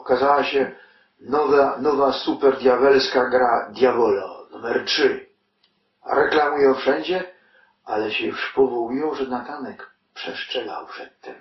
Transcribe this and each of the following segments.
ukazała się nowa super diabelska gra Diavolo numer 3. Reklamują wszędzie, ale się już powołują, że Natanek przeszczelał przedtem.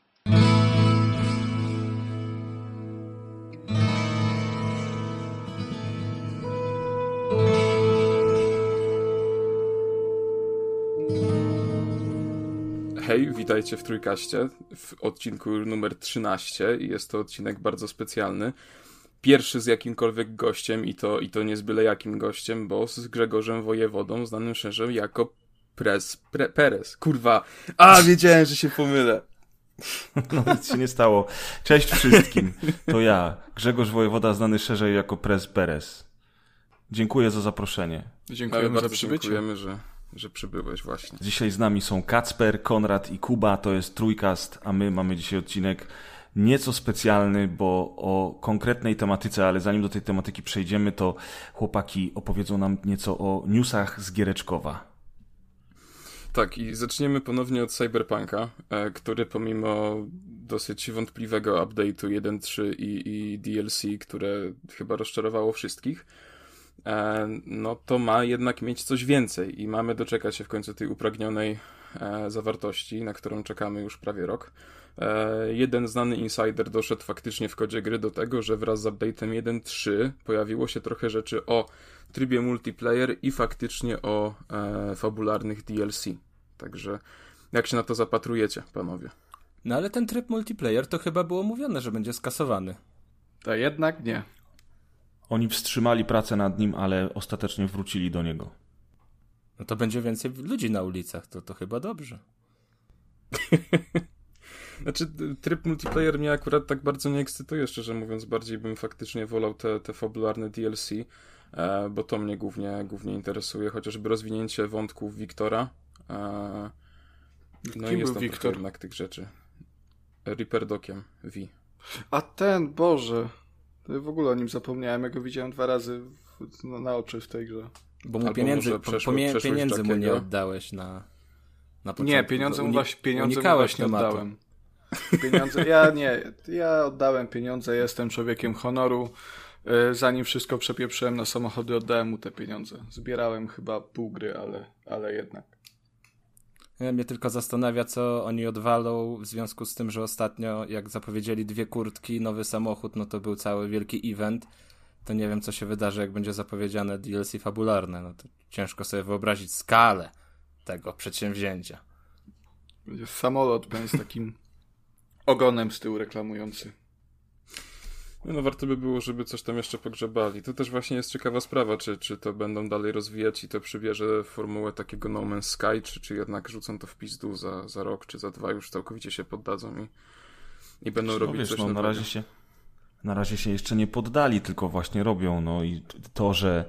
Hej, witajcie w Trójkaście w odcinku numer 13 i jest to odcinek bardzo specjalny. Pierwszy z jakimkolwiek gościem i to nie z byle jakim gościem, bo z Grzegorzem Wojewodą, znanym szerzej jako Perez. Kurwa, wiedziałem, że się pomylę. No nic się nie stało. Cześć wszystkim, to ja, Grzegorz Wojewoda, znany szerzej jako Perez. Dziękuję za zaproszenie. Dziękujemy za przybycie. Dziękujemy, że przybyłeś właśnie. Dzisiaj z nami są Kacper, Konrad i Kuba, to jest Trójkast, a my mamy dzisiaj odcinek nieco specjalny, bo o konkretnej tematyce, ale zanim do tej tematyki przejdziemy, to chłopaki opowiedzą nam nieco o newsach z Giereczkowa. Tak, i zaczniemy ponownie od Cyberpunka, który pomimo dosyć wątpliwego update'u 1.3 i DLC, które chyba rozczarowało wszystkich, no to ma jednak mieć coś więcej i mamy doczekać się w końcu tej upragnionej zawartości, na którą czekamy już prawie rok. Jeden znany insider doszedł faktycznie w kodzie gry do tego, że wraz z update'em 1.3 pojawiło się trochę rzeczy o trybie multiplayer i faktycznie o fabularnych DLC. Także jak się na to zapatrujecie, panowie? No ale ten tryb multiplayer to chyba było mówione, że będzie skasowany. To jednak nie. Oni wstrzymali pracę nad nim, ale ostatecznie wrócili do niego. No to będzie więcej ludzi na ulicach, to chyba dobrze. Znaczy, tryb multiplayer mnie akurat tak bardzo nie ekscytuje, szczerze mówiąc. Bardziej bym faktycznie wolał te fabularne DLC, bo to mnie głównie interesuje, chociażby rozwinięcie wątków Wiktora. No i jest tam Wiktor? Jednak tych rzeczy. Reaper Dockiem, V. A ten, Boże, to w ogóle o nim zapomniałem, ja go widziałem 2 razy na oczy w tej grze. Bo mu pieniędzy mu nie oddałeś na początku. Nie, pieniądze mu właśnie oddałem. Ja oddałem pieniądze, jestem człowiekiem honoru. Zanim wszystko przepieprzyłem na samochody, oddałem mu te pieniądze. Zbierałem chyba pół gry, ale jednak. Mnie tylko zastanawia, co oni odwalą w związku z tym, że ostatnio, jak zapowiedzieli 2 kurtki, nowy samochód, no to był cały wielki event. To nie wiem, co się wydarzy, jak będzie zapowiedziane DLC fabularne. No to ciężko sobie wyobrazić skalę tego przedsięwzięcia. Będzie samolot, będzie z takim ogonem z tyłu reklamujący. No warto by było, żeby coś tam jeszcze pogrzebali. To też właśnie jest ciekawa sprawa, czy to będą dalej rozwijać i to przybierze formułę takiego No Man's Sky, czy jednak rzucą to w pizdu za rok, czy za 2 już całkowicie się poddadzą i będą robić coś nowego. Na razie się jeszcze nie poddali, tylko właśnie robią. No i to, że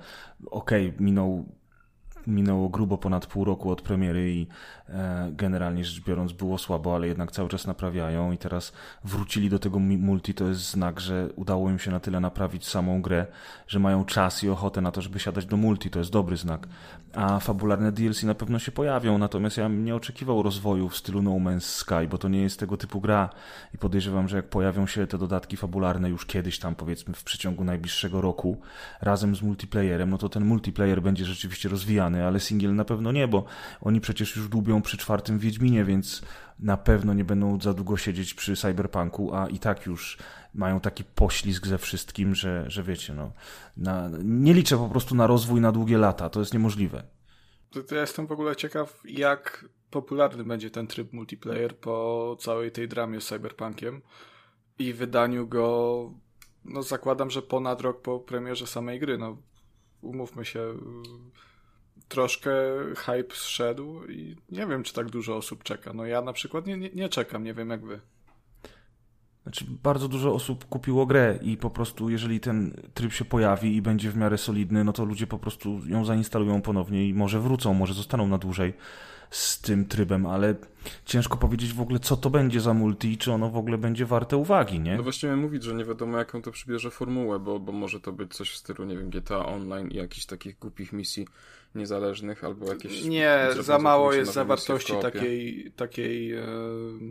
minęło grubo ponad pół roku od premiery i generalnie rzecz biorąc było słabo, ale jednak cały czas naprawiają i teraz wrócili do tego multi, to jest znak, że udało im się na tyle naprawić samą grę, że mają czas i ochotę na to, żeby siadać do multi, to jest dobry znak. A fabularne DLC na pewno się pojawią, natomiast ja bym nie oczekiwał rozwoju w stylu No Man's Sky, bo to nie jest tego typu gra i podejrzewam, że jak pojawią się te dodatki fabularne już kiedyś tam, powiedzmy w przeciągu najbliższego roku, razem z multiplayerem, no to ten multiplayer będzie rzeczywiście rozwijany, ale singiel na pewno nie, bo oni przecież już dłubią przy 4. Wiedźminie, więc na pewno nie będą za długo siedzieć przy Cyberpunku, a i tak już mają taki poślizg ze wszystkim, że wiecie, no, nie liczę po prostu na rozwój na długie lata, to jest niemożliwe. To ja jestem w ogóle ciekaw, jak popularny będzie ten tryb multiplayer po całej tej dramie z Cyberpunkiem i wydaniu go, no zakładam, że ponad rok po premierze samej gry, no umówmy się, troszkę hype zszedł i nie wiem, czy tak dużo osób czeka. No ja na przykład nie czekam, nie wiem jak wy. Znaczy, bardzo dużo osób kupiło grę i po prostu jeżeli ten tryb się pojawi i będzie w miarę solidny, no to ludzie po prostu ją zainstalują ponownie i może wrócą, może zostaną na dłużej z tym trybem, ale ciężko powiedzieć w ogóle, co to będzie za multi i czy ono w ogóle będzie warte uwagi, nie? No właściwie mówić, że nie wiadomo, jaką to przybierze formułę, bo może to być coś w stylu, nie wiem, GTA Online i jakichś takich głupich misji niezależnych albo jakieś... Nie, za mało jest zawartości takiej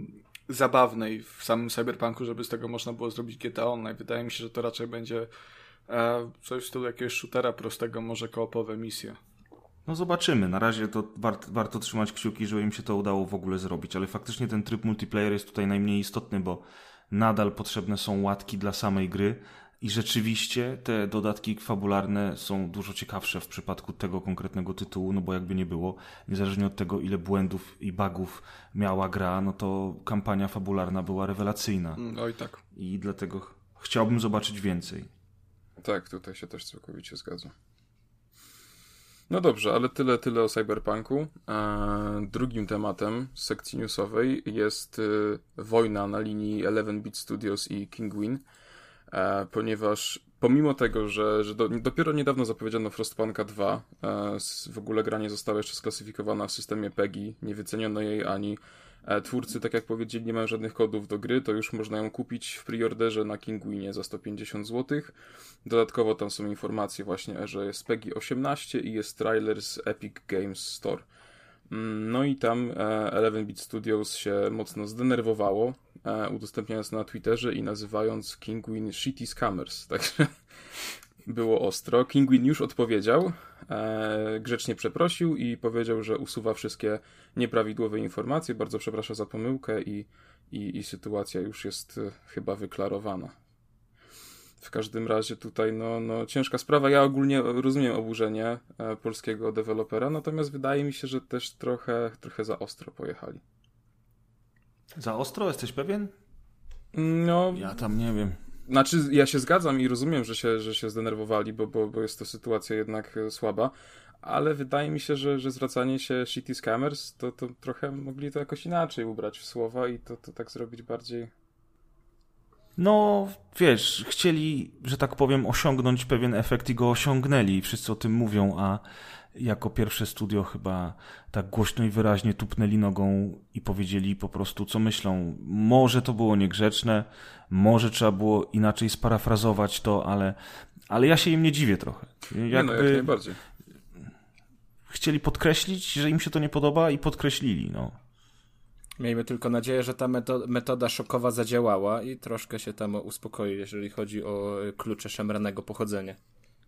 zabawnej w samym Cyberpunku, żeby z tego można było zrobić GTA Online. Wydaje mi się, że to raczej będzie coś w stylu jakiegoś shootera prostego, może koopowe misje. No zobaczymy. Na razie to warto trzymać kciuki, żeby im się to udało w ogóle zrobić, ale faktycznie ten tryb multiplayer jest tutaj najmniej istotny, bo nadal potrzebne są łatki dla samej gry i rzeczywiście te dodatki fabularne są dużo ciekawsze w przypadku tego konkretnego tytułu, no bo jakby nie było, niezależnie od tego, ile błędów i bugów miała gra, no to kampania fabularna była rewelacyjna. Oj tak. I dlatego chciałbym zobaczyć więcej. Tak, tutaj się też całkowicie zgadzam. No dobrze, ale tyle o Cyberpunku. Drugim tematem z sekcji newsowej jest wojna na linii 11-bit Studios i Kinguin, ponieważ pomimo tego, że dopiero niedawno zapowiedziano Frostpunka 2, w ogóle gra nie została jeszcze sklasyfikowana w systemie PEGI, nie wyceniono jej ani twórcy, tak jak powiedzieli, nie mają żadnych kodów do gry, to już można ją kupić w preorderze na Kinguinie za 150 zł. Dodatkowo tam są informacje właśnie, że jest PEGI 18 i jest trailer z Epic Games Store. No i tam 11-bit Studios się mocno zdenerwowało, udostępniając na Twitterze i nazywając Kinguin shitty scammers. Także było ostro. Kinguin już odpowiedział, grzecznie przeprosił i powiedział, że usuwa wszystkie nieprawidłowe informacje, bardzo przeprasza za pomyłkę i sytuacja już jest chyba wyklarowana. W każdym razie tutaj no ciężka sprawa. Ja ogólnie rozumiem oburzenie polskiego dewelopera, natomiast wydaje mi się, że też trochę za ostro pojechali. Za ostro? Jesteś pewien? No, ja tam nie wiem. Znaczy, ja się zgadzam i rozumiem, że się zdenerwowali, bo jest to sytuacja jednak słaba, ale wydaje mi się, że zwracanie się shitty scammers, to trochę mogli to jakoś inaczej ubrać w słowa i to tak zrobić bardziej... No, wiesz, chcieli, że tak powiem, osiągnąć pewien efekt i go osiągnęli. Wszyscy o tym mówią, a jako pierwsze studio chyba tak głośno i wyraźnie tupnęli nogą i powiedzieli po prostu, co myślą. Może to było niegrzeczne, może trzeba było inaczej sparafrazować to, ale ja się im nie dziwię trochę. Jak najbardziej. Chcieli podkreślić, że im się to nie podoba i podkreślili, no. Miejmy tylko nadzieję, że ta metoda szokowa zadziałała i troszkę się tam uspokoi, jeżeli chodzi o klucze szemranego pochodzenia.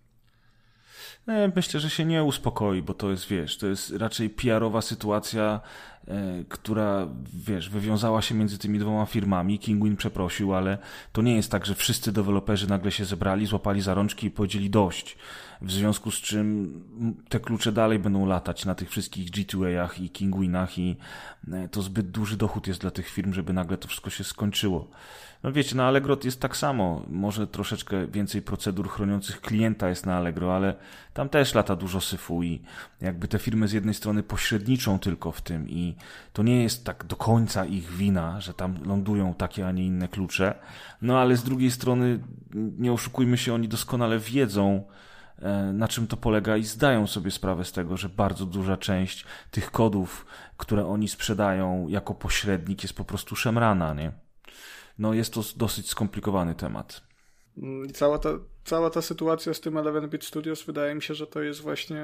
Myślę, że się nie uspokoi, bo to jest, wiesz, to jest raczej PR-owa sytuacja, która, wiesz, wywiązała się między tymi dwoma firmami. Kinguin przeprosił, ale to nie jest tak, że wszyscy deweloperzy nagle się zebrali, złapali za rączki i powiedzieli dość. W związku z czym te klucze dalej będą latać na tych wszystkich G2A-ach i Kinguinach i to zbyt duży dochód jest dla tych firm, żeby nagle to wszystko się skończyło. No wiecie, na Allegro jest tak samo. Może troszeczkę więcej procedur chroniących klienta jest na Allegro, ale tam też lata dużo syfu i jakby te firmy z jednej strony pośredniczą tylko w tym i to nie jest tak do końca ich wina, że tam lądują takie, a nie inne klucze. No ale z drugiej strony, nie oszukujmy się, oni doskonale wiedzą, na czym to polega i zdają sobie sprawę z tego, że bardzo duża część tych kodów, które oni sprzedają jako pośrednik, jest po prostu szemrana, nie? No jest to dosyć skomplikowany temat. I cała ta sytuacja z tym 11-bit Studios, wydaje mi się, że to jest właśnie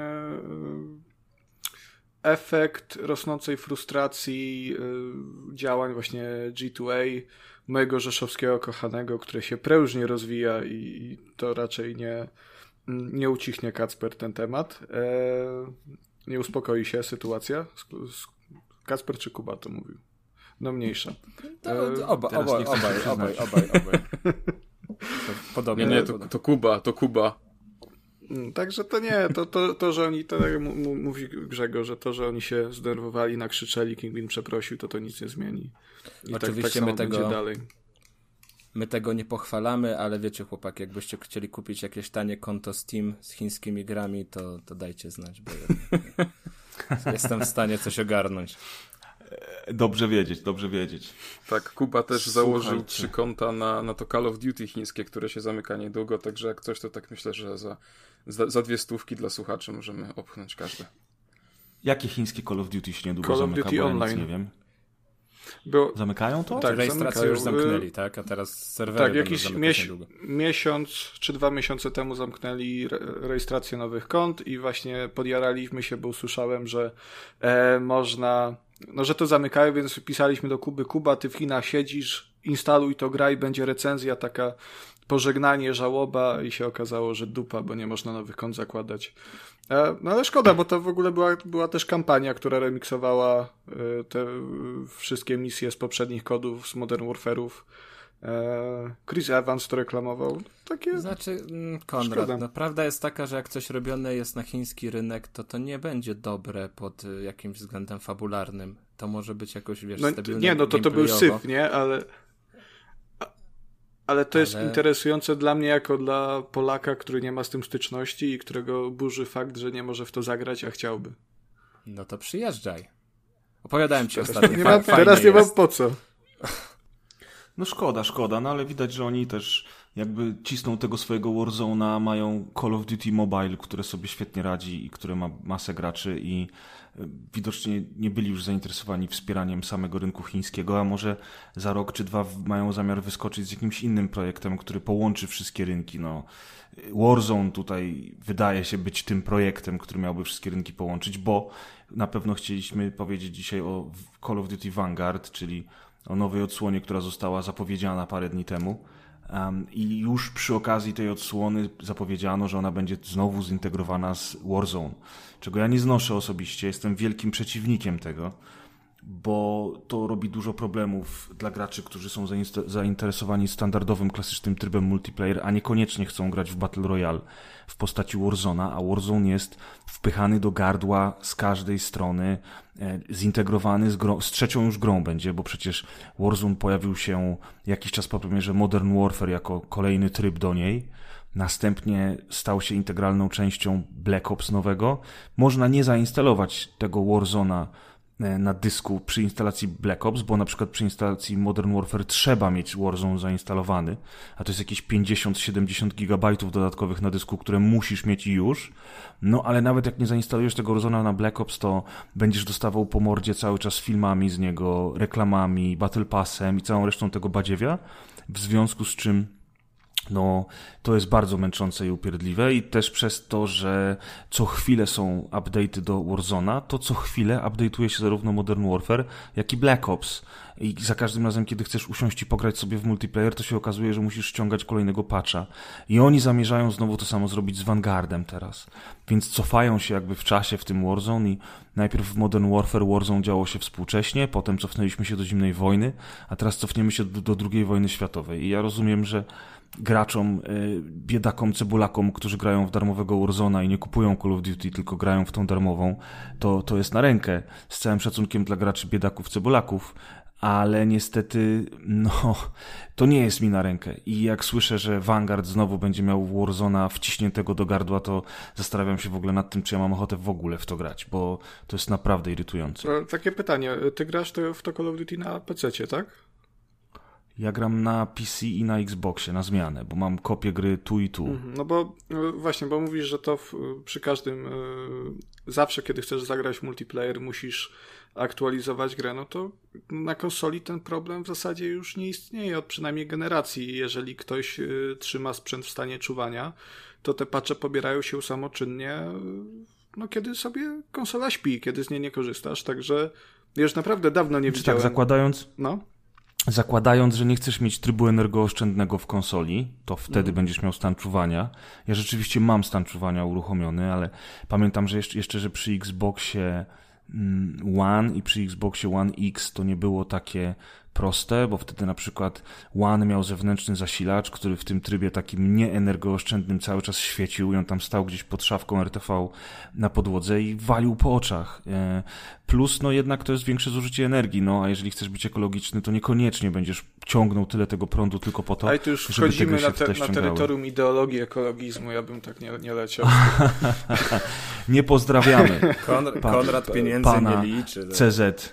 efekt rosnącej frustracji działań właśnie G2A, mojego rzeszowskiego kochanego, które się prężnie rozwija i to raczej nie ucichnie Kacper ten temat. Nie uspokoi się sytuacja. Kacper czy Kuba to mówił? No mniejsza. Obaj. Podobnie. Nie, to Kuba. Także to nie, to że oni, tak jak mówi Grzegorz, że to, że oni się zdenerwowali, nakrzyczeli, Kinguin przeprosił, to nic nie zmieni. I oczywiście tak samo będzie dalej. My tego nie pochwalamy, ale wiecie, chłopaki, jakbyście chcieli kupić jakieś tanie konto Steam z chińskimi grami, to dajcie znać, bo jestem w stanie coś ogarnąć. Dobrze wiedzieć. Tak, Kuba też założył 3 konta na to Call of Duty chińskie, które się zamyka niedługo, także jak coś, to tak myślę, że za 200 dla słuchaczy możemy opchnąć każde. Jakie chińskie Call of Duty się niedługo zamyka? Call of Duty Online. Nie wiem. Zamykają to? Tak, rejestrację już zamknęli, tak? A teraz serwery tak, jakiś miesiąc czy 2 miesiące temu zamknęli rejestrację nowych kont i właśnie podjaraliśmy się, bo usłyszałem, że można że to zamykają, więc pisaliśmy do Kuby: Kuba, ty w Chinach siedzisz, instaluj to, graj, będzie recenzja, taka pożegnanie, żałoba, i się okazało, że dupa, bo nie można nowych kont zakładać. No ale szkoda, bo to w ogóle była też kampania, która remiksowała te wszystkie misje z poprzednich kodów, z Modern Warfare'ów. Chris Evans to reklamował. Takie... Znaczy, Konrad, no, prawda jest taka, że jak coś robione jest na chiński rynek, to nie będzie dobre pod jakimś względem fabularnym. To może być jakoś, wiesz, stabilne. Nie, no to był syf, nie? Ale to jest interesujące dla mnie jako dla Polaka, który nie ma z tym styczności i którego burzy fakt, że nie może w to zagrać, a chciałby. No to przyjeżdżaj. Opowiadałem ci ostatnio. Teraz nie mam po co. No szkoda, no ale widać, że oni też jakby cisną tego swojego Warzone'a, mają Call of Duty Mobile, które sobie świetnie radzi i które ma masę graczy i widocznie nie byli już zainteresowani wspieraniem samego rynku chińskiego, a może za rok czy dwa mają zamiar wyskoczyć z jakimś innym projektem, który połączy wszystkie rynki. No, Warzone tutaj wydaje się być tym projektem, który miałby wszystkie rynki połączyć, bo na pewno chcieliśmy powiedzieć dzisiaj o Call of Duty Vanguard, czyli o nowej odsłonie, która została zapowiedziana parę dni temu. I już przy okazji tej odsłony zapowiedziano, że ona będzie znowu zintegrowana z Warzone, czego ja nie znoszę osobiście, jestem wielkim przeciwnikiem tego, bo to robi dużo problemów dla graczy, którzy są zainteresowani standardowym, klasycznym trybem multiplayer, a niekoniecznie chcą grać w Battle Royale w postaci Warzone'a, a Warzone jest wpychany do gardła z każdej strony, zintegrowany z trzecią już grą będzie, bo przecież Warzone pojawił się jakiś czas po premierze Modern Warfare jako kolejny tryb do niej. Następnie stał się integralną częścią Black Ops nowego. Można nie zainstalować tego Warzone'a na dysku przy instalacji Black Ops, bo na przykład przy instalacji Modern Warfare trzeba mieć Warzone zainstalowany, a to jest jakieś 50-70 gigabajtów dodatkowych na dysku, które musisz mieć już. No ale nawet jak nie zainstalujesz tego Warzone'a na Black Ops, to będziesz dostawał po mordzie cały czas filmami z niego, reklamami, Battle Passem i całą resztą tego badziewia, w związku z czym no, to jest bardzo męczące i upierdliwe i też przez to, że co chwilę są update'y do Warzone'a, to co chwilę update'uje się zarówno Modern Warfare, jak i Black Ops. I za każdym razem, kiedy chcesz usiąść i pograć sobie w multiplayer, to się okazuje, że musisz ściągać kolejnego patcha. I oni zamierzają znowu to samo zrobić z Vanguardem teraz. Więc cofają się jakby w czasie w tym Warzone i najpierw w Modern Warfare Warzone działo się współcześnie, potem cofnęliśmy się do zimnej wojny, a teraz cofniemy się do II wojny światowej. I ja rozumiem, że graczom, biedakom, cebulakom, którzy grają w darmowego Warzone'a i nie kupują Call of Duty, tylko grają w tą darmową, to jest na rękę. Z całym szacunkiem dla graczy, biedaków, cebulaków, ale niestety, no, to nie jest mi na rękę. I jak słyszę, że Vanguard znowu będzie miał Warzone'a wciśniętego do gardła, to zastanawiam się w ogóle nad tym, czy ja mam ochotę w ogóle w to grać, bo to jest naprawdę irytujące. Takie pytanie, ty grasz w to Call of Duty na PC-cie, tak? Ja gram na PC i na Xboxie, na zmianę, bo mam kopię gry tu i tu. No bo właśnie, bo mówisz, że to przy każdym, zawsze kiedy chcesz zagrać w multiplayer, musisz aktualizować grę, no to na konsoli ten problem w zasadzie już nie istnieje od przynajmniej generacji. Jeżeli ktoś trzyma sprzęt w stanie czuwania, to te patche pobierają się samoczynnie, no kiedy sobie konsola śpi, kiedy z niej nie korzystasz, także już naprawdę dawno nie widziałem. Tak, zakładając, że nie chcesz mieć trybu energooszczędnego w konsoli, to wtedy będziesz miał stan czuwania. Ja rzeczywiście mam stan czuwania uruchomiony, ale pamiętam, że jeszcze że przy Xboxie One i przy Xboxie One X to nie było takie proste, bo wtedy na przykład One miał zewnętrzny zasilacz, który w tym trybie takim nieenergooszczędnym cały czas świecił i on tam stał gdzieś pod szafką RTV na podłodze i walił po oczach. Plus, no jednak to jest większe zużycie energii, no a jeżeli chcesz być ekologiczny, to niekoniecznie będziesz ciągnął tyle tego prądu tylko po to, ale tu już żeby wchodzimy tego na terytorium ideologii ekologizmu, ja bym tak nie leciał. Nie pozdrawiamy. Konrad pieniędzy pana nie liczy. CZ.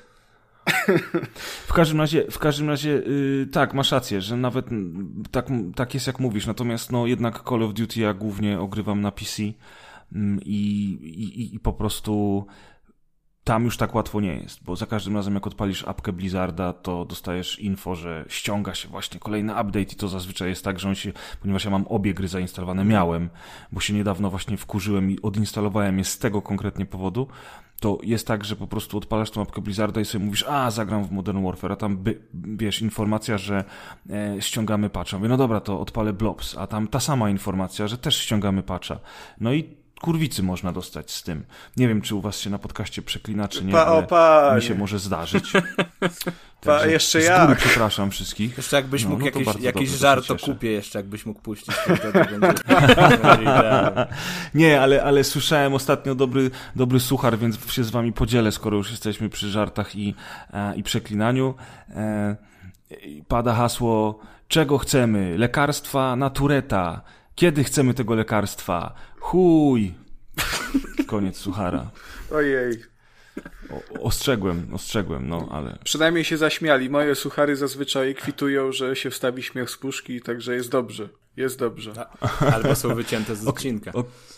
W każdym razie tak, masz rację, że nawet tak jest jak mówisz, natomiast no jednak Call of Duty ja głównie ogrywam na PC i po prostu tam już tak łatwo nie jest, bo za każdym razem jak odpalisz apkę Blizzarda, to dostajesz info, że ściąga się właśnie kolejny update i to zazwyczaj jest tak, że on się, ponieważ ja mam obie gry zainstalowane, miałem, bo się niedawno właśnie wkurzyłem i odinstalowałem je z tego konkretnie powodu, to jest tak, że po prostu odpalasz tą apkę Blizzarda i sobie mówisz, zagram w Modern Warfare, a tam wiesz, informacja, że ściągamy patcha. Mówię, no dobra, to odpalę Blobs, a tam ta sama informacja, że też ściągamy patcha. No i kurwicy można dostać z tym. Nie wiem, czy u was się na podcaście przeklina, czy nie, ale mi się może zdarzyć. Jeszcze z jak? góry przepraszam wszystkich. Jeszcze jakbyś mógł to jakiś dobrze, żart to o się cieszę. kupie jeszcze, jakbyś mógł puścić. To będzie idealne. Nie, ale słyszałem ostatnio dobry suchar, więc się z wami podzielę, skoro już jesteśmy przy żartach i przeklinaniu. Pada hasło, czego chcemy? Lekarstwa na Tureta. Kiedy chcemy tego lekarstwa? Chuj! Koniec suchara. Ojej. Ostrzegłem, no ale... Przynajmniej się zaśmiali. Moje suchary zazwyczaj kwitują, że się wstawi śmiech z puszki, także jest dobrze. Jest dobrze. Albo są wycięte z odcinka.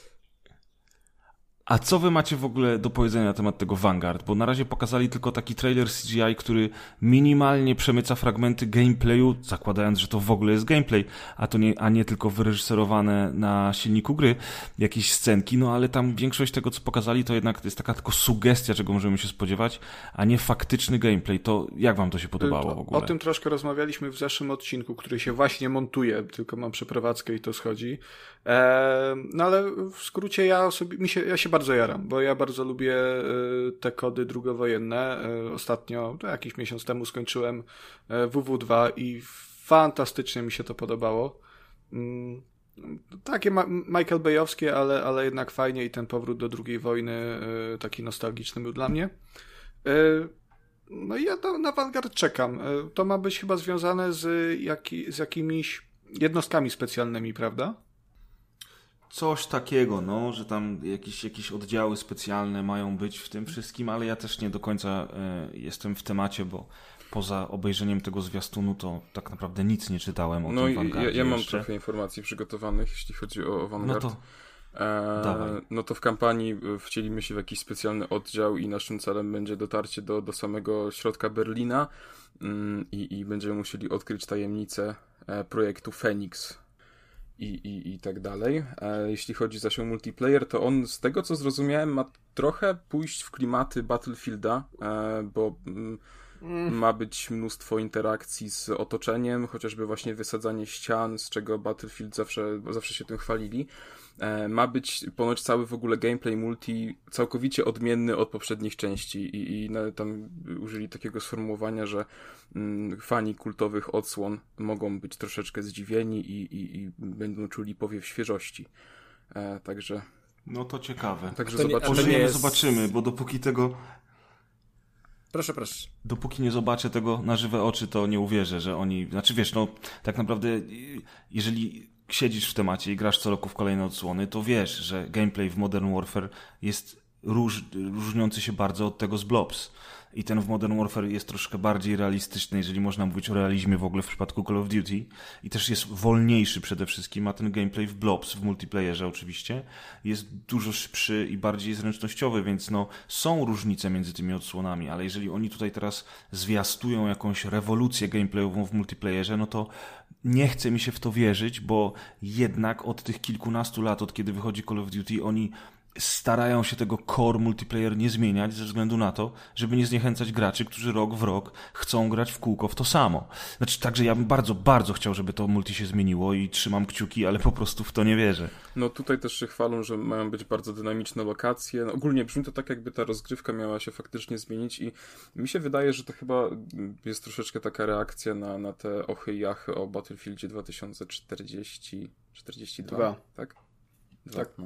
A co wy macie w ogóle do powiedzenia na temat tego Vanguard? Bo na razie pokazali tylko taki trailer CGI, który minimalnie przemyca fragmenty gameplayu, zakładając, że to w ogóle jest gameplay, a nie tylko wyreżyserowane na silniku gry, jakieś scenki, no ale tam większość tego, co pokazali, to jednak jest taka tylko sugestia, czego możemy się spodziewać, a nie faktyczny gameplay. To jak wam to się podobało w ogóle? O tym troszkę rozmawialiśmy w zeszłym odcinku, który się właśnie montuje, tylko mam przeprowadzkę i to schodzi. No ale w skrócie ja się bardzo jaram, bo ja bardzo lubię te kody drugowojenne. Ostatnio, jakiś miesiąc temu skończyłem WW2 i fantastycznie mi się to podobało. Takie Michael Bayowskie, ale jednak fajnie i ten powrót do II wojny taki nostalgiczny był dla mnie. No i ja na Vanguard czekam. To ma być chyba związane z jakimiś jednostkami specjalnymi, prawda? Coś takiego, no, że tam jakieś oddziały specjalne mają być w tym wszystkim, ale ja też nie do końca jestem w temacie, bo poza obejrzeniem tego zwiastunu to tak naprawdę nic nie czytałem o tym Vanguardzie. Ja mam jeszcze trochę informacji przygotowanych, jeśli chodzi o Vanguard. No to dawaj. No to w kampanii wcielimy się w jakiś specjalny oddział i naszym celem będzie dotarcie do samego środka Berlina i będziemy musieli odkryć tajemnicę projektu Phoenix. I tak dalej. Jeśli chodzi zaś o multiplayer, to on z tego co zrozumiałem ma trochę pójść w klimaty Battlefielda, bo ma być mnóstwo interakcji z otoczeniem, chociażby właśnie wysadzanie ścian, z czego Battlefield zawsze się tym chwalili. Ma być ponoć cały w ogóle gameplay multi całkowicie odmienny od poprzednich części i tam użyli takiego sformułowania, że fani kultowych odsłon mogą być troszeczkę zdziwieni i będą czuli powiew świeżości. Także... No to ciekawe. Także zobaczymy, bo dopóki tego... Proszę. Dopóki nie zobaczę tego na żywe oczy, to nie uwierzę, że oni... Znaczy wiesz, no tak naprawdę jeżeli siedzisz w temacie i grasz co roku w kolejne odsłony, to wiesz, że gameplay w Modern Warfare jest różniący się bardzo od tego z Blobs. I ten w Modern Warfare jest troszkę bardziej realistyczny, jeżeli można mówić o realizmie w ogóle w przypadku Call of Duty. I też jest wolniejszy przede wszystkim, a ten gameplay w Blobs, w multiplayerze oczywiście, jest dużo szybszy i bardziej zręcznościowy, więc no są różnice między tymi odsłonami, ale jeżeli oni tutaj teraz zwiastują jakąś rewolucję gameplayową w multiplayerze, no to nie chce mi się w to wierzyć, bo jednak od tych kilkunastu lat, od kiedy wychodzi Call of Duty, oni starają się tego core multiplayer nie zmieniać ze względu na to, żeby nie zniechęcać graczy, którzy rok w rok chcą grać w kółko w to samo. Znaczy, także ja bym bardzo, bardzo chciał, żeby to multi się zmieniło i trzymam kciuki, ale po prostu w to nie wierzę. No tutaj też się chwalą, że mają być bardzo dynamiczne lokacje. No, ogólnie brzmi to tak, jakby ta rozgrywka miała się faktycznie zmienić i mi się wydaje, że to chyba jest troszeczkę taka reakcja na te ochy i jachy o Battlefieldzie 2042, tak? Tak. No.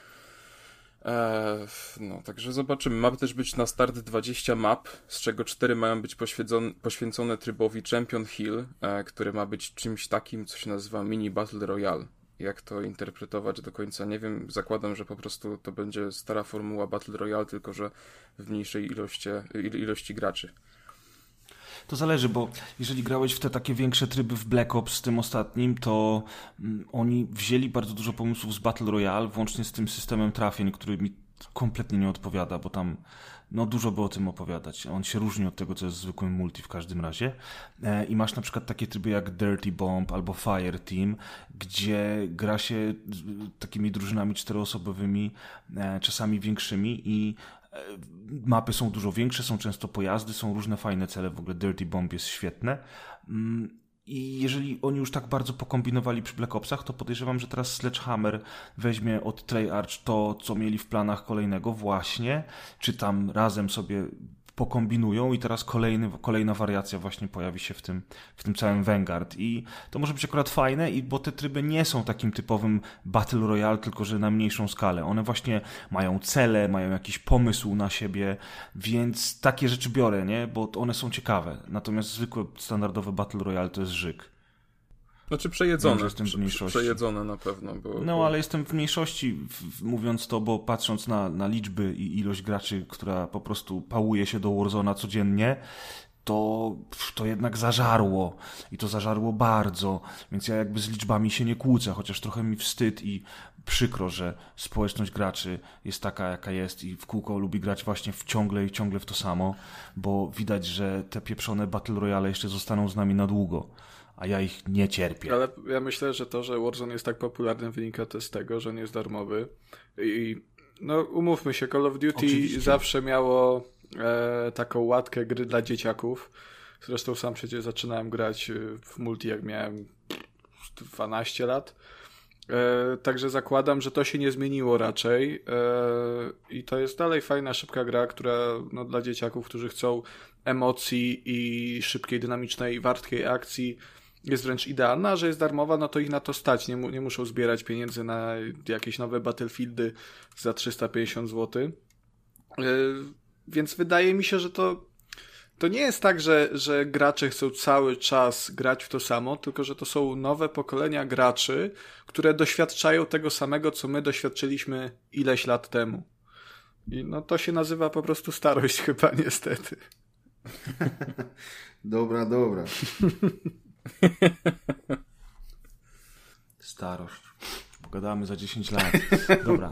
No, także zobaczymy. Ma też być na start 20 map, z czego 4 mają być poświęcone trybowi Champion Hill, który ma być czymś takim, co się nazywa Mini Battle Royale. Jak to interpretować do końca nie wiem. Zakładam, że po prostu to będzie stara formuła Battle Royale, tylko że w mniejszej ilości graczy. To zależy, bo jeżeli grałeś w te takie większe tryby w Black Ops z tym ostatnim, to oni wzięli bardzo dużo pomysłów z Battle Royale, włącznie z tym systemem trafień, który mi kompletnie nie odpowiada, bo tam dużo by o tym opowiadać. On się różni od tego, co jest zwykłym multi w każdym razie. I masz na przykład takie tryby jak Dirty Bomb albo Fire Team, gdzie gra się takimi drużynami czteroosobowymi, czasami większymi i mapy są dużo większe, są często pojazdy, są różne fajne cele, w ogóle Dirty Bomb jest świetne. I jeżeli oni już tak bardzo pokombinowali przy Black Opsach, to podejrzewam, że teraz Sledgehammer weźmie od Treyarch to, co mieli w planach kolejnego właśnie, czy tam razem sobie pokombinują i teraz kolejna wariacja właśnie pojawi się w tym całym Vanguard. I to może być akurat fajne, bo te tryby nie są takim typowym Battle Royale, tylko że na mniejszą skalę. One właśnie mają cele, mają jakiś pomysł na siebie, więc takie rzeczy biorę, nie? Bo one są ciekawe. Natomiast zwykłe, standardowe Battle Royale to jest żyk. Znaczy przejedzone. Jestem w mniejszości. Przejedzone na pewno. Ale jestem w mniejszości, mówiąc to, bo patrząc na liczby i ilość graczy, która po prostu pałuje się do Warzona codziennie, to jednak zażarło. I to zażarło bardzo. Więc ja jakby z liczbami się nie kłócę, chociaż trochę mi wstyd i przykro, że społeczność graczy jest taka, jaka jest i w kółko lubi grać właśnie ciągle w to samo, bo widać, że te pieprzone Battle Royale jeszcze zostaną z nami na długo. A ja ich nie cierpię. Ale ja myślę, że to, że Warzone jest tak popularny, wynika też z tego, że nie jest darmowy. I umówmy się, Call of Duty Oczywiście. zawsze miało taką łatkę gry dla dzieciaków. Zresztą sam przecież zaczynałem grać w multi, jak miałem 12 lat. Także zakładam, że to się nie zmieniło raczej. I to jest dalej fajna, szybka gra, która dla dzieciaków, którzy chcą emocji i szybkiej, dynamicznej, wartkiej akcji, jest wręcz idealna, a że jest darmowa, to ich na to stać. Nie muszą zbierać pieniędzy na jakieś nowe Battlefieldy za 350 zł. Więc wydaje mi się, że to nie jest tak, że gracze chcą cały czas grać w to samo, tylko że to są nowe pokolenia graczy, które doświadczają tego samego, co my doświadczyliśmy ileś lat temu. I to się nazywa po prostu starość chyba, niestety. Dobra. Starość. Pogadamy za 10 lat. Dobra.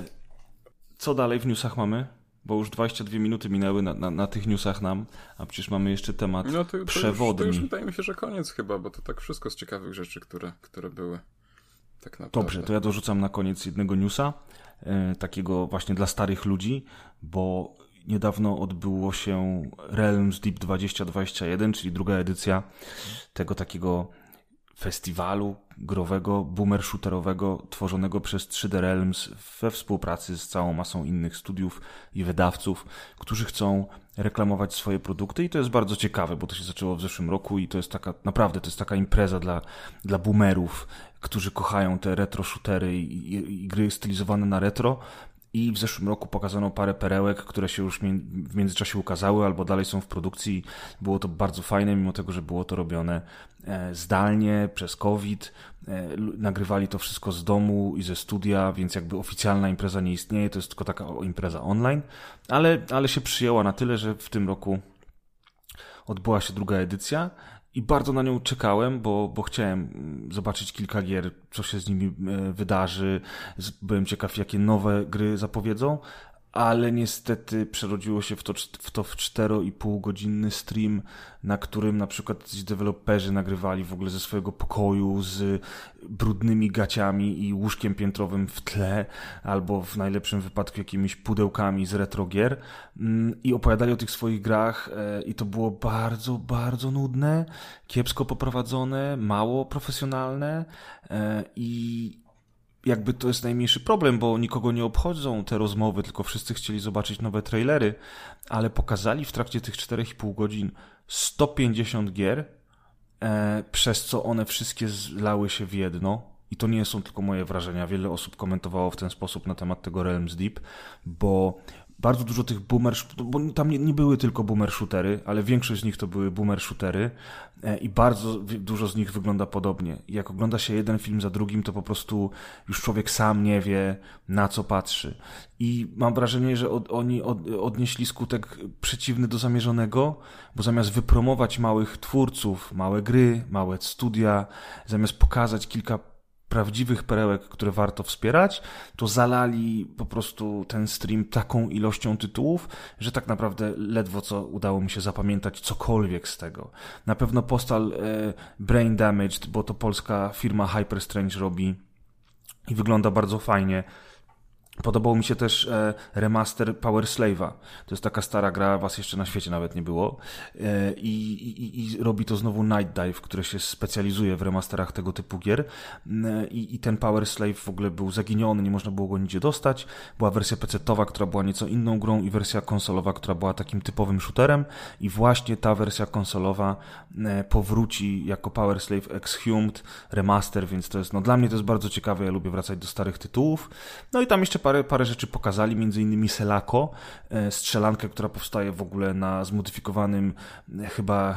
Co dalej w newsach mamy? Bo już 22 minuty minęły na tych newsach nam, a przecież mamy jeszcze temat przewodni. To już wydaje mi się, że koniec chyba, bo to tak wszystko z ciekawych rzeczy, które były. Tak naprawdę. Dobrze, to ja dorzucam na koniec jednego newsa, takiego właśnie dla starych ludzi, bo niedawno odbyło się Realms Deep 2021, czyli druga edycja tego takiego festiwalu growego, boomer shooterowego, tworzonego przez 3D Realms we współpracy z całą masą innych studiów i wydawców, którzy chcą reklamować swoje produkty i to jest bardzo ciekawe, bo to się zaczęło w zeszłym roku i to jest taka impreza dla boomerów, którzy kochają te retro shootery i gry stylizowane na retro. I w zeszłym roku pokazano parę perełek, które się już w międzyczasie ukazały albo dalej są w produkcji. Było to bardzo fajne, mimo tego, że było to robione zdalnie, przez COVID. Nagrywali to wszystko z domu i ze studia, więc jakby oficjalna impreza nie istnieje, to jest tylko taka impreza online. Ale się przyjęła na tyle, że w tym roku odbyła się druga edycja. I bardzo na nią czekałem, bo chciałem zobaczyć kilka gier, co się z nimi wydarzy. Byłem ciekaw, jakie nowe gry zapowiedzą, ale niestety przerodziło się w to w 4,5-godzinny stream, na którym na przykład ci deweloperzy nagrywali w ogóle ze swojego pokoju z brudnymi gaciami i łóżkiem piętrowym w tle, albo w najlepszym wypadku jakimiś pudełkami z retro gier i opowiadali o tych swoich grach i to było bardzo, bardzo nudne, kiepsko poprowadzone, mało profesjonalne i jakby to jest najmniejszy problem, bo nikogo nie obchodzą te rozmowy, tylko wszyscy chcieli zobaczyć nowe trailery, ale pokazali w trakcie tych 4,5 godzin 150 gier, przez co one wszystkie zlały się w jedno i to nie są tylko moje wrażenia, wiele osób komentowało w ten sposób na temat tego Realms Deep, bo bardzo dużo tych bo tam nie były tylko boomer shootery, ale większość z nich to były boomer shootery i bardzo dużo z nich wygląda podobnie. I jak ogląda się jeden film za drugim, to po prostu już człowiek sam nie wie, na co patrzy. I mam wrażenie, że oni odnieśli skutek przeciwny do zamierzonego, bo zamiast wypromować małych twórców, małe gry, małe studia, zamiast pokazać kilka prawdziwych perełek, które warto wspierać, to zalali po prostu ten stream taką ilością tytułów, że tak naprawdę ledwo co udało mi się zapamiętać cokolwiek z tego. Na pewno Postal Brain Damaged, bo to polska firma Hyper Strange robi i wygląda bardzo fajnie. Podobał mi się też remaster Power Slave'a. To jest taka stara gra, was jeszcze na świecie nawet nie było. I robi to znowu Night Dive, które się specjalizuje w remasterach tego typu gier. I ten Power Slave w ogóle był zaginiony, nie można było go nigdzie dostać. Była wersja PC-towa, która była nieco inną grą i wersja konsolowa, która była takim typowym shooterem. I właśnie ta wersja konsolowa powróci jako Power Slave Exhumed remaster, więc to jest, no dla mnie to jest bardzo ciekawe, ja lubię wracać do starych tytułów. No i tam jeszcze parę rzeczy pokazali, między innymi Selako, strzelankę, która powstaje w ogóle na zmodyfikowanym chyba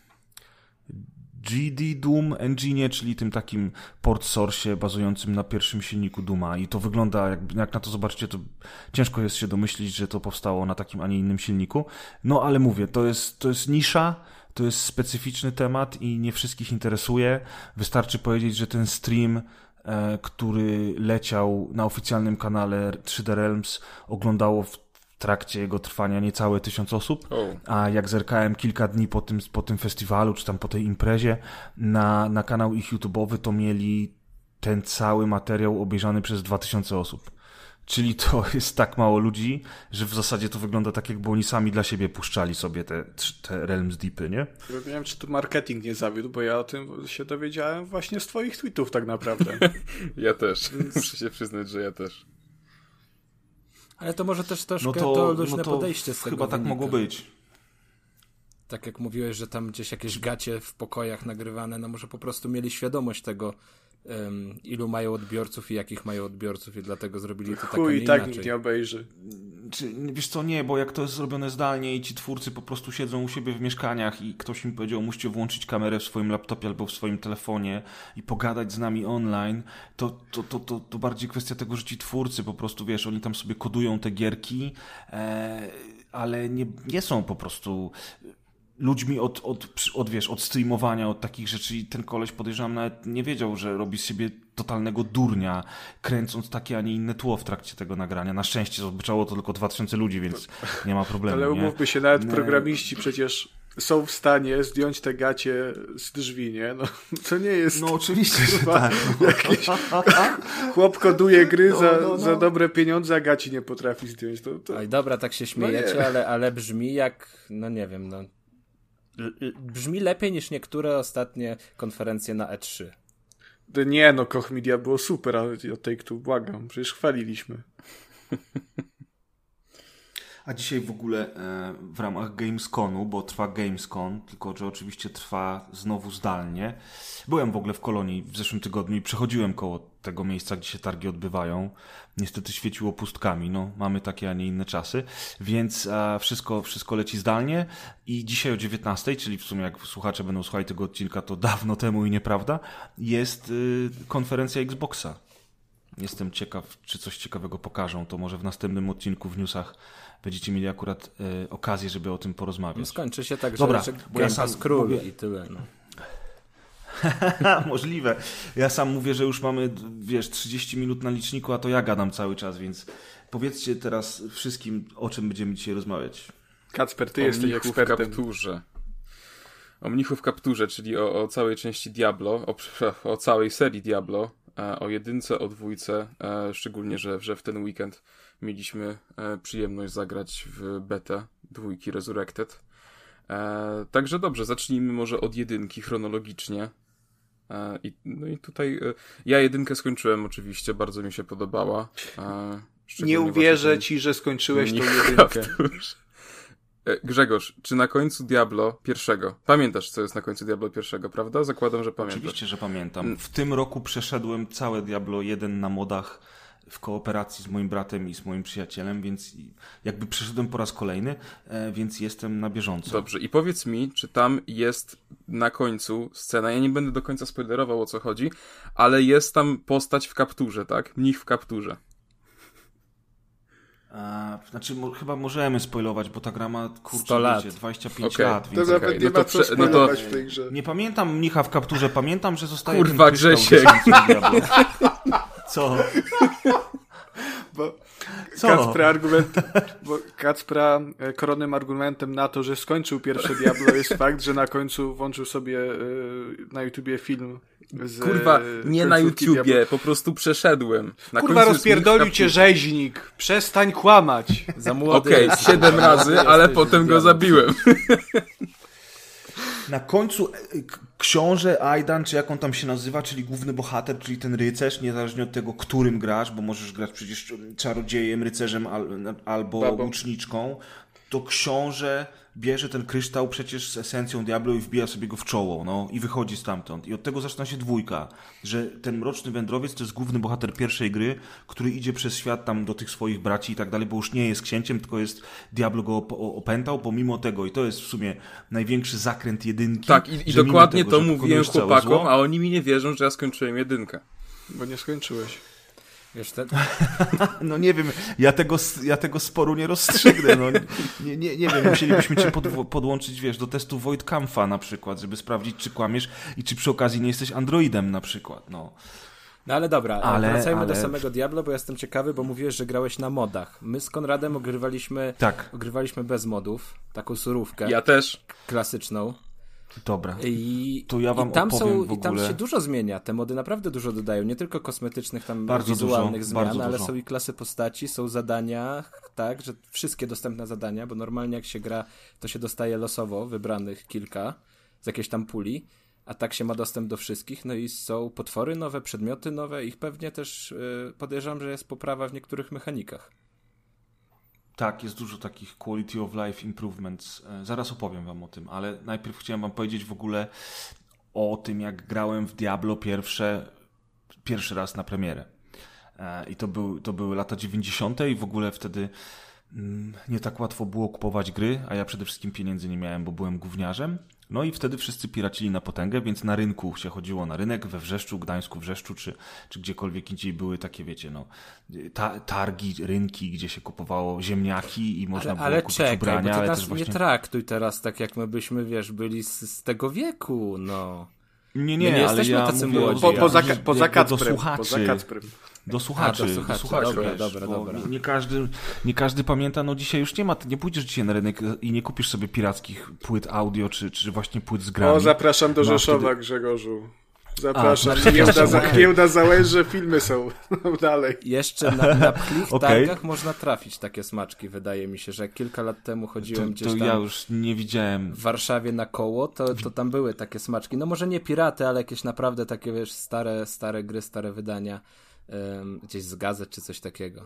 GD Doom engine, czyli tym takim port source bazującym na pierwszym silniku Dooma i to wygląda, jak na to zobaczycie, to ciężko jest się domyślić, że to powstało na takim, a nie innym silniku. No ale mówię, to jest nisza, to jest specyficzny temat i nie wszystkich interesuje. Wystarczy powiedzieć, że ten stream, który leciał na oficjalnym kanale 3D Realms, oglądało w trakcie jego trwania niecałe 1000 osób, a jak zerkałem kilka dni po tym festiwalu, czy tam po tej imprezie na kanał ich YouTube'owy, to mieli ten cały materiał obejrzany przez 2000 osób. Czyli to jest tak mało ludzi, że w zasadzie to wygląda tak, jakby oni sami dla siebie puszczali sobie te Realms Deepy, nie? Nie wiem, czy tu marketing nie zawiódł, bo ja o tym się dowiedziałem właśnie z twoich tweetów tak naprawdę. Ja też. Muszę się przyznać, że ja też. Ale to może też troszkę to luźne podejście z tego chyba tak wynika. mogło być. Tak jak mówiłeś, że tam gdzieś jakieś gacie w pokojach nagrywane, no może po prostu mieli świadomość tego, ilu mają odbiorców i jakich mają odbiorców i dlatego zrobili to tak, a nie Chuj, tak inaczej. nikt nie obejrzy. Wiesz co, nie, bo jak to jest zrobione zdalnie i ci twórcy po prostu siedzą u siebie w mieszkaniach i ktoś im powiedział, musicie włączyć kamerę w swoim laptopie albo w swoim telefonie i pogadać z nami online, to bardziej kwestia tego, że ci twórcy po prostu, wiesz, oni tam sobie kodują te gierki, ale nie są po prostu ludźmi od streamowania, od takich rzeczy i ten koleś, podejrzewam, nawet nie wiedział, że robi z siebie totalnego durnia, kręcąc takie, a nie inne tło w trakcie tego nagrania. Na szczęście zobaczyło to tylko 2000 ludzi, więc nie ma problemu. Ale umówmy się, nawet programiści przecież są w stanie zdjąć te gacie z drzwi, nie? No, to nie jest... No oczywiście, że tak. Chłop koduje gry za dobre pieniądze, a gaci nie potrafi zdjąć. Oj, dobra, tak się śmiejecie, ale brzmi jak, no nie wiem, no brzmi lepiej niż niektóre ostatnie konferencje na E3. Nie, no Koch Media było super, ale od Take-Two błagam, przecież chwaliliśmy. A dzisiaj w ogóle w ramach Gamesconu, bo trwa Gamescon, tylko że oczywiście trwa znowu zdalnie. Byłem w ogóle w Kolonii w zeszłym tygodniu i przechodziłem koło tego miejsca, gdzie się targi odbywają. Niestety świeciło pustkami, no mamy takie, a nie inne czasy, więc wszystko leci zdalnie i dzisiaj o 19:00, czyli w sumie jak słuchacze będą słuchali tego odcinka, to dawno temu i nieprawda, jest konferencja Xboxa. Jestem ciekaw, czy coś ciekawego pokażą, to może w następnym odcinku w newsach będziecie mieli akurat okazję, żeby o tym porozmawiać. No skończy się tak, Dobra, że bo ja sam król mówię... i tyle. No. Możliwe. Ja sam mówię, że już mamy, 30 minut na liczniku, a to ja gadam cały czas, więc powiedzcie teraz wszystkim, o czym będziemy dzisiaj rozmawiać. Kacper, ty jesteś ekspertem. O Mnichu w Kapturze, czyli o całej części Diablo, o całej serii Diablo, o 1, o 2, szczególnie, że w ten weekend mieliśmy przyjemność zagrać w betę 2 Resurrected. Także dobrze, zacznijmy może od 1 chronologicznie. No i tutaj ja 1 skończyłem oczywiście, bardzo mi się podobała. Nie uwierzę ci, że skończyłeś tą 1. Grzegorz, czy na końcu Diablo pierwszego, pamiętasz, co jest na końcu Diablo pierwszego, prawda? Zakładam, że pamiętasz. Oczywiście, że pamiętam. W tym roku przeszedłem całe Diablo 1 na modach w kooperacji z moim bratem i z moim przyjacielem, więc jakby przeszedłem po raz kolejny, więc jestem na bieżąco. Dobrze, i powiedz mi, czy tam jest na końcu scena, ja nie będę do końca spoilerował, o co chodzi, ale jest tam postać w kapturze, tak? Mnich w kapturze. Znaczy, chyba możemy spoilować, bo ta gra ma, 100 lat. 25 lat. Więc To nawet nie ma co spoilować w tej grze. Nie pamiętam mnicha w kapturze, pamiętam, że zostaje... Kurwa, Grzesiek! Co? Co? Kacpra koronnym argumentem na to, że skończył pierwsze Diablo jest fakt, że na końcu włączył sobie na YouTubie film z Kurwa, nie na YouTubie, Diablo. po prostu przeszedłem. Na Kurwa, końcu jest rozpierdolił mnich w cię kapturze. rzeźnik! Przestań kłamać! Za młody Okej, jesteś. 7 razy, ale Jesteś potem go Diablo. zabiłem. Na końcu książę Aidan, czy jak on tam się nazywa, czyli główny bohater, czyli ten rycerz, niezależnie od tego, którym grasz, bo możesz grać przecież czarodziejem, rycerzem albo Babą. łuczniczką, to książę bierze ten kryształ przecież z esencją Diablo i wbija sobie go w czoło, no i wychodzi stamtąd. I od tego zaczyna się dwójka, że ten mroczny wędrowiec to jest główny bohater pierwszej gry, który idzie przez świat tam do tych swoich braci i tak dalej, bo już nie jest księciem, tylko jest Diablo go opętał, pomimo tego, i to jest w sumie największy zakręt jedynki. Tak, i że mimo dokładnie tego, to że mówiłem pokonujesz całe chłopakom, zło, a oni mi nie wierzą, że ja skończyłem jedynkę. Bo nie skończyłeś. Wiesz, No nie wiem, ja tego sporu nie rozstrzygnę. No, nie wiem, musielibyśmy cię podłączyć, wiesz, do testu Voidkampfa na przykład, żeby sprawdzić, czy kłamiesz i czy przy okazji nie jesteś androidem na przykład, no. No ale dobra, wracajmy do ale- samego Diablo, bo jestem ciekawy, bo mówiłeś, że grałeś na modach. My z Konradem Tak. ogrywaliśmy bez modów, taką surówkę Ja też. klasyczną. Dobra. To ja wam tam opowiem w I tam ogóle. się dużo zmienia. Te mody naprawdę dużo dodają. Nie tylko kosmetycznych, tam Bardzo wizualnych dużo, zmian, bardzo ale dużo. są i klasy postaci, są zadania, tak, że wszystkie dostępne zadania, bo normalnie jak się gra, to się dostaje losowo wybranych kilka z jakiejś tam puli, a tak się ma dostęp do wszystkich. No i są potwory nowe, przedmioty nowe, ich pewnie też podejrzewam, że jest poprawa w niektórych mechanikach. Tak, jest dużo takich quality of life improvements. Zaraz opowiem wam o tym, ale najpierw chciałem wam powiedzieć w ogóle o tym, jak grałem w Diablo pierwszy raz na premierę. I to były lata 90. i w ogóle wtedy nie tak łatwo było kupować gry, a ja przede wszystkim pieniędzy nie miałem, bo byłem gówniarzem. No i wtedy wszyscy piracili na potęgę, więc na rynku się chodziło, na rynek we Wrzeszczu, Gdańsku, Wrzeszczu, czy gdziekolwiek indziej były takie, wiecie, no, targi, rynki, gdzie się kupowało ziemniaki i można było kupić czekaj, ubrania, bo ty ale nas też właśnie... nie traktuj teraz tak, jak my byśmy, wiesz, byli z tego wieku, no. Nie, My nie ale jesteśmy ja tacy mówię młodzi, Poza jakby Kacprem. do słuchaczy. Poza Kacprem. Do słuchaczy, dobra, wiesz, dobra, bo dobra. Nie każdy pamięta, no dzisiaj już nie ma, nie pójdziesz dzisiaj na rynek i nie kupisz sobie pirackich płyt audio, czy właśnie płyt z grami. O, zapraszam do No, Rzeszowa, wtedy- Grzegorzu. Zapraszam. przepraszam, Giełda Załęże, filmy są dalej. Jeszcze na pchlich Okej. targach można trafić takie smaczki, wydaje mi się, że jak kilka lat temu chodziłem gdzieś To tam ja już nie widziałem. w Warszawie na koło, to tam były takie smaczki. No może nie piraty, ale jakieś naprawdę takie, wiesz, stare gry, stare wydania, gdzieś z gazet czy coś takiego.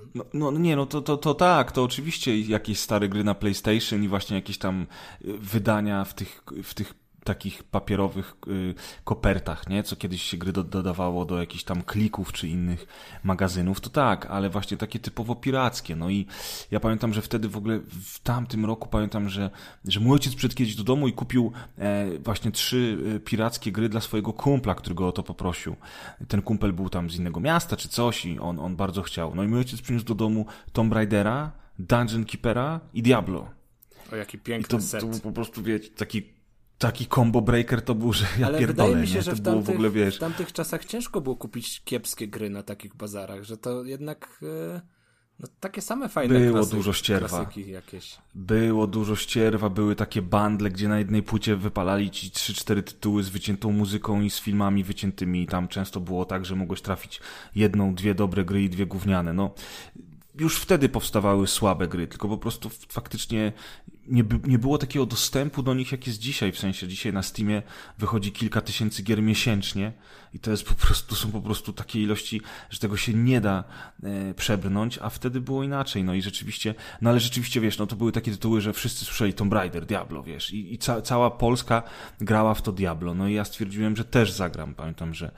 To tak, to oczywiście jakieś stare gry na PlayStation i właśnie jakieś tam wydania w tych takich papierowych kopertach, nie? Co kiedyś się gry dodawało do jakichś tam klików czy innych magazynów, to tak, ale właśnie takie typowo pirackie. No i ja pamiętam, że wtedy w ogóle w tamtym roku pamiętam, że mój ojciec przyszedł kiedyś do domu i kupił właśnie 3 pirackie gry dla swojego kumpla, którego o to poprosił. Ten kumpel był tam z innego miasta czy coś i on bardzo chciał. No i mój ojciec przyniósł do domu Tomb Raidera, Dungeon Keepera i Diablo. O, jaki I piękny set. to był po prostu, wiecie, taki combo breaker to był, że ja Ale pierdolę, wydaje mi się, nie? że To w było w ogóle, wiesz... tamtych czasach ciężko było kupić kiepskie gry na takich bazarach, że to jednak no, takie same fajne Było dużo ścierwa. klasyki jakieś. Było dużo ścierwa, były takie bundle, gdzie na jednej płycie wypalali ci 3-4 tytuły z wyciętą muzyką i z filmami wyciętymi i tam często było tak, że mogłeś trafić 1, 2 dobre gry i 2 gówniane. No, już wtedy powstawały słabe gry, tylko po prostu faktycznie nie było takiego dostępu do nich, jak jest dzisiaj. W sensie dzisiaj na Steamie wychodzi kilka tysięcy gier miesięcznie i to jest są po prostu takie ilości, że tego się nie da przebrnąć, a wtedy było inaczej. No i rzeczywiście, ale rzeczywiście, wiesz, no to były takie tytuły, że wszyscy słyszeli Tomb Raider, Diablo, wiesz, i cała Polska grała w to Diablo. No i ja stwierdziłem, że też zagram. Pamiętam, że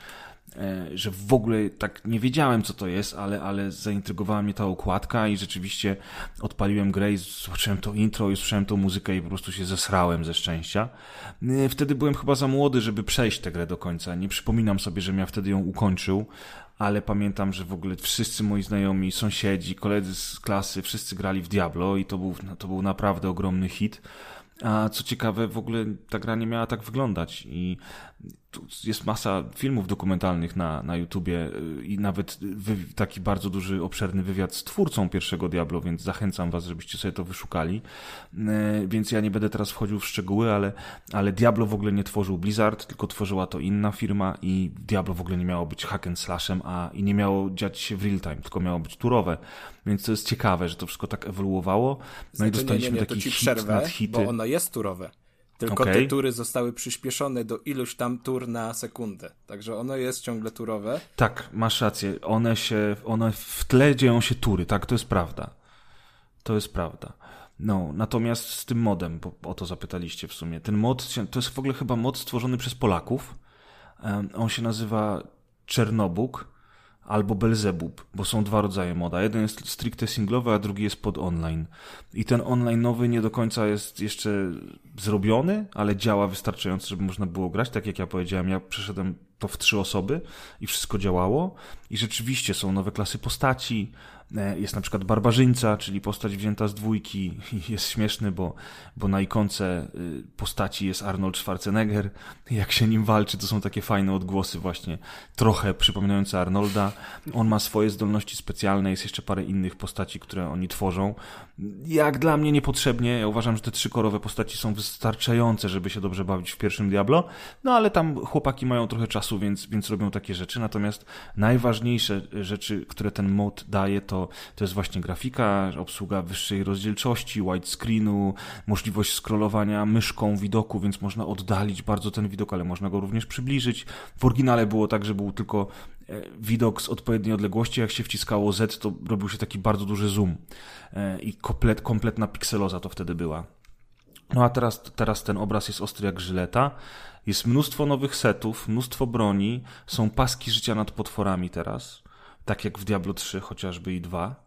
w ogóle tak nie wiedziałem, co to jest, ale zaintrygowała mnie ta okładka i rzeczywiście odpaliłem grę i zobaczyłem to intro i słyszałem tą muzykę i po prostu się zesrałem ze szczęścia. Wtedy byłem chyba za młody, żeby przejść tę grę do końca. Nie przypominam sobie, żebym ja wtedy ją ukończył, ale pamiętam, że w ogóle wszyscy moi znajomi, sąsiedzi, koledzy z klasy, wszyscy grali w Diablo i to był naprawdę ogromny hit. A co ciekawe, w ogóle ta gra nie miała tak wyglądać i tu jest masa filmów dokumentalnych na YouTubie i nawet taki bardzo duży, obszerny wywiad z twórcą pierwszego Diablo, więc zachęcam was, żebyście sobie to wyszukali. Więc ja nie będę teraz wchodził w szczegóły, ale Diablo w ogóle nie tworzył Blizzard, tylko tworzyła to inna firma i Diablo w ogóle nie miało być hack and slashem, i nie miało dziać się w real time, tylko miało być turowe. Więc to jest ciekawe, że to wszystko tak ewoluowało. No i dostaliśmy taki hit nad hity. Bo ono jest turowe. Tylko te tury zostały przyspieszone do iluś tam tur na sekundę. Także ono jest ciągle turowe. Tak, masz rację. One w tle dzieją się tury, tak, to jest prawda. To jest prawda. No, natomiast z tym modem, bo o to zapytaliście w sumie. Ten mod, to jest w ogóle chyba mod stworzony przez Polaków. On się nazywa Czernobóg albo Belzebub, bo są dwa rodzaje moda. Jeden jest stricte singlowy, a drugi jest pod online. I ten online nowy nie do końca jest jeszcze zrobiony, ale działa wystarczająco, żeby można było grać. Tak jak ja powiedziałem, ja przeszedłem to w 3 osoby i wszystko działało. I rzeczywiście są nowe klasy postaci. Jest na przykład barbarzyńca, czyli postać wzięta z 2. Jest śmieszny, bo na ikonce postaci jest Arnold Schwarzenegger. Jak się nim walczy, to są takie fajne odgłosy właśnie, trochę przypominające Arnolda. On ma swoje zdolności specjalne, jest jeszcze parę innych postaci, które oni tworzą. Jak dla mnie niepotrzebnie, ja uważam, że te 3-korowe postaci są wystarczające, żeby się dobrze bawić w pierwszym Diablo, no ale tam chłopaki mają trochę czasu, więc robią takie rzeczy. Natomiast najważniejsze rzeczy, które ten mod daje, to jest właśnie grafika, obsługa wyższej rozdzielczości, widescreenu, możliwość scrollowania myszką widoku, więc można oddalić bardzo ten widok, ale można go również przybliżyć. W oryginale było tak, że był tylko widok z odpowiedniej odległości, jak się wciskało Z, to robił się taki bardzo duży zoom i kompletna pikseloza to wtedy była. No a teraz ten obraz jest ostry jak żyleta. Jest mnóstwo nowych setów, mnóstwo broni, są paski życia nad potworami teraz, tak jak w Diablo 3 chociażby i 2.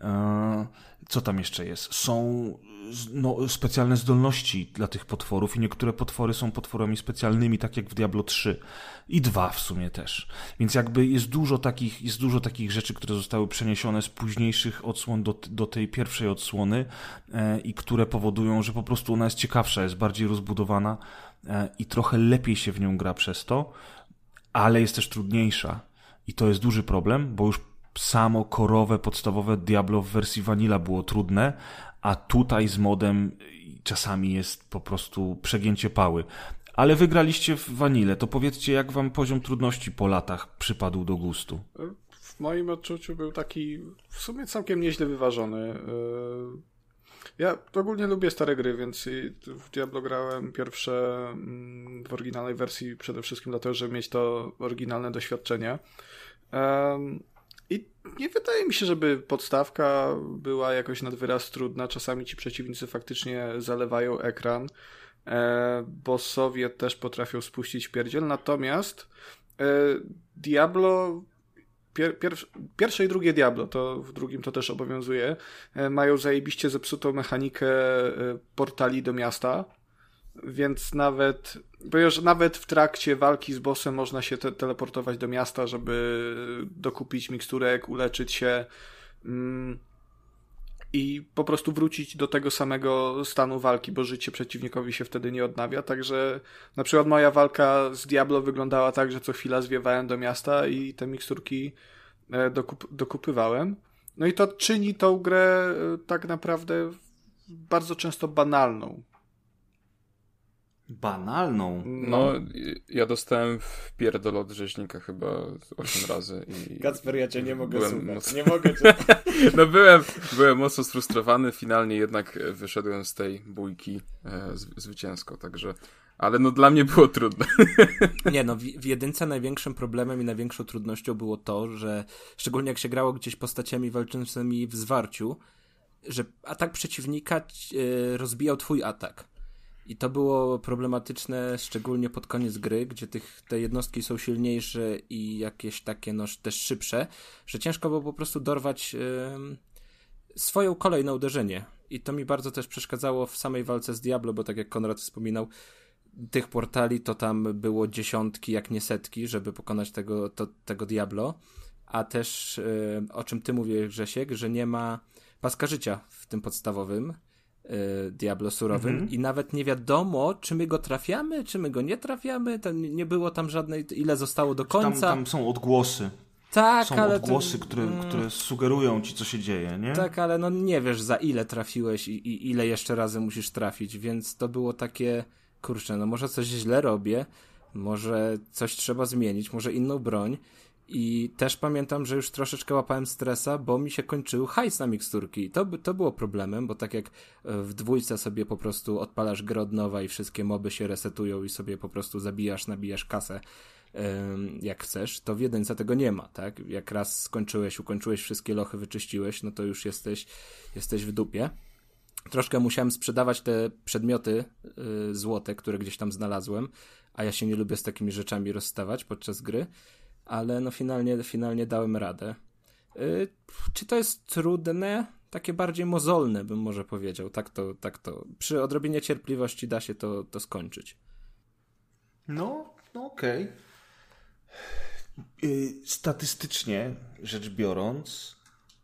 Co tam jeszcze jest? Są specjalne zdolności dla tych potworów i niektóre potwory są potworami specjalnymi, tak jak w Diablo 3 i 2 w sumie też. Więc jakby jest dużo takich rzeczy, które zostały przeniesione z późniejszych odsłon do tej pierwszej odsłony i które powodują, że po prostu ona jest ciekawsza, jest bardziej rozbudowana i trochę lepiej się w nią gra przez to, ale jest też trudniejsza. I to jest duży problem, bo już samo korowe, podstawowe Diablo w wersji Vanilla było trudne, a tutaj z modem czasami jest po prostu przegięcie pały. Ale wygraliście w Vanillę, to powiedzcie, jak wam poziom trudności po latach przypadł do gustu? W moim odczuciu był taki w sumie całkiem nieźle wyważony. Ja ogólnie lubię stare gry, więc w Diablo grałem pierwsze w oryginalnej wersji przede wszystkim dlatego, żeby mieć to oryginalne doświadczenie. I nie wydaje mi się, żeby podstawka była jakoś nad wyraz trudna. Czasami ci przeciwnicy faktycznie zalewają ekran. Bossowie też potrafią spuścić pierdziel. Natomiast Diablo, pierwsze i drugie Diablo, to w drugim to też obowiązuje, mają zajebiście zepsutą mechanikę portali do miasta. Więc nawet w trakcie walki z bossem można się teleportować do miasta, żeby dokupić miksturek, uleczyć się i po prostu wrócić do tego samego stanu walki, bo życie przeciwnikowi się wtedy nie odnawia. Także na przykład moja walka z Diablo wyglądała tak, że co chwila zwiewałem do miasta i te miksturki dokupywałem. No i to czyni tą grę tak naprawdę bardzo często banalną. Banalną? No, ja dostałem w pierdol od rzeźnika chyba 8 razy. Kacper, ja cię nie mogę słuchać. Mocno... Nie mogę cię... No byłem mocno sfrustrowany, finalnie jednak wyszedłem z tej bójki zwycięsko, także... Ale no dla mnie było trudne. Nie, no w jedynce największym problemem i największą trudnością było to, że szczególnie jak się grało gdzieś postaciami walczącymi w zwarciu, że atak przeciwnika rozbijał twój atak. I to było problematyczne szczególnie pod koniec gry, gdzie te jednostki są silniejsze i jakieś takie no też szybsze, że ciężko było po prostu dorwać swoją kolej na uderzenie. I to mi bardzo też przeszkadzało w samej walce z Diablo, bo tak jak Konrad wspominał, tych portali to tam było dziesiątki, jak nie setki, żeby pokonać tego Diablo. A też, o czym ty mówisz, Grzesiek, że nie ma paska życia w tym podstawowym Diablo surowym i nawet nie wiadomo, czy my go trafiamy, czy my go nie trafiamy. To nie było tam żadnej, ile zostało do końca. Tam są odgłosy. Tak, są ale odgłosy, które sugerują ci, co się dzieje, nie? Tak, ale no nie wiesz, za ile trafiłeś i ile jeszcze razy musisz trafić, więc to było takie, kurczę, no może coś źle robię, może coś trzeba zmienić, może inną broń. I też pamiętam, że już troszeczkę łapałem stresa, bo mi się kończył hajs na miksturki. To było problemem, bo tak jak w dwójce sobie po prostu odpalasz grę od nowa i wszystkie moby się resetują i sobie po prostu nabijasz kasę jak chcesz, to w jedynce tego nie ma, tak? Jak raz ukończyłeś wszystkie lochy, wyczyściłeś, no to już jesteś w dupie. Troszkę musiałem sprzedawać te przedmioty złote, które gdzieś tam znalazłem, a ja się nie lubię z takimi rzeczami rozstawać podczas gry. Ale no finalnie dałem radę. Czy to jest trudne? Takie bardziej mozolne bym może powiedział. Tak to. Przy odrobinie cierpliwości da się to skończyć. No okej. Statystycznie rzecz biorąc,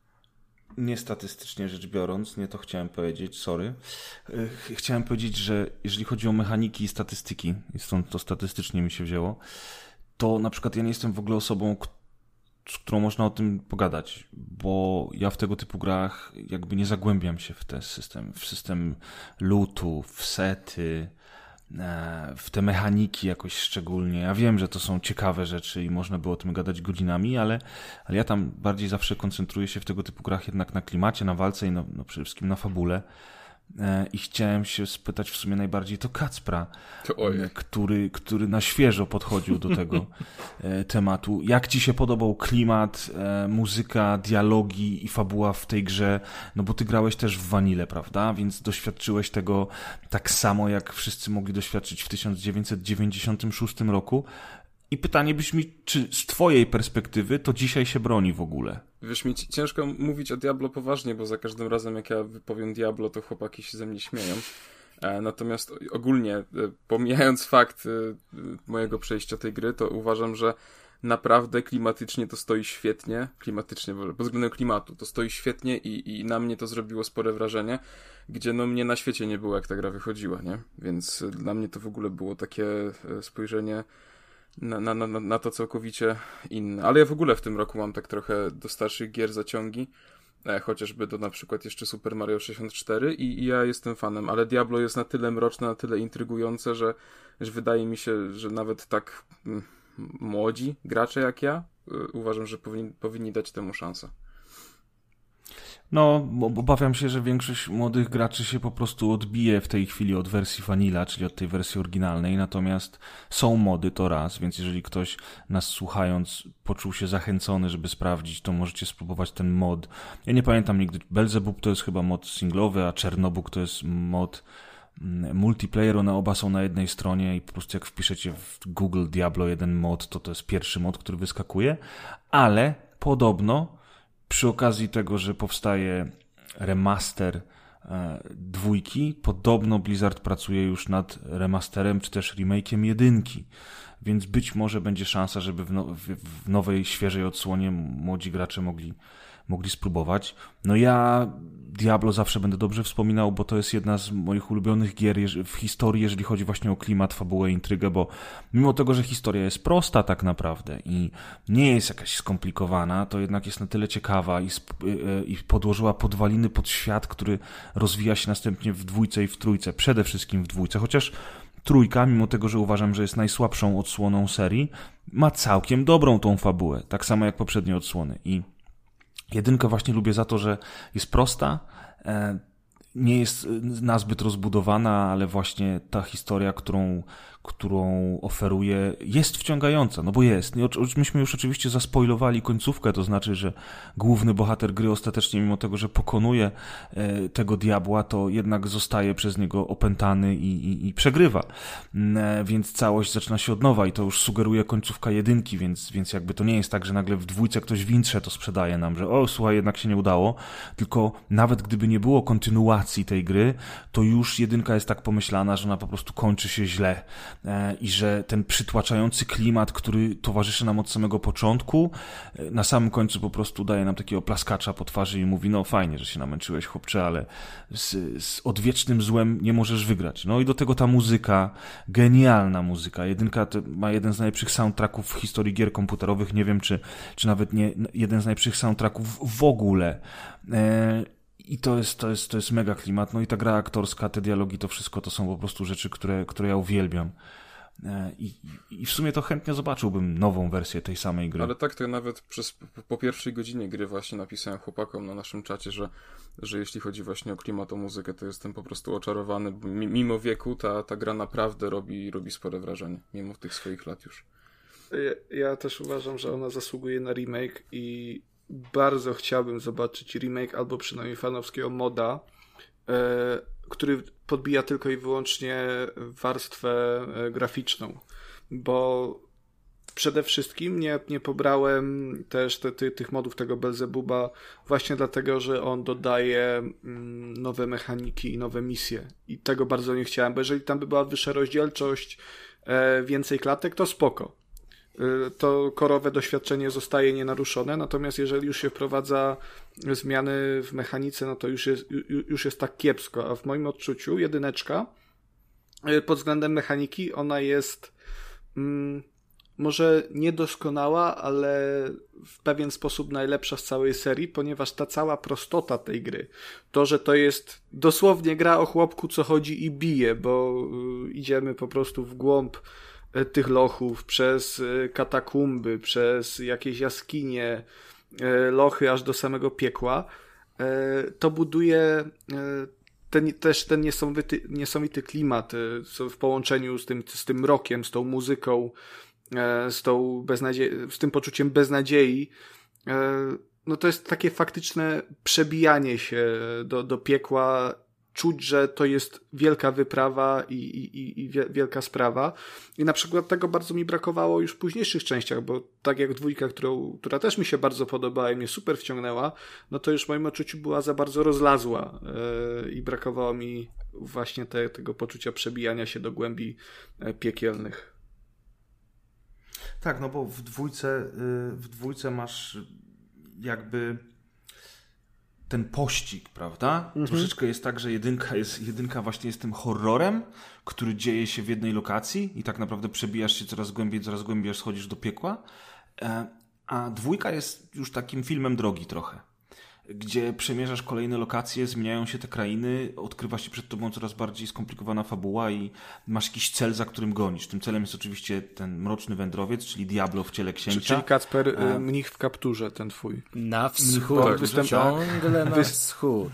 nie to chciałem powiedzieć, sorry. Chciałem powiedzieć, że jeżeli chodzi o mechaniki i statystyki, i stąd to statystycznie mi się wzięło, to na przykład ja nie jestem w ogóle osobą, z którą można o tym pogadać, bo ja w tego typu grach jakby nie zagłębiam się w system lootu, w sety, w te mechaniki jakoś szczególnie. Ja wiem, że to są ciekawe rzeczy i można by o tym gadać godzinami, ale ja tam bardziej zawsze koncentruję się w tego typu grach jednak na klimacie, na walce i no przede wszystkim na fabule. I chciałem się spytać w sumie najbardziej to Kacpra, który na świeżo podchodził do tego tematu. Jak ci się podobał klimat, muzyka, dialogi i fabuła w tej grze? No bo ty grałeś też w Vanillę, prawda? Więc doświadczyłeś tego tak samo, jak wszyscy mogli doświadczyć w 1996 roku. I pytanie brzmi, czy z twojej perspektywy to dzisiaj się broni w ogóle? Wiesz, mi ciężko mówić o Diablo poważnie, bo za każdym razem jak ja wypowiem Diablo, to chłopaki się ze mnie śmieją. Natomiast ogólnie, pomijając fakt mojego przejścia tej gry, to uważam, że naprawdę klimatycznie to stoi świetnie. Klimatycznie, pod względem klimatu to stoi świetnie i na mnie to zrobiło spore wrażenie, gdzie no mnie na świecie nie było, jak ta gra wychodziła, nie? Więc dla mnie to w ogóle było takie spojrzenie na to całkowicie inne. Ale ja w ogóle w tym roku mam tak trochę do starszych gier zaciągi, chociażby do na przykład jeszcze Super Mario 64 i ja jestem fanem, ale Diablo jest na tyle mroczne, na tyle intrygujące, że wydaje mi się, że nawet tak młodzi gracze jak ja uważam, że powinni dać temu szansę. No, obawiam się, że większość młodych graczy się po prostu odbije w tej chwili od wersji Vanilla, czyli od tej wersji oryginalnej, natomiast są mody, to raz, więc jeżeli ktoś nas słuchając poczuł się zachęcony, żeby sprawdzić, to możecie spróbować ten mod. Ja nie pamiętam nigdy, Belzebub to jest chyba mod singlowy, a Czernobóg to jest mod multiplayer, one oba są na jednej stronie i po prostu jak wpiszecie w Google Diablo 1 mod, to jest pierwszy mod, który wyskakuje, ale podobno przy okazji tego, że powstaje remaster dwójki, podobno Blizzard pracuje już nad remasterem czy też remake'iem jedynki, więc być może będzie szansa, żeby w nowej, świeżej odsłonie młodzi gracze mogli spróbować. No ja Diablo zawsze będę dobrze wspominał, bo to jest jedna z moich ulubionych gier w historii, jeżeli chodzi właśnie o klimat, fabułę, intrygę, bo mimo tego, że historia jest prosta tak naprawdę i nie jest jakaś skomplikowana, to jednak jest na tyle ciekawa i podłożyła podwaliny pod świat, który rozwija się następnie w dwójce i w trójce, przede wszystkim w dwójce, chociaż Trójka, mimo tego, że uważam, że jest najsłabszą odsłoną serii, ma całkiem dobrą tą fabułę, tak samo jak poprzednie odsłony. I jedynkę właśnie lubię za to, że jest prosta, nie jest nazbyt rozbudowana, ale właśnie ta historia, którą oferuje, jest wciągająca, no bo jest. Myśmy już oczywiście zaspoilowali końcówkę, to znaczy, że główny bohater gry ostatecznie, mimo tego, że pokonuje tego diabła, to jednak zostaje przez niego opętany i przegrywa. Więc całość zaczyna się od nowa i to już sugeruje końcówka jedynki, więc jakby to nie jest tak, że nagle w dwójce ktoś w intrze to sprzedaje nam, że słuchaj, jednak się nie udało, tylko nawet gdyby nie było kontynuacji tej gry, to już jedynka jest tak pomyślana, że ona po prostu kończy się źle. I że ten przytłaczający klimat, który towarzyszy nam od samego początku, na samym końcu po prostu daje nam takiego plaskacza po twarzy i mówi, no fajnie, że się namęczyłeś, chłopcze, ale z odwiecznym złem nie możesz wygrać. No i do tego ta muzyka, genialna muzyka. Jedynka ma jeden z najlepszych soundtracków w historii gier komputerowych, nie wiem, czy nawet nie jeden z najlepszych soundtracków w ogóle. I to jest mega klimat. No i ta gra aktorska, te dialogi, to wszystko to są po prostu rzeczy, które ja uwielbiam. I w sumie to chętnie zobaczyłbym nową wersję tej samej gry. Ale tak, to nawet po pierwszej godzinie gry właśnie napisałem chłopakom na naszym czacie, że jeśli chodzi właśnie o klimat, o muzykę, to jestem po prostu oczarowany. Mimo wieku ta gra naprawdę robi spore wrażenie, mimo tych swoich lat już. Ja też uważam, że ona zasługuje na remake i bardzo chciałbym zobaczyć remake albo przynajmniej fanowskiego moda, który podbija tylko i wyłącznie warstwę graficzną, bo przede wszystkim nie pobrałem też tych modów tego Belzebuba właśnie dlatego, że on dodaje nowe mechaniki i nowe misje i tego bardzo nie chciałem, bo jeżeli tam by była wyższa rozdzielczość, więcej klatek, to spoko. To korowe doświadczenie zostaje nienaruszone, natomiast jeżeli już się wprowadza zmiany w mechanice, no to już jest tak kiepsko, a w moim odczuciu jedyneczka pod względem mechaniki ona jest może niedoskonała, ale w pewien sposób najlepsza z całej serii, ponieważ ta cała prostota tej gry, to, że to jest dosłownie gra o chłopku, co chodzi i bije, bo idziemy po prostu w głąb tych lochów, przez katakumby, przez jakieś jaskinie, lochy aż do samego piekła, to buduje ten niesamowity klimat w połączeniu z tym rockiem, z tą muzyką, z tym poczuciem beznadziei. No to jest takie faktyczne przebijanie się do piekła. Czuć, że to jest wielka wyprawa i wielka sprawa. I na przykład tego bardzo mi brakowało już w późniejszych częściach, bo tak jak dwójka, która też mi się bardzo podobała i mnie super wciągnęła, no to już w moim odczuciu była za bardzo rozlazła i brakowało mi właśnie tego poczucia przebijania się do głębi piekielnych. Tak, no bo w dwójce masz jakby ten pościg, prawda? Mhm. Troszeczkę jest tak, że jedynka właśnie jest tym horrorem, który dzieje się w jednej lokacji i tak naprawdę przebijasz się coraz głębiej, aż schodzisz do piekła. A dwójka jest już takim filmem drogi trochę, gdzie przemierzasz kolejne lokacje, zmieniają się te krainy, odkrywa się przed tobą coraz bardziej skomplikowana fabuła i masz jakiś cel, za którym gonisz. Tym celem jest oczywiście ten mroczny wędrowiec, czyli Diablo w ciele księcia. Czyli Kacper, mnich w kapturze, ten twój. Na wschód, ciągle na wschód.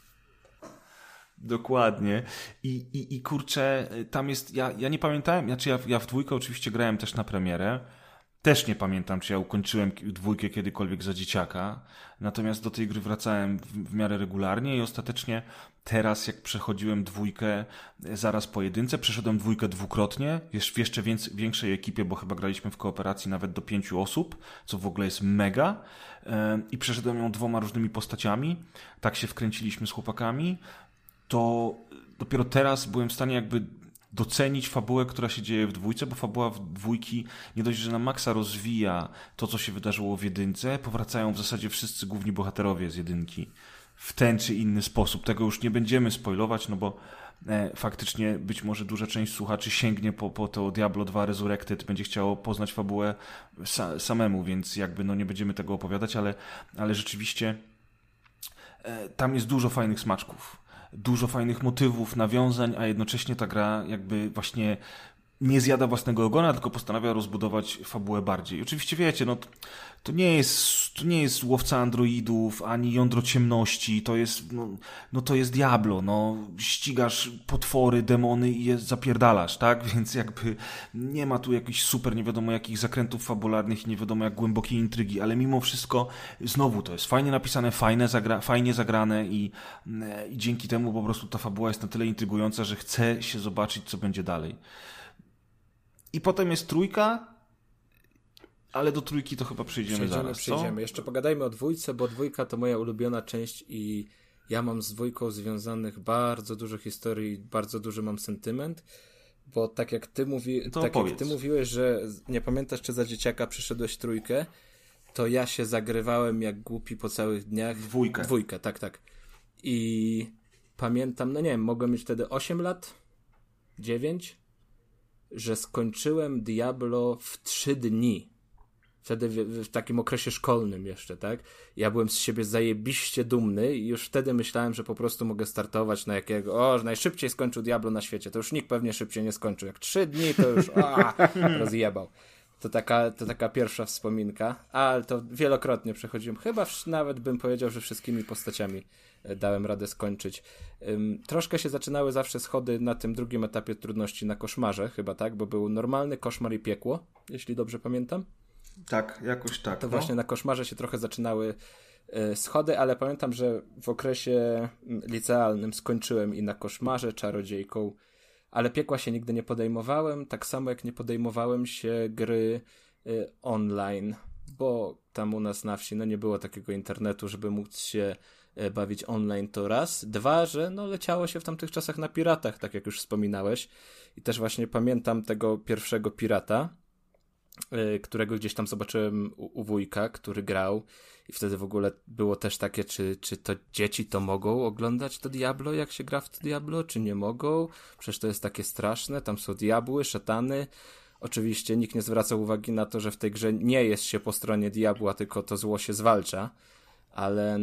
Dokładnie. I kurczę, tam jest, ja nie pamiętałem, ja w dwójkę oczywiście grałem też na premierę. Też nie pamiętam, czy ja ukończyłem dwójkę kiedykolwiek za dzieciaka, natomiast do tej gry wracałem w miarę regularnie i ostatecznie teraz, jak przechodziłem dwójkę zaraz po jedynce, przeszedłem dwójkę dwukrotnie, w jeszcze większej ekipie, bo chyba graliśmy w kooperacji nawet do 5 osób, co w ogóle jest mega, i przeszedłem ją 2 różnymi postaciami, tak się wkręciliśmy z chłopakami, to dopiero teraz byłem w stanie jakby docenić fabułę, która się dzieje w dwójce, bo fabuła w dwójki nie dość, że na maksa rozwija to, co się wydarzyło w jedynce, powracają w zasadzie wszyscy główni bohaterowie z jedynki w ten czy inny sposób. Tego już nie będziemy spoilować, no bo faktycznie być może duża część słuchaczy sięgnie po to Diablo 2 Resurrected, będzie chciało poznać fabułę samemu, więc jakby no nie będziemy tego opowiadać, ale rzeczywiście tam jest dużo fajnych smaczków. dużo fajnych motywów, nawiązań, a jednocześnie ta gra jakby właśnie nie zjada własnego ogona, tylko postanawia rozbudować fabułę bardziej. Oczywiście wiecie, no to nie jest łowca androidów, ani jądro ciemności, to jest, to jest Diablo, ścigasz potwory, demony i je zapierdalasz, tak? Więc jakby nie ma tu jakichś super nie wiadomo jakich zakrętów fabularnych i nie wiadomo jak głębokiej intrygi, ale mimo wszystko znowu to jest fajnie napisane, fajnie zagrane i dzięki temu po prostu ta fabuła jest na tyle intrygująca, że chce się zobaczyć, co będzie dalej. I potem jest 3, ale do 3 to chyba przejdziemy zaraz. Przejdziemy. Jeszcze pogadajmy o 2, bo 2 to moja ulubiona część i ja mam z 2 związanych bardzo dużo historii, bardzo duży mam sentyment, bo tak jak ty mówiłeś, że nie pamiętasz, czy za dzieciaka przyszedłeś 3, to ja się zagrywałem jak głupi po całych dniach. 2, tak. I pamiętam, nie wiem, mogłem mieć wtedy 8 lat, 9, że skończyłem Diablo w 3 dni. Wtedy w takim okresie szkolnym jeszcze, tak? Ja byłem z siebie zajebiście dumny i już wtedy myślałem, że po prostu mogę startować na najszybciej skończył Diablo na świecie. To już nikt pewnie szybciej nie skończył. Jak 3 dni, to już rozjebał. To taka pierwsza wspominka, ale to wielokrotnie przechodziłem. Chyba nawet bym powiedział, że wszystkimi postaciami dałem radę skończyć. Troszkę się zaczynały zawsze schody na tym drugim etapie trudności na koszmarze, chyba tak, bo był normalny koszmar i piekło, jeśli dobrze pamiętam. Tak, jakoś tak. To właśnie na koszmarze się trochę zaczynały schody, ale pamiętam, że w okresie licealnym skończyłem i na koszmarze czarodziejką, ale piekła się nigdy nie podejmowałem, tak samo jak nie podejmowałem się gry online, bo tam u nas na wsi nie było takiego internetu, żeby móc się bawić online, to raz. 2, że leciało się w tamtych czasach na piratach, tak jak już wspominałeś. I też właśnie pamiętam tego pierwszego pirata, którego gdzieś tam zobaczyłem u wujka, który grał i wtedy w ogóle było też takie, czy to dzieci to mogą oglądać to Diablo, jak się gra w to Diablo, czy nie mogą? Przecież to jest takie straszne, tam są diabły, szatany. Oczywiście nikt nie zwraca uwagi na to, że w tej grze nie jest się po stronie diabła, tylko to zło się zwalcza. Ale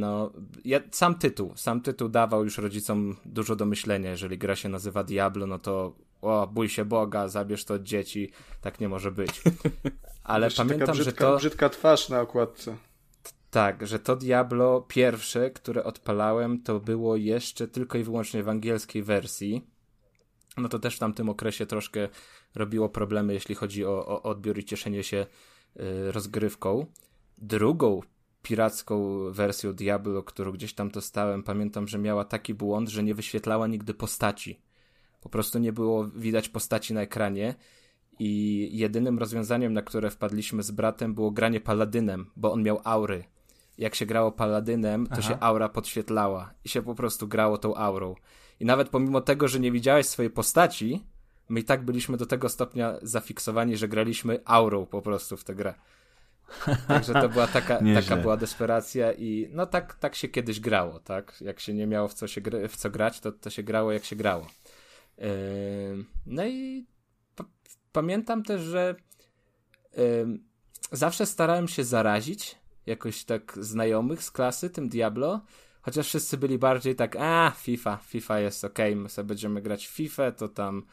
sam tytuł dawał już rodzicom dużo do myślenia. Jeżeli gra się nazywa Diablo, to bój się Boga, zabierz to od dzieci, tak nie może być. Ale jeszcze pamiętam, że brzydka twarz na okładce. Tak, że to Diablo pierwsze, które odpalałem, to było jeszcze tylko i wyłącznie w angielskiej wersji. To też w tamtym okresie troszkę robiło problemy, jeśli chodzi o odbiór i cieszenie się rozgrywką. Drugą piracką wersją Diablo, którą gdzieś tam dostałem, pamiętam, że miała taki błąd, że nie wyświetlała nigdy postaci. Po prostu nie było widać postaci na ekranie i jedynym rozwiązaniem, na które wpadliśmy z bratem, było granie paladynem, bo on miał aury. Jak się grało paladynem, to się aura podświetlała i się po prostu grało tą aurą. I nawet pomimo tego, że nie widziałeś swojej postaci, my i tak byliśmy do tego stopnia zafiksowani, że graliśmy aurą po prostu w tę grę. Także to była taka była desperacja i tak się kiedyś grało, tak? Jak się nie miało w co grać, to się grało jak się grało. I pamiętam też, że zawsze starałem się zarazić jakoś tak znajomych z klasy tym Diablo, chociaż wszyscy byli bardziej tak, FIFA jest okej, my sobie będziemy grać w FIFA, to tam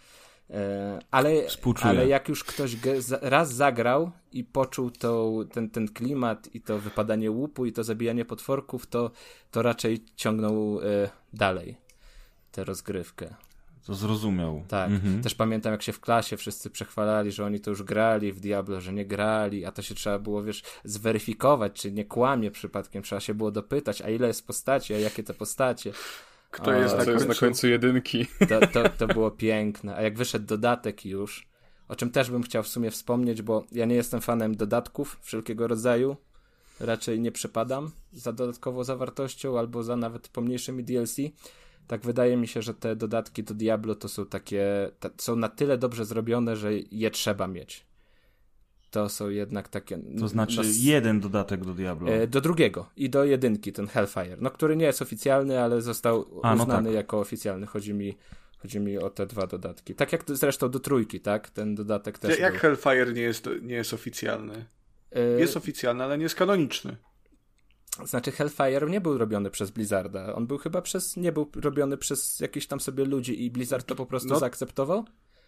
ale jak już ktoś raz zagrał i poczuł ten klimat i to wypadanie łupu i to zabijanie potworków, to raczej ciągnął dalej tę rozgrywkę. To zrozumiał. Tak. Też pamiętam, jak się w klasie wszyscy przechwalali, że oni to już grali w Diablo, że nie grali, a to się trzeba było, zweryfikować, czy nie kłamie przypadkiem. Trzeba się było dopytać, a ile jest postaci, a jakie te postacie. Kto jest na końcu jedynki. To było piękne. A jak wyszedł dodatek już, o czym też bym chciał w sumie wspomnieć, bo ja nie jestem fanem dodatków wszelkiego rodzaju. Raczej nie przepadam za dodatkową zawartością albo za nawet pomniejszymi DLC. Tak wydaje mi się, że te dodatki do Diablo to są są na tyle dobrze zrobione, że je trzeba mieć. To są jednak takie... To znaczy jeden dodatek do Diablo. Do drugiego i do jedynki, ten Hellfire, który nie jest oficjalny, ale został uznany jako oficjalny. Chodzi mi o te 2 dodatki. Tak jak zresztą do 3, tak? Ten dodatek też Jak Hellfire nie jest oficjalny? Jest oficjalny, ale nie jest kanoniczny. Znaczy Hellfire nie był robiony przez Blizzarda. On był chyba nie był robiony przez jakichś tam sobie ludzi i Blizzard to po prostu zaakceptował?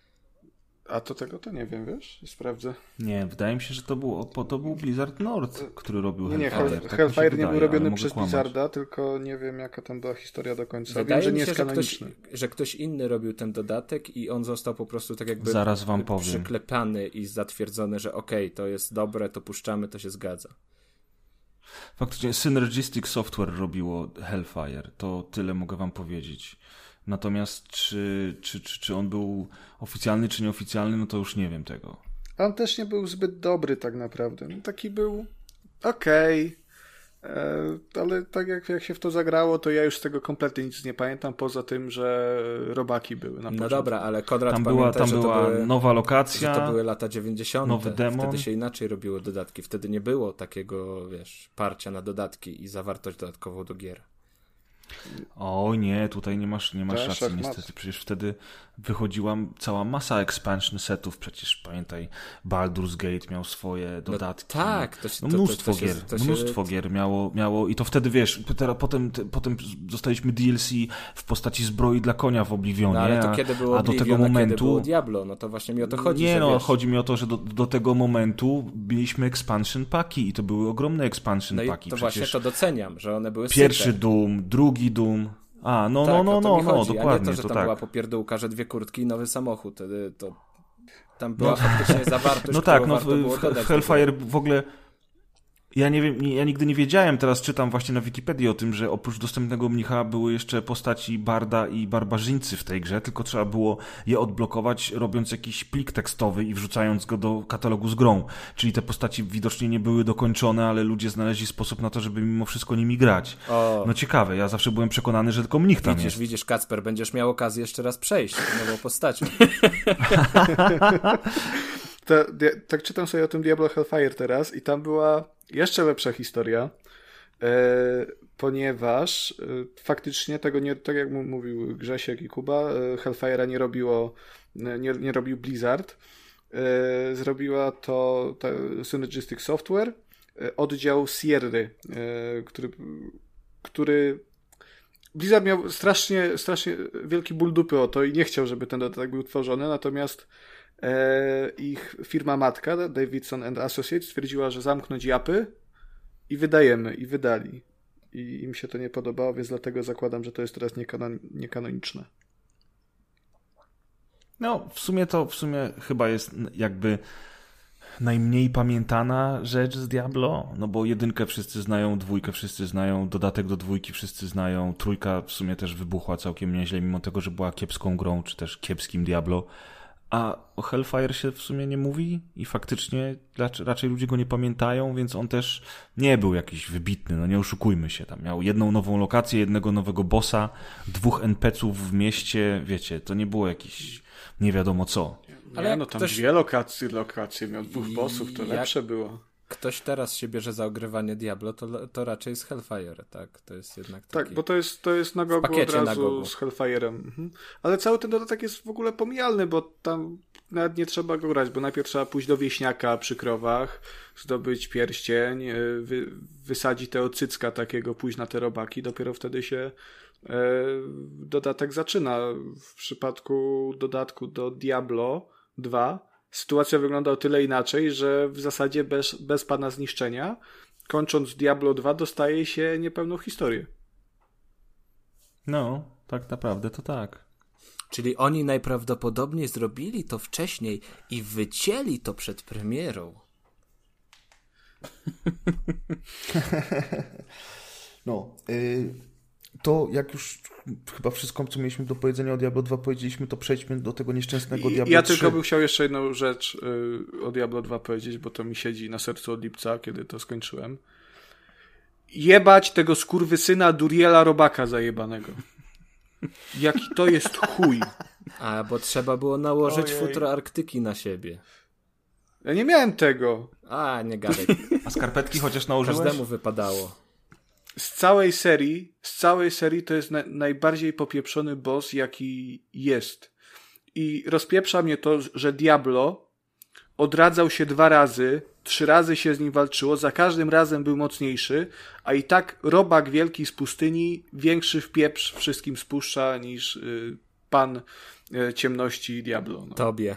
A tego to nie wiem, wiesz? Sprawdzę. Nie, wydaje mi się, że to był Blizzard North, który robił Hellfire. Hellfire nie był robiony przez Blizzarda, tylko nie wiem, jaka tam była historia do końca. Wydaje wiem, że mi nie się, jest kanoniczny. że ktoś inny robił ten dodatek i on został po prostu tak jakby Zaraz wam powiem. przyklepany i zatwierdzony, że okej, to jest dobre, to puszczamy, to się zgadza. Faktycznie Synergistic Software robiło Hellfire, to tyle mogę wam powiedzieć. Natomiast czy on był oficjalny, czy nieoficjalny, no to już nie wiem tego. On też nie był zbyt dobry tak naprawdę. No, taki był okej, ale tak jak się w to zagrało, to ja już z tego kompletnie nic nie pamiętam, poza tym, że robaki były na początku. No dobra, ale Konrad tam pamięta, była nowa lokacja, że to były lata 90. nowy demon. Wtedy się inaczej robiło dodatki. Wtedy nie było takiego, parcia na dodatki i zawartość dodatkową do gier. Oj nie, tutaj nie masz racji niestety. Przecież wtedy wychodziła cała masa expansion setów. Przecież pamiętaj, Baldur's Gate miał swoje dodatki. No tak. Mnóstwo gier miało i to wtedy, wiesz, potem dostaliśmy DLC w postaci zbroi dla konia w Oblivionie. No, ale to kiedy było a do tego momentu kiedy było Diablo, no to właśnie mi o to chodzi. Nie, że, chodzi mi o to, że do tego momentu mieliśmy expansion paki i to były ogromne expansion paki. To właśnie to doceniam, że one były pierwszy Doom, drugi Doom. No, dokładnie. A nie to, że tam była popierdółka, że 2 kurtki i nowy samochód. To tam była faktycznie zawartość, w Hellfire w ogóle ja nie wiem, ja nigdy nie wiedziałem, teraz czytam właśnie na Wikipedii o tym, że oprócz dostępnego mnicha były jeszcze postaci barda i barbarzyńcy w tej grze, tylko trzeba było je odblokować, robiąc jakiś plik tekstowy i wrzucając go do katalogu z grą. Czyli te postaci widocznie nie były dokończone, ale ludzie znaleźli sposób na to, żeby mimo wszystko nimi grać. No ciekawe, ja zawsze byłem przekonany, że tylko mnich tam jest. Widzisz, Kacper, będziesz miał okazję jeszcze raz przejść nową postacią. Tak czytam sobie o tym Diablo Hellfire teraz i tam była jeszcze lepsza historia, ponieważ faktycznie tego nie, tak jak mówił Grzesiek i Kuba, Hellfire'a nie robił Blizzard, zrobiła to Synergistic Software, oddział Sierry, który Blizzard miał strasznie wielki ból dupy o to i nie chciał, żeby ten dodatek był tworzony, natomiast ich firma matka, Davidson and Associates, stwierdziła, że zamknąć japy i wydajemy. I wydali. I im się to nie podobało, więc dlatego zakładam, że to jest teraz niekanoniczne. No, w sumie chyba jest jakby najmniej pamiętana rzecz z Diablo, no bo 1 wszyscy znają, 2 wszyscy znają, dodatek do 2 wszyscy znają, 3 w sumie też wybuchła całkiem nieźle, mimo tego, że była kiepską grą, czy też kiepskim Diablo. A o Hellfire się w sumie nie mówi i faktycznie raczej ludzie go nie pamiętają, więc on też nie był jakiś wybitny, no nie oszukujmy się. Tam miał 1 nową lokację, 1 nowego bossa, 2 NPC-ów w mieście, wiecie, to nie było jakiś nie wiadomo co. Ale no tam 2 lokacje, miał 2 bossów, to lepsze było. Ktoś teraz się bierze za ogrywanie Diablo, to raczej z Hellfire, tak? To jest jednak taki... Tak, bo to jest na gogu od razu z Hellfire'em. Mhm. Ale cały ten dodatek jest w ogóle pomijalny, bo tam nawet nie trzeba go grać, bo najpierw trzeba pójść do wieśniaka przy krowach, zdobyć pierścień, wysadzić tego cycka takiego, pójść na te robaki, dopiero wtedy się dodatek zaczyna. W przypadku dodatku do Diablo 2 sytuacja wygląda o tyle inaczej, że w zasadzie bez pana zniszczenia, kończąc Diablo 2, dostaje się niepełną historię. No, tak naprawdę to tak. Czyli oni najprawdopodobniej zrobili to wcześniej i wycięli to przed premierą. No, to jak już chyba wszystko, co mieliśmy do powiedzenia o Diablo 2 powiedzieliśmy, to przejdźmy do tego nieszczęsnego Diablo 3. Ja tylko bym chciał jeszcze jedną rzecz o Diablo 2 powiedzieć, bo to mi siedzi na sercu od lipca, kiedy to skończyłem. Jebać tego skurwysyna Duriela Robaka zajebanego. Jaki to jest chuj. A, bo trzeba było nałożyć futro Arktyki na siebie. Ja nie miałem tego. A, nie gadaj. A skarpetki chociaż nałożyłeś? Każdemu wypadało. Z całej serii to jest najbardziej popieprzony boss, jaki jest. I rozpieprza mnie to, że Diablo odradzał się 2 razy 3 razy się z nim walczyło, za każdym razem był mocniejszy, a i tak robak wielki z pustyni większy w pieprz wszystkim spuszcza niż pan ciemności Diablo. No. Tobie.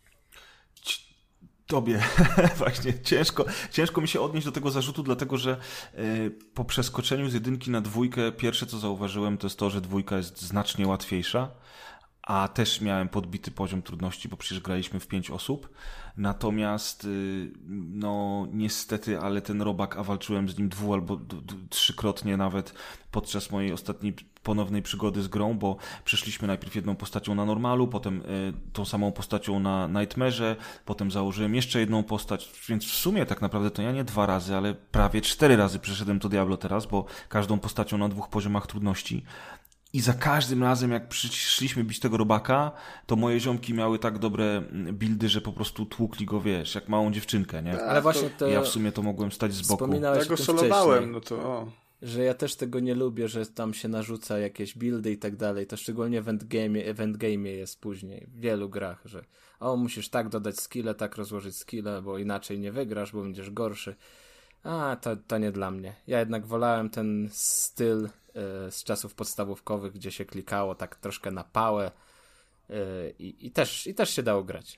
Właśnie ciężko mi się odnieść do tego zarzutu, dlatego że po przeskoczeniu z 1 na 2 pierwsze co zauważyłem to jest to, że 2 jest znacznie łatwiejsza, a też miałem podbity poziom trudności, bo przecież graliśmy w 5 osób. Natomiast no niestety, ale ten robak, a walczyłem z nim 2 albo 3-krotnie nawet podczas mojej ostatniej ponownej przygody z grą, bo przeszliśmy najpierw jedną postacią na normalu, potem tą samą postacią na Nightmare'ze, potem założyłem jeszcze jedną postać, więc w sumie tak naprawdę to ja nie 2 razy, ale prawie 4 razy przeszedłem to Diablo teraz, bo każdą postacią na 2 poziomach trudności. I za każdym razem, jak przyszliśmy bić tego robaka, to moje ziomki miały tak dobre buildy, że po prostu tłukli go, wiesz, jak małą dziewczynkę, nie? Ale właśnie to... Ja w sumie to mogłem stać z boku. Ja go solowałem, no to... Że ja też tego nie lubię, że tam się narzuca jakieś buildy i tak dalej. To szczególnie w endgame'ie jest później. W wielu grach, że musisz tak dodać skille, tak rozłożyć skille, bo inaczej nie wygrasz, bo będziesz gorszy. To nie dla mnie. Ja jednak wolałem ten styl z czasów podstawówkowych, gdzie się klikało tak troszkę na pałę i też się dało grać.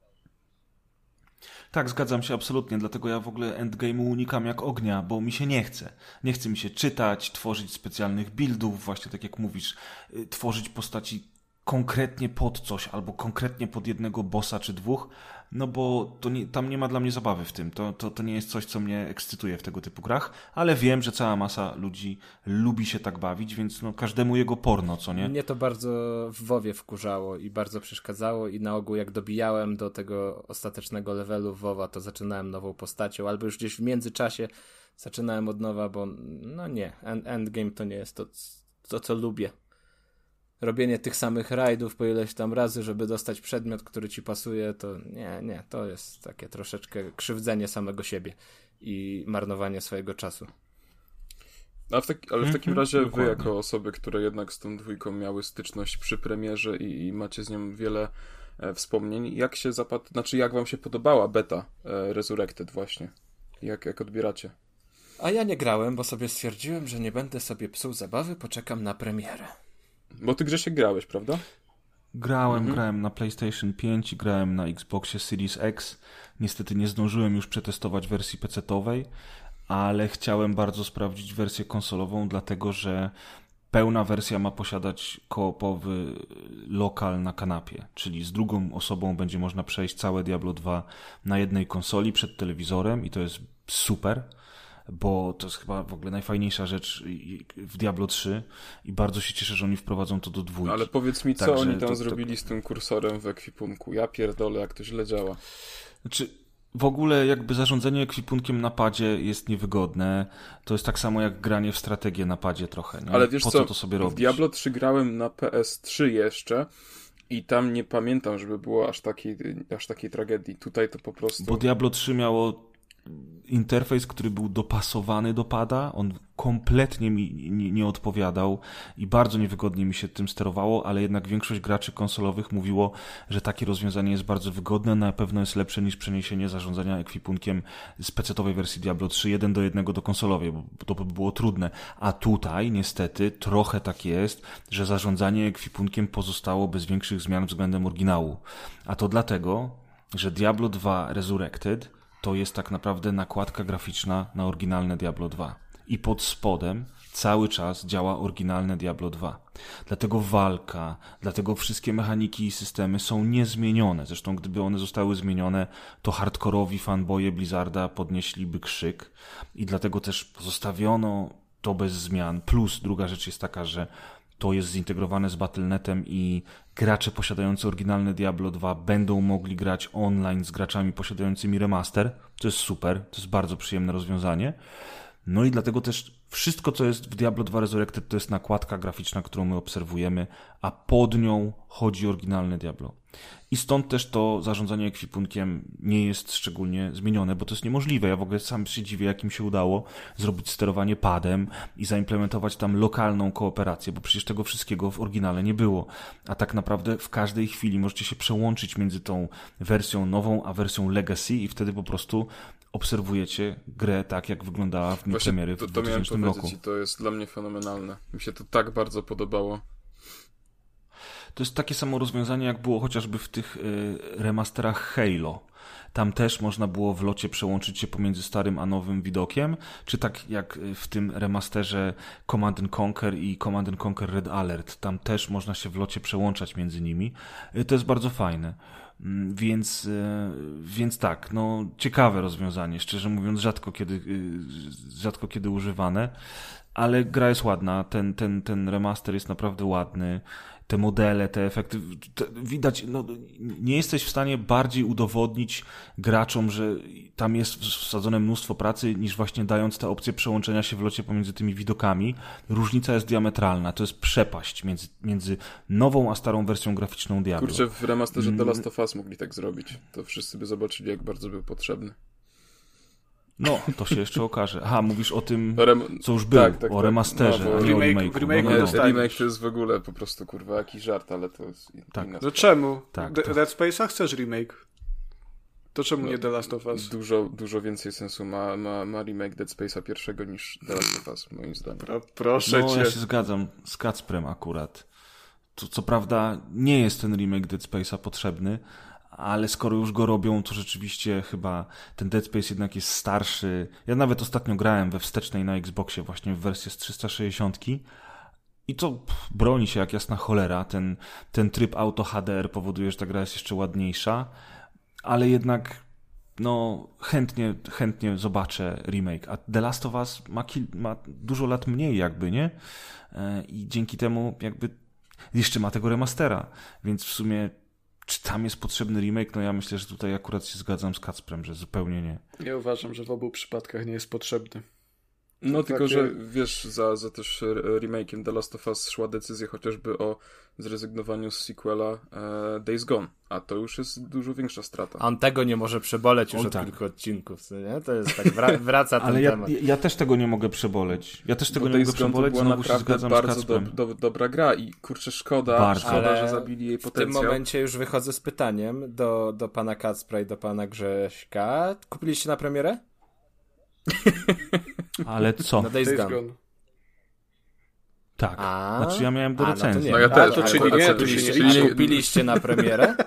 Tak, zgadzam się absolutnie, dlatego ja w ogóle endgame'u unikam jak ognia, bo mi się nie chce. Nie chce mi się czytać, tworzyć specjalnych buildów, właśnie tak jak mówisz, tworzyć postaci konkretnie pod coś, albo konkretnie pod jednego bossa czy 2, no bo tam nie ma dla mnie zabawy w tym. To nie jest coś, co mnie ekscytuje w tego typu grach, ale wiem, że cała masa ludzi lubi się tak bawić, więc no każdemu jego porno, co nie? Mnie to bardzo w WoWie wkurzało i bardzo przeszkadzało i na ogół jak dobijałem do tego ostatecznego levelu WoWa, to zaczynałem nową postacią, albo już gdzieś w międzyczasie zaczynałem od nowa, bo no nie, endgame to nie jest to co lubię. Robienie tych samych rajdów po ileś tam razy, żeby dostać przedmiot, który ci pasuje, to nie, to jest takie troszeczkę krzywdzenie samego siebie i marnowanie swojego czasu. Ale w takim razie dokładnie. wy jako osoby, które jednak z tą 2 miały styczność przy premierze i macie z nią wiele wspomnień, jak wam się podobała beta Resurrected właśnie? Jak odbieracie? A ja nie grałem, bo sobie stwierdziłem, że nie będę sobie psuł zabawy, poczekam na premierę. Bo ty Grzesiek grałeś, prawda? Grałem na PlayStation 5 i grałem na Xboxie Series X. Niestety nie zdążyłem już przetestować wersji PC-towej, ale chciałem bardzo sprawdzić wersję konsolową, dlatego że pełna wersja ma posiadać koopowy lokal na kanapie, czyli z drugą osobą będzie można przejść całe Diablo 2 na jednej konsoli przed telewizorem i to jest super, bo to jest chyba w ogóle najfajniejsza rzecz w Diablo 3 i bardzo się cieszę, że oni wprowadzą to do 2. Ale powiedz mi, co Także oni tam zrobili z tym kursorem w ekwipunku? Ja pierdolę, jak to źle działa. Znaczy, w ogóle jakby zarządzanie ekwipunkiem na padzie jest niewygodne. To jest tak samo jak granie w strategię na padzie trochę. Nie? Ale wiesz po co to sobie robić? W Diablo 3 grałem na PS3 jeszcze i tam nie pamiętam, żeby było aż takiej tragedii. Tutaj to po prostu... Bo Diablo 3 miało interfejs, który był dopasowany do pada, on kompletnie mi nie odpowiadał i bardzo niewygodnie mi się tym sterowało, ale jednak większość graczy konsolowych mówiło, że takie rozwiązanie jest bardzo wygodne, na pewno jest lepsze niż przeniesienie zarządzania ekwipunkiem z PC-towej wersji Diablo 3 1:1 do konsolowej, bo to by było trudne. A tutaj niestety trochę tak jest, że zarządzanie ekwipunkiem pozostało bez większych zmian względem oryginału. A to dlatego, że Diablo 2 Resurrected to jest tak naprawdę nakładka graficzna na oryginalne Diablo 2. I pod spodem cały czas działa oryginalne Diablo 2. Dlatego walka, dlatego wszystkie mechaniki i systemy są niezmienione. Zresztą gdyby one zostały zmienione, to hardkorowi fanboye Blizzarda podnieśliby krzyk. I dlatego też pozostawiono to bez zmian. Plus druga rzecz jest taka, że to jest zintegrowane z Battle.netem i gracze posiadający oryginalne Diablo 2 będą mogli grać online z graczami posiadającymi remaster. To jest super, to jest bardzo przyjemne rozwiązanie. No i dlatego też wszystko, co jest w Diablo 2 Resurrected, to jest nakładka graficzna, którą my obserwujemy, a pod nią chodzi oryginalne Diablo. I stąd też to zarządzanie ekwipunkiem nie jest szczególnie zmienione, bo to jest niemożliwe. Ja w ogóle sam się dziwię, jak im się udało zrobić sterowanie padem i zaimplementować tam lokalną kooperację, bo przecież tego wszystkiego w oryginale nie było. A tak naprawdę w każdej chwili możecie się przełączyć między tą wersją nową a wersją Legacy i wtedy po prostu obserwujecie grę tak, jak wyglądała w dniu premiery w 2000 roku. I to jest dla mnie fenomenalne. Mi się to tak bardzo podobało. To jest takie samo rozwiązanie, jak było chociażby w tych remasterach Halo. Tam też można było w locie przełączyć się pomiędzy starym a nowym widokiem, czy tak jak w tym remasterze Command & Conquer i Command & Conquer Red Alert. Tam też można się w locie przełączać między nimi. To jest bardzo fajne. Więc tak, no ciekawe rozwiązanie, szczerze mówiąc rzadko kiedy używane, ale gra jest ładna, ten remaster jest naprawdę ładny. Te modele, te efekty, widać, no, nie jesteś w stanie bardziej udowodnić graczom, że tam jest wsadzone mnóstwo pracy, niż właśnie dając tę opcję przełączenia się w locie pomiędzy tymi widokami. Różnica jest diametralna, to jest przepaść między nową a starą wersją graficzną Diablo. Kurczę, w remasterze The Last of Us mogli tak zrobić. To wszyscy by zobaczyli, jak bardzo był potrzebny. No, to się jeszcze okaże. Aha, mówisz o tym, co już był, o remasterze, no, a nie o remake'u. Remake to jest w ogóle po prostu, kurwa, jakiś żart, ale to jest tak. inna No czemu? Tak, Dead Space'a chcesz remake? To czemu nie The Last of Us? Dużo więcej sensu ma remake Dead Space'a pierwszego niż The Last of Us, moim zdaniem. Proszę cię. Ja się zgadzam z Kacprem akurat. Co prawda nie jest ten remake Dead Space'a potrzebny, ale skoro już go robią, to rzeczywiście chyba ten Dead Space jednak jest starszy. Ja nawet ostatnio grałem we wstecznej na Xboxie właśnie w wersję z 360 i to broni się jak jasna cholera. Ten tryb Auto HDR powoduje, że ta gra jest jeszcze ładniejsza, ale jednak no chętnie zobaczę remake. A The Last of Us ma dużo lat mniej jakby, nie? I dzięki temu jakby jeszcze ma tego remastera, więc w sumie czy tam jest potrzebny remake? No ja myślę, że tutaj akurat się zgadzam z Kacprem, że zupełnie nie. Ja uważam, że w obu przypadkach nie jest potrzebny. No tylko, że wiesz, za też remake'iem The Last of Us szła decyzja chociażby o zrezygnowaniu z sequela Days Gone, a to już jest dużo większa strata. On tego nie może przeboleć już od kilku odcinków, nie? To jest tak, wraca ten temat. Ale ja też tego nie mogę przeboleć. To była naprawdę bardzo dobra gra i kurczę szkoda, że zabili jej potencjał. W tym momencie już wychodzę z pytaniem do pana Kacpra i do pana Grześka. Kupiliście na premierę? Ale co? Na Days Gone. Tak. Znaczy ja miałem do recenzji. No ja też. Czyli kupiliście na premierę?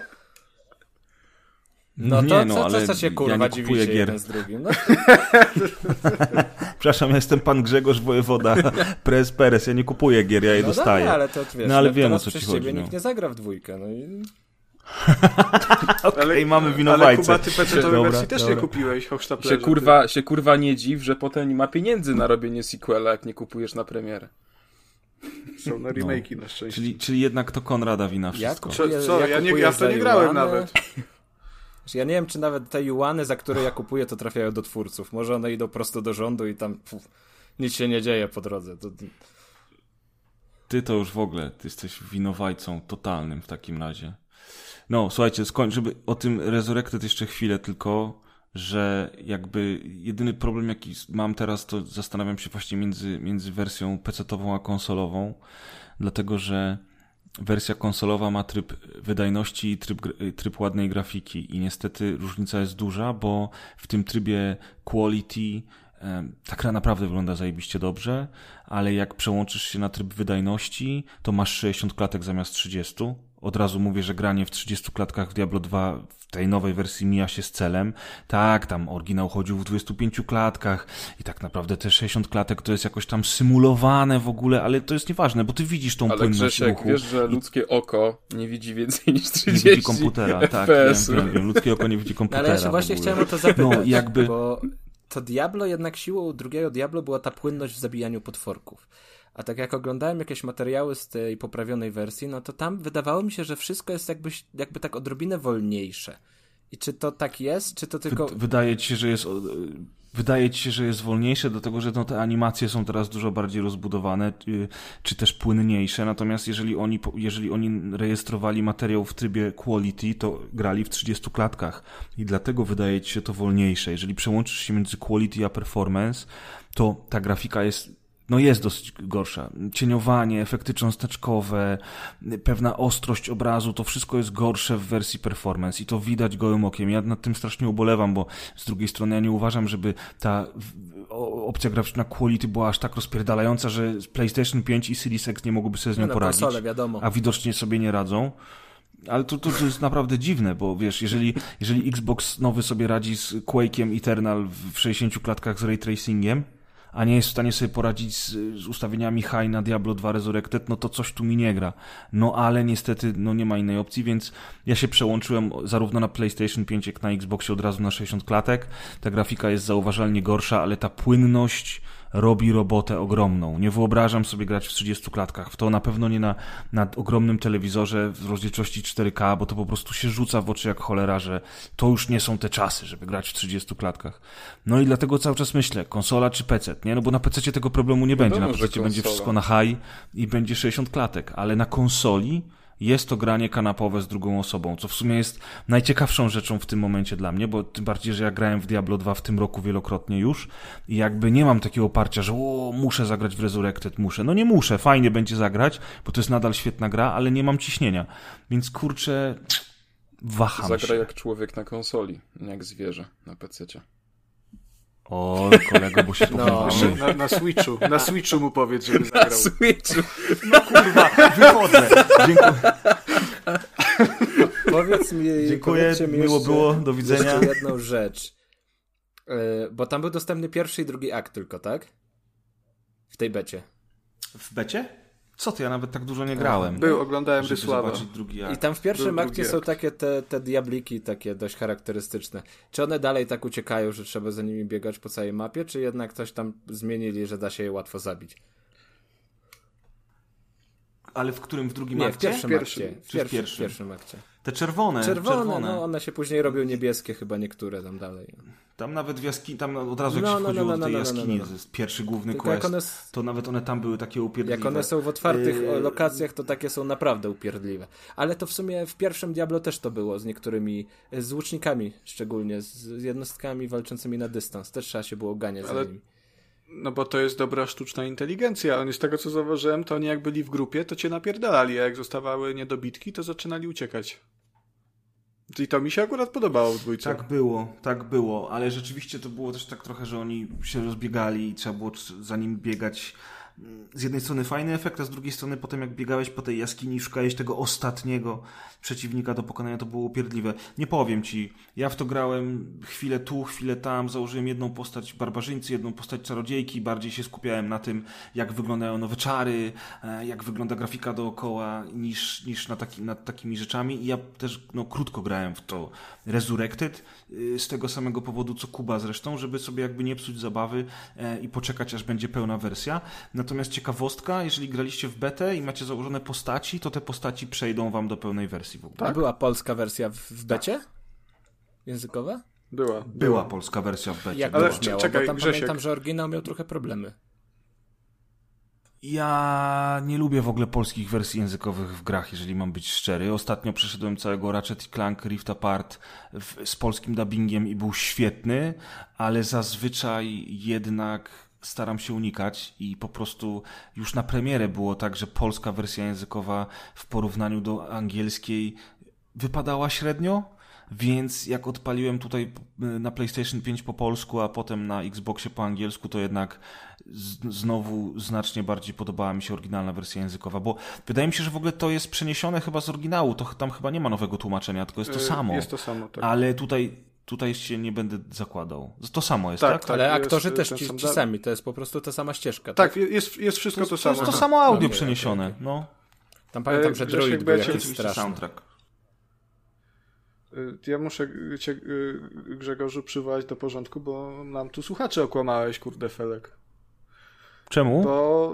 No to nie, ale co się kurwa ja dziwicie gier. Jeden z drugim? No. Przepraszam, ja jestem pan Grzegorz Wojewoda Prez Perez, ja nie kupuję gier, ja je dostaję. No ale to wiesz, ale wiem o co ci chodzi. Nikt nie zagra w dwójkę, no i... Okej, mamy winowajcę. Ale Kuba, ty PC-towej wersji też nie kupiłeś, hochsztaplerze. Się kurwa nie dziw, że potem nie ma pieniędzy na robienie sequela, jak nie kupujesz na premierę. Są na remake'i na szczęście. Czyli jednak to Konrada wina wszystko. Ja w to nie grałem nawet. Ja nie wiem, czy nawet te juany, za które ja kupuję, to trafiają do twórców. Może one idą prosto do rządu i tam nic się nie dzieje po drodze. Ty to już w ogóle, ty jesteś winowajcą totalnym w takim razie. No, słuchajcie, żeby o tym Resurrected jeszcze chwilę tylko, że jakby jedyny problem, jaki mam teraz, to zastanawiam się właśnie między wersją PC-tową a konsolową, dlatego że wersja konsolowa ma tryb wydajności i tryb ładnej grafiki i niestety różnica jest duża, bo w tym trybie quality ta gra naprawdę wygląda zajebiście dobrze, ale jak przełączysz się na tryb wydajności, to masz 60 klatek zamiast 30. Od razu mówię, że granie w 30 klatkach w Diablo 2 w tej nowej wersji mija się z celem. Tak, tam oryginał chodził w 25 klatkach i tak naprawdę te 60 klatek to jest jakoś tam symulowane w ogóle, ale to jest nieważne, bo ty widzisz tą płynność Grzesiek, ruchu. wiesz, że ludzkie oko nie widzi więcej niż 30 nie widzi komputera, tak, wiem. Ludzkie oko nie widzi komputera. Ale ja się właśnie chciałem o to zapytać, jakby... bo to Diablo jednak siłą drugiego Diablo była ta płynność w zabijaniu potworków. A tak jak oglądałem jakieś materiały z tej poprawionej wersji, no to tam wydawało mi się, że wszystko jest jakby tak odrobinę wolniejsze. I czy to tak jest, czy to tylko... Wydaje ci się, że jest Wydaje ci się, że jest wolniejsze, do tego, że no, te animacje są teraz dużo bardziej rozbudowane, czy też płynniejsze, natomiast jeżeli oni rejestrowali materiał w trybie quality, to grali w 30 klatkach i dlatego wydaje ci się to wolniejsze. Jeżeli przełączysz się między quality a performance, to ta grafika jest dosyć gorsza. Cieniowanie, efekty cząsteczkowe, pewna ostrość obrazu, to wszystko jest gorsze w wersji performance i to widać gołym okiem. Ja nad tym strasznie ubolewam, bo z drugiej strony ja nie uważam, żeby ta opcja graficzna quality była aż tak rozpierdalająca, że PlayStation 5 i Series X nie mogłyby sobie z nią poradzić. Konsole, wiadomo. A widocznie sobie nie radzą. Ale to jest naprawdę dziwne, bo wiesz, jeżeli Xbox nowy sobie radzi z Quake'iem Eternal w 60 klatkach z ray tracingiem, a nie jest w stanie sobie poradzić z ustawieniami high na Diablo 2 Resurrected, no to coś tu mi nie gra. No ale niestety nie ma innej opcji, więc ja się przełączyłem zarówno na PlayStation 5 jak na Xboxie od razu na 60 klatek. Ta grafika jest zauważalnie gorsza, ale ta płynność robi robotę ogromną. Nie wyobrażam sobie grać w 30 klatkach. W to na pewno nie na ogromnym telewizorze w rozdzielczości 4K, bo to po prostu się rzuca w oczy jak cholera, że to już nie są te czasy, żeby grać w 30 klatkach. No i dlatego cały czas myślę, konsola czy PC, nie? No bo na PC tego problemu nie będzie. Na PC będzie wszystko na high i będzie 60 klatek, ale na konsoli jest to granie kanapowe z drugą osobą, co w sumie jest najciekawszą rzeczą w tym momencie dla mnie, bo tym bardziej, że ja grałem w Diablo 2 w tym roku wielokrotnie już i jakby nie mam takiego oparcia, że muszę zagrać w Resurrected, muszę. No nie muszę, fajnie będzie zagrać, bo to jest nadal świetna gra, ale nie mam ciśnienia. Więc kurczę, waham się. Zagraj jak człowiek na konsoli, nie jak zwierzę na PC-cie. O, kolego, bo się No, na Switchu mu powiedz, żeby zagrał. Na Switchu. No kurwa, wychodzę. Dziękuję. Dziękuję, miło było, do widzenia. Jeszcze jedną rzecz. Bo tam był dostępny pierwszy i drugi akt tylko, tak? W tej becie. W becie? Co ty, ja nawet tak dużo nie grałem. Oglądałem Rysława. I tam w pierwszym akcie są takie te diabliki takie dość charakterystyczne. Czy one dalej tak uciekają, że trzeba za nimi biegać po całej mapie, czy jednak coś tam zmienili, że da się je łatwo zabić? Ale w którym? W drugim akcie? akcie? W pierwszym akcie. Te czerwone. No one się później robią niebieskie chyba niektóre tam dalej. Tam nawet w jaskini, tam od razu jak się wchodziło do tej jaskini, to jest pierwszy główny quest, to nawet one tam były takie upierdliwe. Jak one są w otwartych lokacjach, to takie są naprawdę upierdliwe. Ale to w sumie w pierwszym Diablo też to było z łucznikami szczególnie, z jednostkami walczącymi na dystans. Też trzeba się było ganiać za nimi. No bo to jest dobra sztuczna inteligencja. Oni z tego co zauważyłem, to oni jak byli w grupie, to cię napierdalali, a jak zostawały niedobitki, to zaczynali uciekać. I to mi się akurat podobało w dwójce. Tak było, ale rzeczywiście to było też tak trochę, że oni się rozbiegali i trzeba było za nim biegać. Z jednej strony fajny efekt, a z drugiej strony potem jak biegałeś po tej jaskini i szukałeś tego ostatniego przeciwnika do pokonania, to było upierdliwe. Nie powiem ci, ja w to grałem chwilę tu, chwilę tam, założyłem jedną postać barbarzyńcy, jedną postać czarodziejki, bardziej się skupiałem na tym, jak wyglądają nowe czary, jak wygląda grafika dookoła, niż nad takimi rzeczami. I ja też krótko grałem w to Resurrected, z tego samego powodu co Kuba zresztą, żeby sobie jakby nie psuć zabawy i poczekać, aż będzie pełna wersja. Natomiast ciekawostka, jeżeli graliście w betę i macie założone postaci, to te postaci przejdą wam do pełnej wersji w ogóle. Tak? A była polska wersja w becie? Językowa? Była polska wersja w becie. Jak to brzmiało? Czekaj, bo tam Grzesiek. Pamiętam, że oryginał miał trochę problemy. Ja nie lubię w ogóle polskich wersji językowych w grach, jeżeli mam być szczery. Ostatnio przeszedłem całego Ratchet & Clank Rift Apart z polskim dubbingiem i był świetny, ale zazwyczaj jednak staram się unikać i po prostu już na premierę było tak, że polska wersja językowa w porównaniu do angielskiej wypadała średnio, więc jak odpaliłem tutaj na PlayStation 5 po polsku, a potem na Xboxie po angielsku, to jednak znowu znacznie bardziej podobała mi się oryginalna wersja językowa, bo wydaje mi się, że w ogóle to jest przeniesione chyba z oryginału, to tam chyba nie ma nowego tłumaczenia, tylko jest to samo. Jest to samo, tak. Ale tutaj się nie będę zakładał. To samo jest, tak? Ale aktorzy też ci sami, to jest po prostu ta sama ścieżka. Tak, jest wszystko to samo. To jest to samo audio przeniesione. No. Tam pamiętam, że Droid był jakiś straszny. Soundtrack. Ja muszę cię, Grzegorzu, przywołać do porządku, bo nam tu słuchacze okłamałeś, kurde felek. Czemu? Bo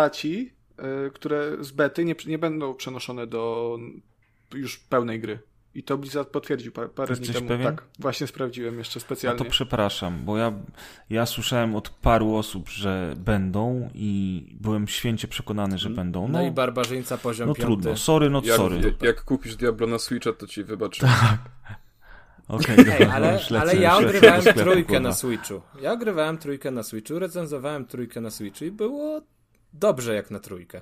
postaci, które z bety nie będą przenoszone do już pełnej gry. I to Blizzard potwierdził parę dni temu. Pewien? Tak, właśnie sprawdziłem jeszcze specjalnie. No to przepraszam, bo ja słyszałem od paru osób, że będą i byłem święcie przekonany, że będą. No i Barbarzyńca poziom 5. Trudno, sorry. Jak kupisz Diablo na Switcha, to ci wybaczę. Tak. Okej, ale ja ogrywałem trójkę na Switchu. Recenzowałem trójkę na Switchu i było dobrze jak na trójkę.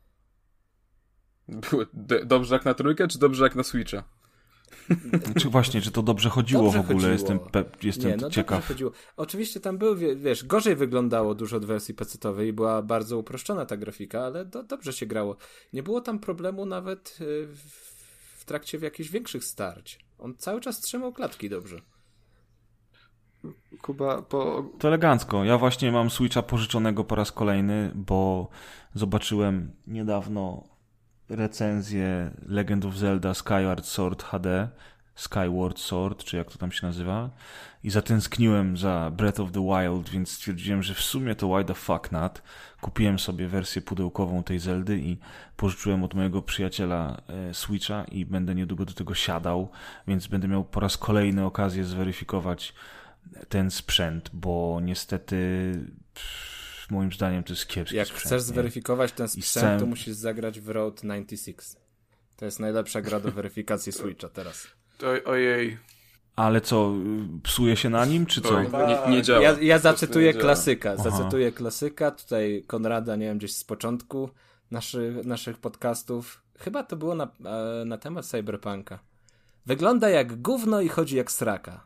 Było dobrze jak na trójkę, czy dobrze jak na Switcha? Czy właśnie, czy to dobrze chodziło Dobrze w ogóle? chodziło. Jestem ciekaw. Dobrze chodziło. Oczywiście tam był, wiesz, gorzej wyglądało dużo od wersji PC-owej i była bardzo uproszczona ta grafika, ale dobrze się grało. Nie było tam problemu nawet w trakcie jakichś większych starć. On cały czas trzymał klatki dobrze. Kuba, To elegancko. Ja właśnie mam Switcha pożyczonego po raz kolejny, bo zobaczyłem niedawno recenzję Legend of Zelda Skyward Sword HD, Skyward Sword, czy jak to tam się nazywa, i zatęskniłem za Breath of the Wild, więc stwierdziłem, że w sumie to why the fuck not. Kupiłem sobie wersję pudełkową tej Zeldy i pożyczyłem od mojego przyjaciela Switcha i będę niedługo do tego siadał, więc będę miał po raz kolejny okazję zweryfikować ten sprzęt, bo niestety moim zdaniem to jest kiepski Jak sprzęt. chcesz zweryfikować ten sprzęt, to musisz zagrać w Road 96. To jest najlepsza gra do weryfikacji Switcha teraz. Ojej. Ale co, psuje się na nim, czy co? Nie działa. Ja zacytuję klasyka. Zacytuję klasyka, tutaj Konrada, nie wiem, gdzieś z początku naszych podcastów. Chyba to było na temat Cyberpunka. Wygląda jak gówno i chodzi jak sraka.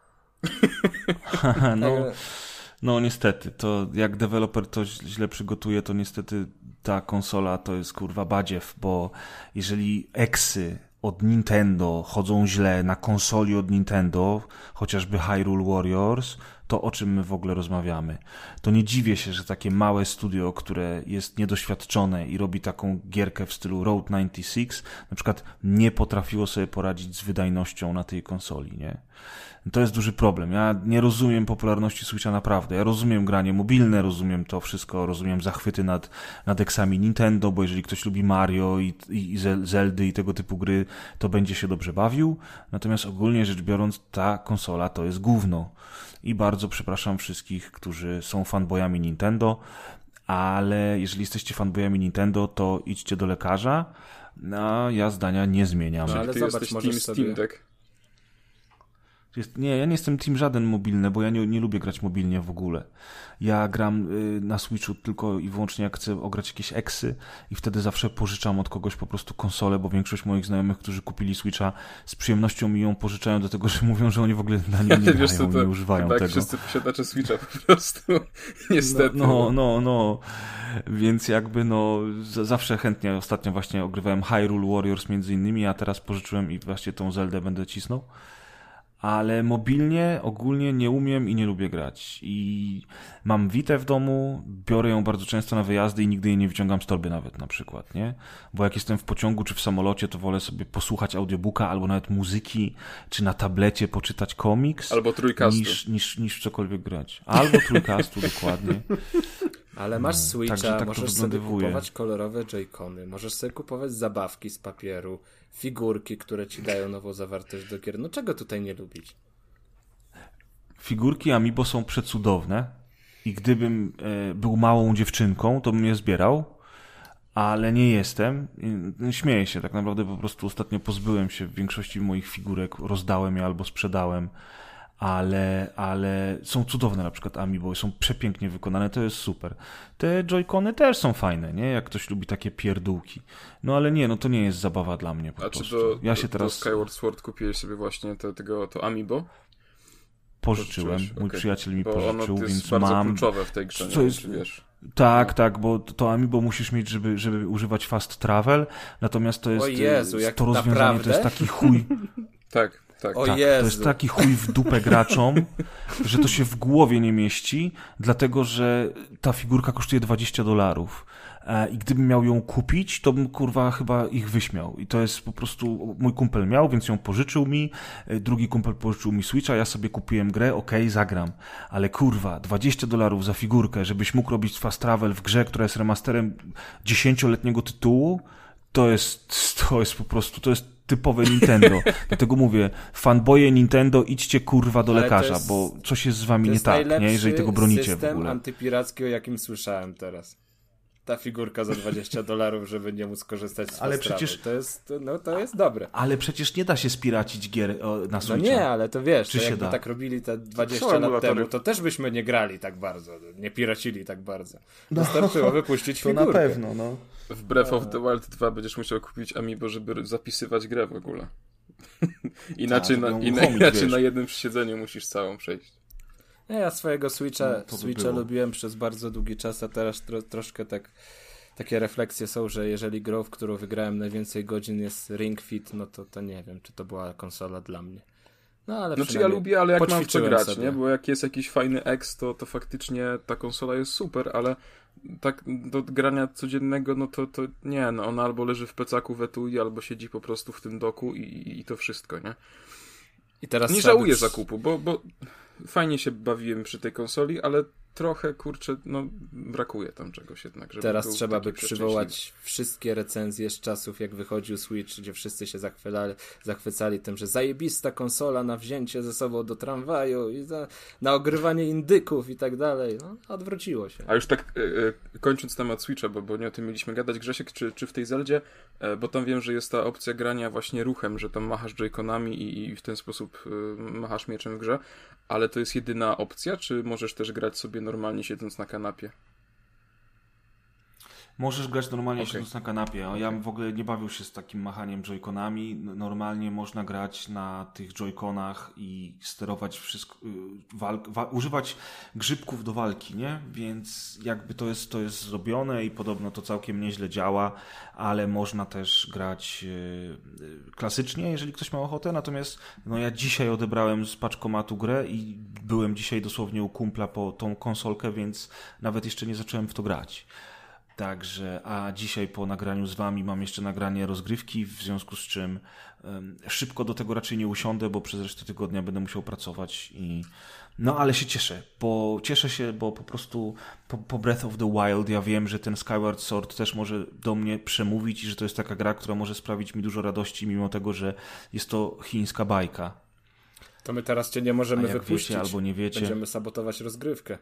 No niestety, to jak deweloper to źle przygotuje, to niestety ta konsola to jest kurwa badziew, bo jeżeli eksy od Nintendo chodzą źle na konsoli od Nintendo, chociażby Hyrule Warriors, to o czym my w ogóle rozmawiamy? To nie dziwię się, że takie małe studio, które jest niedoświadczone i robi taką gierkę w stylu Road 96, na przykład nie potrafiło sobie poradzić z wydajnością na tej konsoli, nie? To jest duży problem. Ja nie rozumiem popularności Switcha naprawdę. Ja rozumiem granie mobilne, rozumiem to wszystko, rozumiem zachwyty nad eksami Nintendo, bo jeżeli ktoś lubi Mario i Zeldy i tego typu gry, to będzie się dobrze bawił. Natomiast ogólnie rzecz biorąc, ta konsola to jest gówno. I bardzo przepraszam wszystkich, którzy są fanboyami Nintendo, ale jeżeli jesteście fanboyami Nintendo, to idźcie do lekarza. No, ja zdania nie zmieniam. No, ale ty zobacz, jesteś możesz Team sobie... Steam Deck. Nie, ja nie jestem team żaden mobilny, bo ja nie lubię grać mobilnie w ogóle. Ja gram na Switchu tylko i wyłącznie jak chcę ograć jakieś eksy i wtedy zawsze pożyczam od kogoś po prostu konsolę, bo większość moich znajomych, którzy kupili Switcha, z przyjemnością mi ją pożyczają do tego, że mówią, że oni w ogóle na nim nie grają, nie używają tak, tego. Wszyscy posiadacze Switcha po prostu. Niestety. No. Więc jakby zawsze chętnie ostatnio właśnie ogrywałem Hyrule Warriors między innymi, a teraz pożyczyłem i właśnie tą Zeldę będę cisnął. Ale mobilnie ogólnie nie umiem i nie lubię grać. I mam Vitę w domu, biorę ją bardzo często na wyjazdy i nigdy jej nie wyciągam z torby nawet na przykład, nie? Bo jak jestem w pociągu czy w samolocie, to wolę sobie posłuchać audiobooka albo nawet muzyki, czy na tablecie poczytać komiks. Albo trójkastu. Niż w cokolwiek grać. Albo trójkastu, dokładnie. Ale masz Switcha, tak możesz sobie kupować kolorowe Joy-Cony, możesz sobie kupować zabawki z papieru, figurki, które ci dają nową zawartość do gier. No czego tutaj nie lubić? Figurki Amiibo są przecudowne i gdybym był małą dziewczynką, to bym je zbierał, ale nie jestem. Śmieję się, tak naprawdę po prostu ostatnio pozbyłem się większości moich figurek, rozdałem je albo sprzedałem. Ale są cudowne na przykład Amiibo, są przepięknie wykonane, to jest super. Te Joy-Cony też są fajne, nie? Jak ktoś lubi takie pierdółki. No ale nie, to nie jest zabawa dla mnie po prostu. Czy do Skyward Sword kupiłeś sobie właśnie to Amiibo? Pożyczyłem, mój przyjaciel mi pożyczył, ono więc bardzo mam... kluczowe w tej grze, co jest... wiesz. Tak, bo to Amiibo musisz mieć, żeby używać fast travel, natomiast to jest... O Jezu, jak to rozwiązanie naprawdę? to jest taki chuj... Tak. O tak, Jezu. to jest taki chuj w dupę graczom, że to się w głowie nie mieści, dlatego że ta figurka kosztuje $20. I gdybym miał ją kupić, to bym kurwa chyba ich wyśmiał. I to jest po prostu, mój kumpel miał, więc ją pożyczył mi, drugi kumpel pożyczył mi Switcha, ja sobie kupiłem grę, zagram. Ale kurwa, $20 za figurkę, żebyś mógł robić fast travel w grze, która jest remasterem 10-letniego tytułu, to jest po prostu, typowe Nintendo. Dlatego mówię, fanboye Nintendo, idźcie kurwa do lekarza, bo coś jest z wami nie tak, nie? Jeżeli tego bronicie w system ogóle. antypiracki, o jakim słyszałem teraz. Ta figurka za $20, żeby nie móc korzystać z Ale Fastrawy. przecież... To jest dobre. Ale przecież nie da się spiracić gier na Switcha. No nie, ale to wiesz, Czy to się jakby da? tak robili te 20 Są lat emulatory. temu, to też byśmy nie grali tak bardzo, nie piracili tak bardzo. Wystarczyło wypuścić To figurkę. na pewno, no. W Breath of the Wild 2 będziesz musiał kupić Amiibo, żeby zapisywać grę w ogóle. Inaczej, żeby ją uruchomić, inaczej wiesz. na jednym posiedzeniu musisz całą przejść. Ja swojego Switcha było. lubiłem przez bardzo długi czas, a teraz troszkę takie refleksje są, że jeżeli grą, w którą wygrałem najwięcej godzin jest Ring Fit, no to nie wiem, czy to była konsola dla mnie. No ale Znaczy ja lubię, ale jak mam w to poćwiczyłem grać, sobie. nie? Bo jak jest jakiś fajny X, to faktycznie ta konsola jest super, ale tak do grania codziennego, no to nie, no ona albo leży w plecaku w etui, albo siedzi po prostu w tym doku i to wszystko, nie? I teraz Nie trzeba żałuję zakupu, bo fajnie się bawiłem przy tej konsoli, ale trochę, kurczę, no brakuje tam czegoś jednak, żeby Teraz był trzeba taki by przywołać wszystkie recenzje z czasów, jak wychodził Switch, gdzie wszyscy się zachwycali tym, że zajebista konsola na wzięcie ze sobą do tramwaju i na ogrywanie indyków i tak dalej. No, odwróciło się. A już tak kończąc temat Switcha, bo nie o tym mieliśmy gadać, Grzesiek, czy w tej Zeldzie, bo tam wiem, że jest ta opcja grania właśnie ruchem, że tam machasz joyconami i w ten sposób machasz mieczem w grze, ale to jest jedyna opcja, czy możesz też grać sobie normalnie siedząc na kanapie? Możesz grać normalnie Okej. siedząc na kanapie. Ja w ogóle nie bawił się z takim machaniem joyconami. Normalnie można grać na tych joyconach i sterować wszystko, używać grzybków do walki, nie? Więc jakby to jest zrobione i podobno to całkiem nieźle działa, ale można też grać klasycznie, jeżeli ktoś ma ochotę. Natomiast no ja dzisiaj odebrałem z paczkomatu grę i byłem dzisiaj dosłownie u kumpla po tą konsolkę, więc nawet jeszcze nie zacząłem w to grać. Także, a dzisiaj po nagraniu z wami mam jeszcze nagranie rozgrywki, w związku z czym szybko do tego raczej nie usiądę, bo przez resztę tygodnia będę musiał pracować no ale się cieszę, bo po prostu po Breath of the Wild ja wiem, że ten Skyward Sword też może do mnie przemówić i że to jest taka gra, która może sprawić mi dużo radości, mimo tego, że jest to chińska bajka. To my teraz cię nie możemy A jak wypuścić. wiecie albo nie wiecie... Będziemy sabotować rozgrywkę.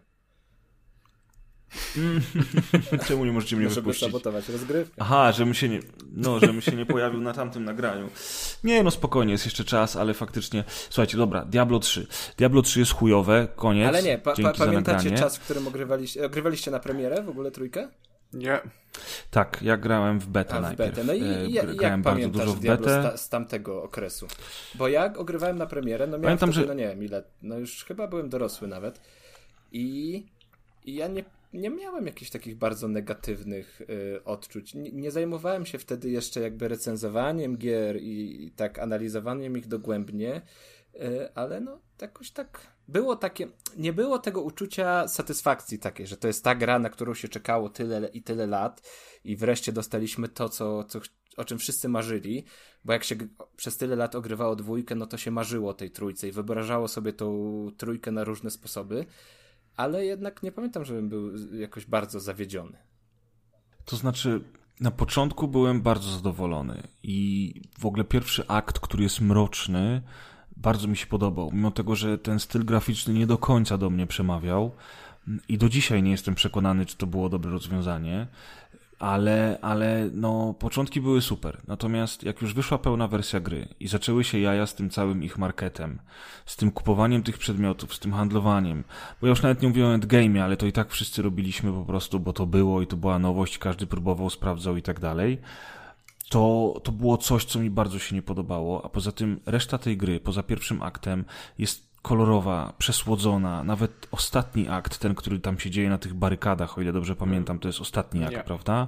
Czemu nie możecie mnie Żeby wypuścić? sabotować rozgrywkę. Aha, żebym się nie pojawił na tamtym nagraniu. Nie, no spokojnie, jest jeszcze czas, ale faktycznie... Słuchajcie, dobra, Diablo 3. Diablo 3 jest chujowe, koniec. Ale nie, Dzięki za pamiętacie nagranie. czas, w którym ogrywaliście na premierę w ogóle trójkę? Nie. Tak, ja grałem w betę W najpierw. betę. No i jak grałem bardzo pamiętasz dużo w Diablo betę. z tamtego okresu? Bo ja ogrywałem na premierę, no miałem Pamiętam, wtedy, że- no nie wiem ile, no już chyba byłem dorosły nawet i ja nie miałem jakichś takich bardzo negatywnych odczuć. Nie zajmowałem się wtedy jeszcze jakby recenzowaniem gier i tak analizowaniem ich dogłębnie, ale no jakoś tak było takie, nie było tego uczucia satysfakcji takiej, że to jest ta gra, na którą się czekało tyle i tyle lat i wreszcie dostaliśmy to, o czym wszyscy marzyli, bo jak się przez tyle lat ogrywało dwójkę, no to się marzyło o tej trójce i wyobrażało sobie tą trójkę na różne sposoby, ale jednak nie pamiętam, żebym był jakoś bardzo zawiedziony. To znaczy, na początku byłem bardzo zadowolony i w ogóle pierwszy akt, który jest mroczny, bardzo mi się podobał, mimo tego, że ten styl graficzny nie do końca do mnie przemawiał i do dzisiaj nie jestem przekonany, czy to było dobre rozwiązanie, ale no początki były super. Natomiast jak już wyszła pełna wersja gry i zaczęły się jaja z tym całym ich marketem, z tym kupowaniem tych przedmiotów, z tym handlowaniem, bo ja już nawet nie mówię o endgame'ie, ale to i tak wszyscy robiliśmy po prostu, bo to było i to była nowość, każdy próbował, sprawdzał i tak dalej, to było coś, co mi bardzo się nie podobało, a poza tym reszta tej gry, poza pierwszym aktem, jest kolorowa, przesłodzona, nawet ostatni akt, ten, który tam się dzieje na tych barykadach, o ile dobrze pamiętam, to jest ostatni akt, prawda?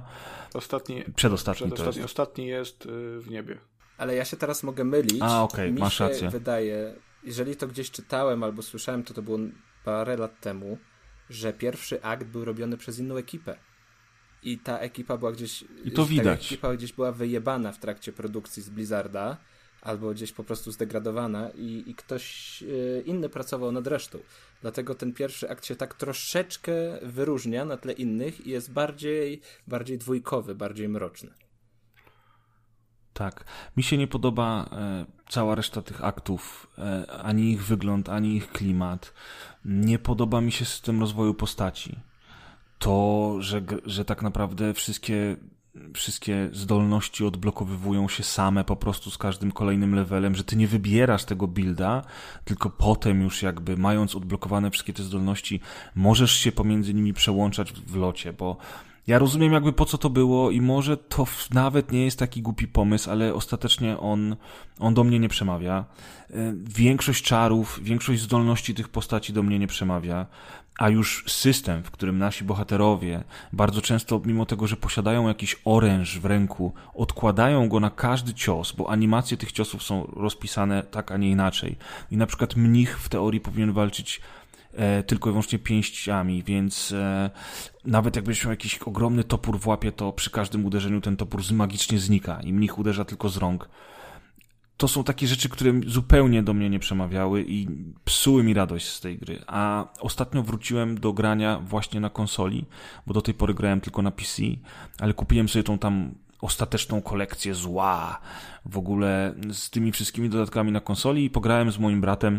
Ostatni jest w niebie. Ale ja się teraz mogę mylić. Okej, Mi masz się rację. wydaje, jeżeli to gdzieś czytałem albo słyszałem, to było parę lat temu, że pierwszy akt był robiony przez inną ekipę. I ta ekipa była gdzieś... I to widać. Ta ekipa gdzieś była wyjebana w trakcie produkcji z Blizzarda, albo gdzieś po prostu zdegradowana i ktoś inny pracował nad resztą. Dlatego ten pierwszy akt się tak troszeczkę wyróżnia na tle innych i jest bardziej dwójkowy, bardziej mroczny. Tak. Mi się nie podoba cała reszta tych aktów, ani ich wygląd, ani ich klimat. Nie podoba mi się system rozwoju postaci. To, że tak naprawdę wszystkie zdolności odblokowywują się same po prostu z każdym kolejnym levelem, że ty nie wybierasz tego builda, tylko potem już jakby mając odblokowane wszystkie te zdolności, możesz się pomiędzy nimi przełączać w locie, bo ja rozumiem jakby po co to było i może to nawet nie jest taki głupi pomysł, ale ostatecznie on do mnie nie przemawia. Większość czarów, większość zdolności tych postaci do mnie nie przemawia, a już system, w którym nasi bohaterowie bardzo często, mimo tego, że posiadają jakiś oręż w ręku, odkładają go na każdy cios, bo animacje tych ciosów są rozpisane tak, a nie inaczej. I na przykład mnich w teorii powinien walczyć tylko i wyłącznie pięściami, więc nawet jakbyś miał jakiś ogromny topór w łapie, to przy każdym uderzeniu ten topór magicznie znika i mnich uderza tylko z rąk. To są takie rzeczy, które zupełnie do mnie nie przemawiały i psuły mi radość z tej gry. A ostatnio wróciłem do grania właśnie na konsoli, bo do tej pory grałem tylko na PC, ale kupiłem sobie tą tam ostateczną kolekcję zła w ogóle z tymi wszystkimi dodatkami na konsoli i pograłem z moim bratem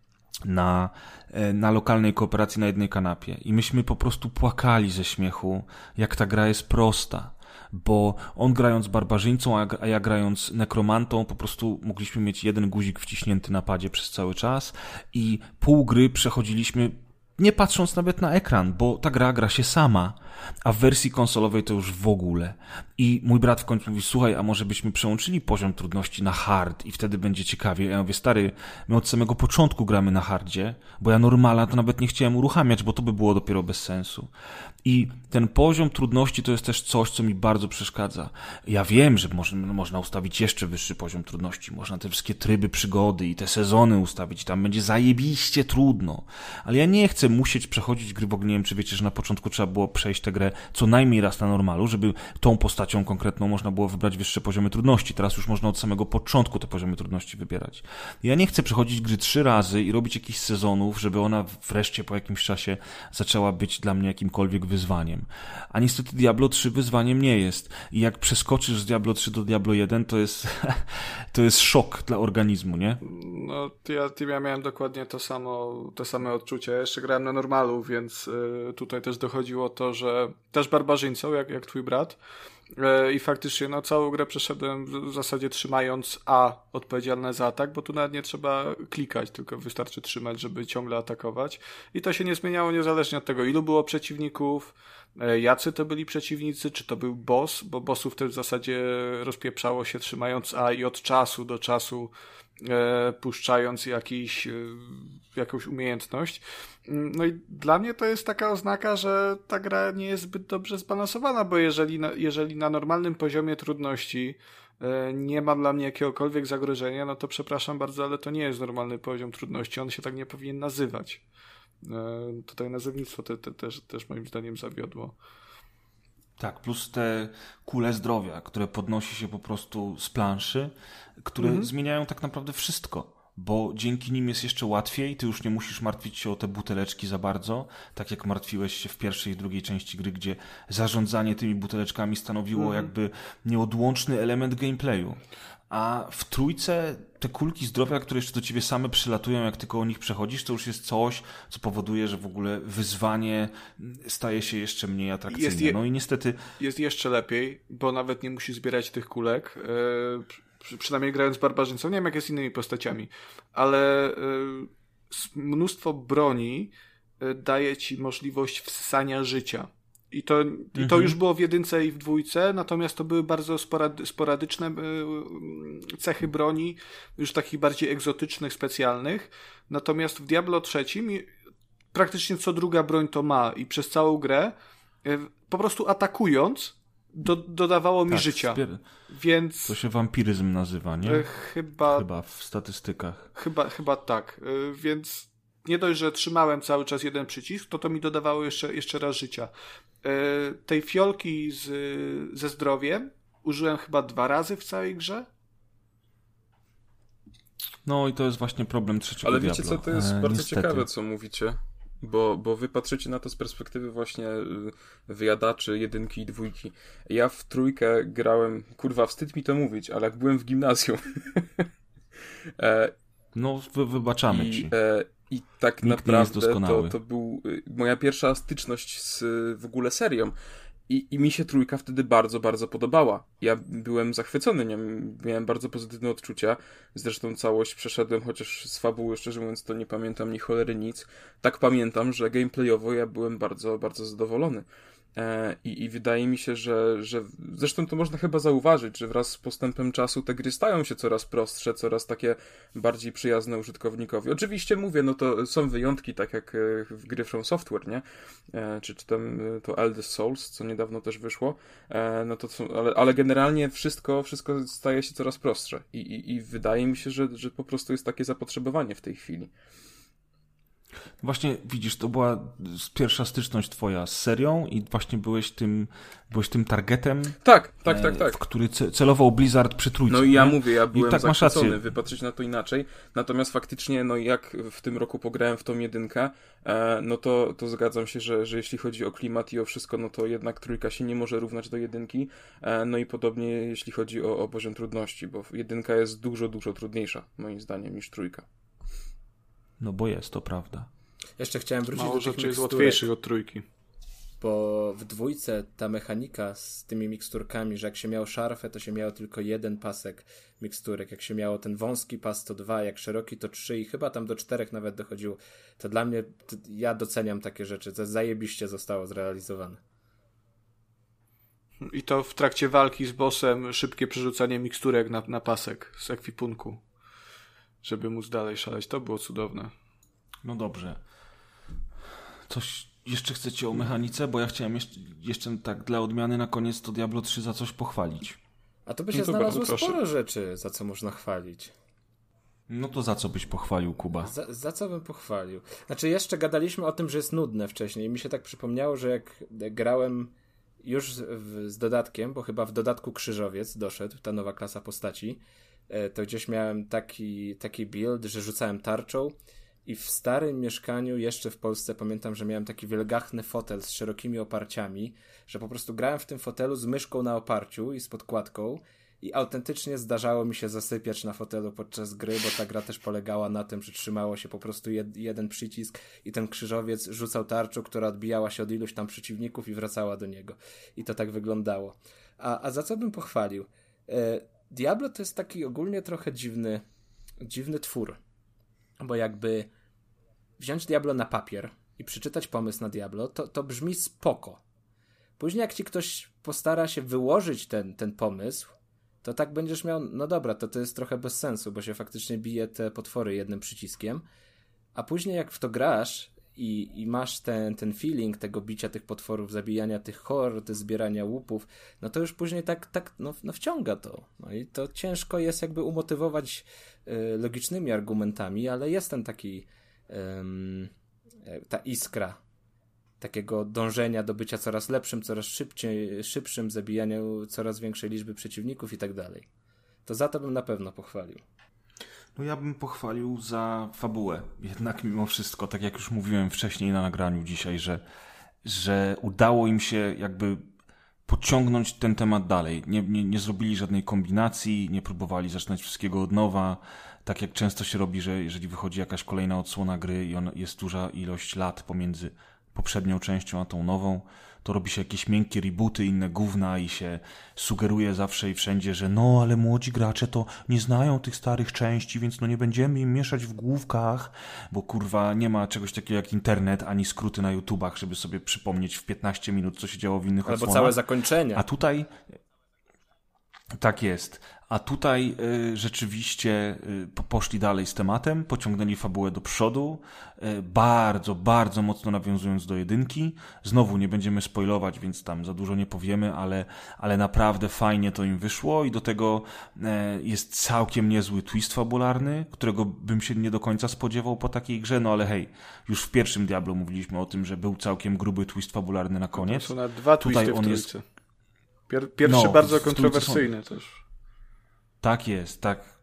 na lokalnej kooperacji na jednej kanapie. I myśmy po prostu płakali ze śmiechu, jak ta gra jest prosta. Bo on grając barbarzyńcą, a ja grając nekromantą, po prostu mogliśmy mieć jeden guzik wciśnięty na padzie przez cały czas i pół gry przechodziliśmy nie patrząc nawet na ekran, bo ta gra się sama, a w wersji konsolowej to już w ogóle. I mój brat w końcu mówi, słuchaj, a może byśmy przełączyli poziom trudności na hard i wtedy będzie ciekawie. Ja mówię, stary, my od samego początku gramy na hardzie, bo ja normala to nawet nie chciałem uruchamiać, bo to by było dopiero bez sensu. I ten poziom trudności to jest też coś, co mi bardzo przeszkadza. Ja wiem, że można ustawić jeszcze wyższy poziom trudności, można te wszystkie tryby przygody i te sezony ustawić, tam będzie zajebiście trudno. Ale ja nie chcę musieć przechodzić gry, bo nie wiem, czy wiecie, że na początku trzeba było przejść tę grę co najmniej raz na normalu, żeby tą postacią konkretną można było wybrać wyższe poziomy trudności. Teraz już można od samego początku te poziomy trudności wybierać. Ja nie chcę przechodzić gry 3 razy i robić jakichś sezonów, żeby ona wreszcie po jakimś czasie zaczęła być dla mnie jakimkolwiek wyzwaniem. A niestety Diablo 3 wyzwaniem nie jest. I jak przeskoczysz z Diablo 3 do Diablo 1, to jest szok dla organizmu, nie? No, ja miałem dokładnie te same odczucia. Ja jeszcze grałem na normalu, więc tutaj też dochodziło to, że też barbarzyńcą, jak twój brat. I faktycznie całą grę przeszedłem w zasadzie trzymając A odpowiedzialne za atak, bo tu nawet nie trzeba klikać, tylko wystarczy trzymać, żeby ciągle atakować. I to się nie zmieniało niezależnie od tego, ilu było przeciwników, jacy to byli przeciwnicy, czy to był boss, bo bossów też w zasadzie rozpieprzało się trzymając A i od czasu do czasu puszczając jakąś umiejętność. No i dla mnie to jest taka oznaka, że ta gra nie jest zbyt dobrze zbalansowana, bo jeżeli na normalnym poziomie trudności nie ma dla mnie jakiegokolwiek zagrożenia, no to przepraszam bardzo, ale to nie jest normalny poziom trudności, on się tak nie powinien nazywać. Tutaj nazewnictwo też moim zdaniem zawiodło. Tak, plus te kule zdrowia, które podnosi się po prostu z planszy, które zmieniają tak naprawdę wszystko, bo dzięki nim jest jeszcze łatwiej, ty już nie musisz martwić się o te buteleczki za bardzo, tak jak martwiłeś się w pierwszej i drugiej części gry, gdzie zarządzanie tymi buteleczkami stanowiło jakby nieodłączny element gameplayu. A w trójce te kulki zdrowia, które jeszcze do ciebie same przylatują, jak tylko o nich przechodzisz, to już jest coś, co powoduje, że w ogóle wyzwanie staje się jeszcze mniej atrakcyjne. No i niestety... Jest jeszcze lepiej, bo nawet nie musisz zbierać tych kulek, przynajmniej grając barbarzyńcą. Nie wiem, jak jest z innymi postaciami, ale mnóstwo broni daje ci możliwość wsysania życia. I to już było w 1 i w 2, natomiast to były bardzo sporadyczne cechy broni, już takich bardziej egzotycznych, specjalnych. Natomiast w Diablo 3 praktycznie co druga broń to ma i przez całą grę po prostu atakując dodawało mi życia. Więc... To się wampiryzm nazywa, nie? Chyba w statystykach. Chyba tak. Więc nie dość, że trzymałem cały czas jeden przycisk, to mi dodawało jeszcze raz życia. Tej fiolki ze zdrowiem użyłem chyba 2 razy w całej grze. No i to jest właśnie problem trzeciego Diablo. Ale wiecie co, to jest bardzo ciekawe, co mówicie, Bo wy patrzycie na to z perspektywy właśnie wyjadaczy 1 i 2. Ja w 3 grałem, kurwa, wstyd mi to mówić, ale jak byłem w gimnazjum. No, wybaczamy ci. I tak Nikt naprawdę to był moja pierwsza styczność z w ogóle serią. I mi się 3 wtedy bardzo, bardzo podobała. Ja byłem zachwycony, miałem bardzo pozytywne odczucia. Zresztą całość przeszedłem, chociaż z fabuły, szczerze mówiąc, to nie pamiętam ni cholery nic. Tak pamiętam, że gameplayowo ja byłem bardzo, bardzo zadowolony. I wydaje mi się, że zresztą to można chyba zauważyć, że wraz z postępem czasu te gry stają się coraz prostsze, coraz takie bardziej przyjazne użytkownikowi. Oczywiście mówię, no to są wyjątki, tak jak w gry From Software, nie? Czy tam to Elder Souls, co niedawno też wyszło. No to ale generalnie wszystko staje się coraz prostsze. I wydaje mi się, że po prostu jest takie zapotrzebowanie w tej chwili. Właśnie widzisz, to była pierwsza styczność twoja z serią i właśnie byłeś tym targetem, Tak. w który celował Blizzard przy 3. No i ja mówię, ja byłem tak zachwycony, wy patrzycie na to inaczej, natomiast faktycznie, no jak w tym roku pograłem w tą 1, no to zgadzam się, że jeśli chodzi o klimat i o wszystko, no to jednak 3 się nie może równać do 1, no i podobnie jeśli chodzi o poziom trudności, bo 1 jest dużo, dużo trudniejsza, moim zdaniem, niż 3. No bo jest, to prawda. Jeszcze chciałem wrócić Mało do tych rzeczy jest miksturek, łatwiejszych od 3. bo w 2 ta mechanika z tymi miksturkami, że jak się miało szarfę, to się miało tylko 1 pasek miksturek, jak się miało ten wąski pas, to 2, jak szeroki, to 3 i chyba tam do 4 nawet dochodziło. To dla mnie, ja doceniam takie rzeczy, to zajebiście zostało zrealizowane. I to w trakcie walki z bossem szybkie przerzucanie miksturek na pasek z ekwipunku, żeby móc dalej szaleć. To było cudowne. No dobrze. Coś jeszcze chcecie o mechanice? Bo ja chciałem jeszcze tak dla odmiany na koniec to Diablo 3 za coś pochwalić. A to by się No to znalazło bardzo sporo proszę. rzeczy, za co można chwalić. No to za co byś pochwalił, Kuba? Za co bym pochwalił? Znaczy jeszcze gadaliśmy o tym, że jest nudne wcześniej i mi się tak przypomniało, że jak grałem już z dodatkiem, bo chyba w dodatku Krzyżowiec doszedł, ta nowa klasa postaci, to gdzieś miałem taki build, że rzucałem tarczą i w starym mieszkaniu jeszcze w Polsce pamiętam, że miałem taki wielgachny fotel z szerokimi oparciami, że po prostu grałem w tym fotelu z myszką na oparciu i z podkładką i autentycznie zdarzało mi się zasypiać na fotelu podczas gry, bo ta gra też polegała na tym, że trzymało się po prostu jeden przycisk i ten krzyżowiec rzucał tarczą, która odbijała się od iluś tam przeciwników i wracała do niego. I to tak wyglądało. A za co bym pochwalił? Diablo to jest taki ogólnie trochę dziwny twór, bo jakby wziąć Diablo na papier i przeczytać pomysł na Diablo, to brzmi spoko. Później jak ci ktoś postara się wyłożyć ten pomysł, to tak będziesz miał, no dobra, to jest trochę bez sensu, bo się faktycznie bije te potwory jednym przyciskiem, a później jak w to grasz i masz ten feeling tego bicia tych potworów, zabijania tych hord, zbierania łupów, no to już później tak wciąga to. No i to ciężko jest jakby umotywować logicznymi argumentami, ale jest ten taki ta iskra takiego dążenia do bycia coraz lepszym, coraz szybszym, zabijaniu coraz większej liczby przeciwników i tak dalej. To za to bym na pewno pochwalił. No ja bym pochwalił za fabułę. Jednak mimo wszystko, tak jak już mówiłem wcześniej na nagraniu dzisiaj, że udało im się jakby pociągnąć ten temat dalej. Nie zrobili żadnej kombinacji, nie próbowali zaczynać wszystkiego od nowa. Tak jak często się robi, że jeżeli wychodzi jakaś kolejna odsłona gry i jest duża ilość lat pomiędzy poprzednią częścią a tą nową, to robi się jakieś miękkie rebooty, inne gówna i się sugeruje zawsze i wszędzie, że no, ale młodzi gracze to nie znają tych starych części, więc no nie będziemy im mieszać w główkach, bo kurwa nie ma czegoś takiego jak internet, ani skróty na YouTubach, żeby sobie przypomnieć w 15 minut, co się działo w innych odsłonach. Albo całe zakończenia. A tutaj tak jest. A tutaj rzeczywiście poszli dalej z tematem, pociągnęli fabułę do przodu, bardzo, bardzo mocno nawiązując do 1. Znowu nie będziemy spoilować, więc tam za dużo nie powiemy, ale naprawdę fajnie to im wyszło i do tego jest całkiem niezły twist fabularny, którego bym się nie do końca spodziewał po takiej grze, no ale hej, już w pierwszym Diablo mówiliśmy o tym, że był całkiem gruby twist fabularny na koniec. To są nawet 2 twisty tutaj w on trójce. Pierwszy bardzo kontrowersyjny też. Tak jest,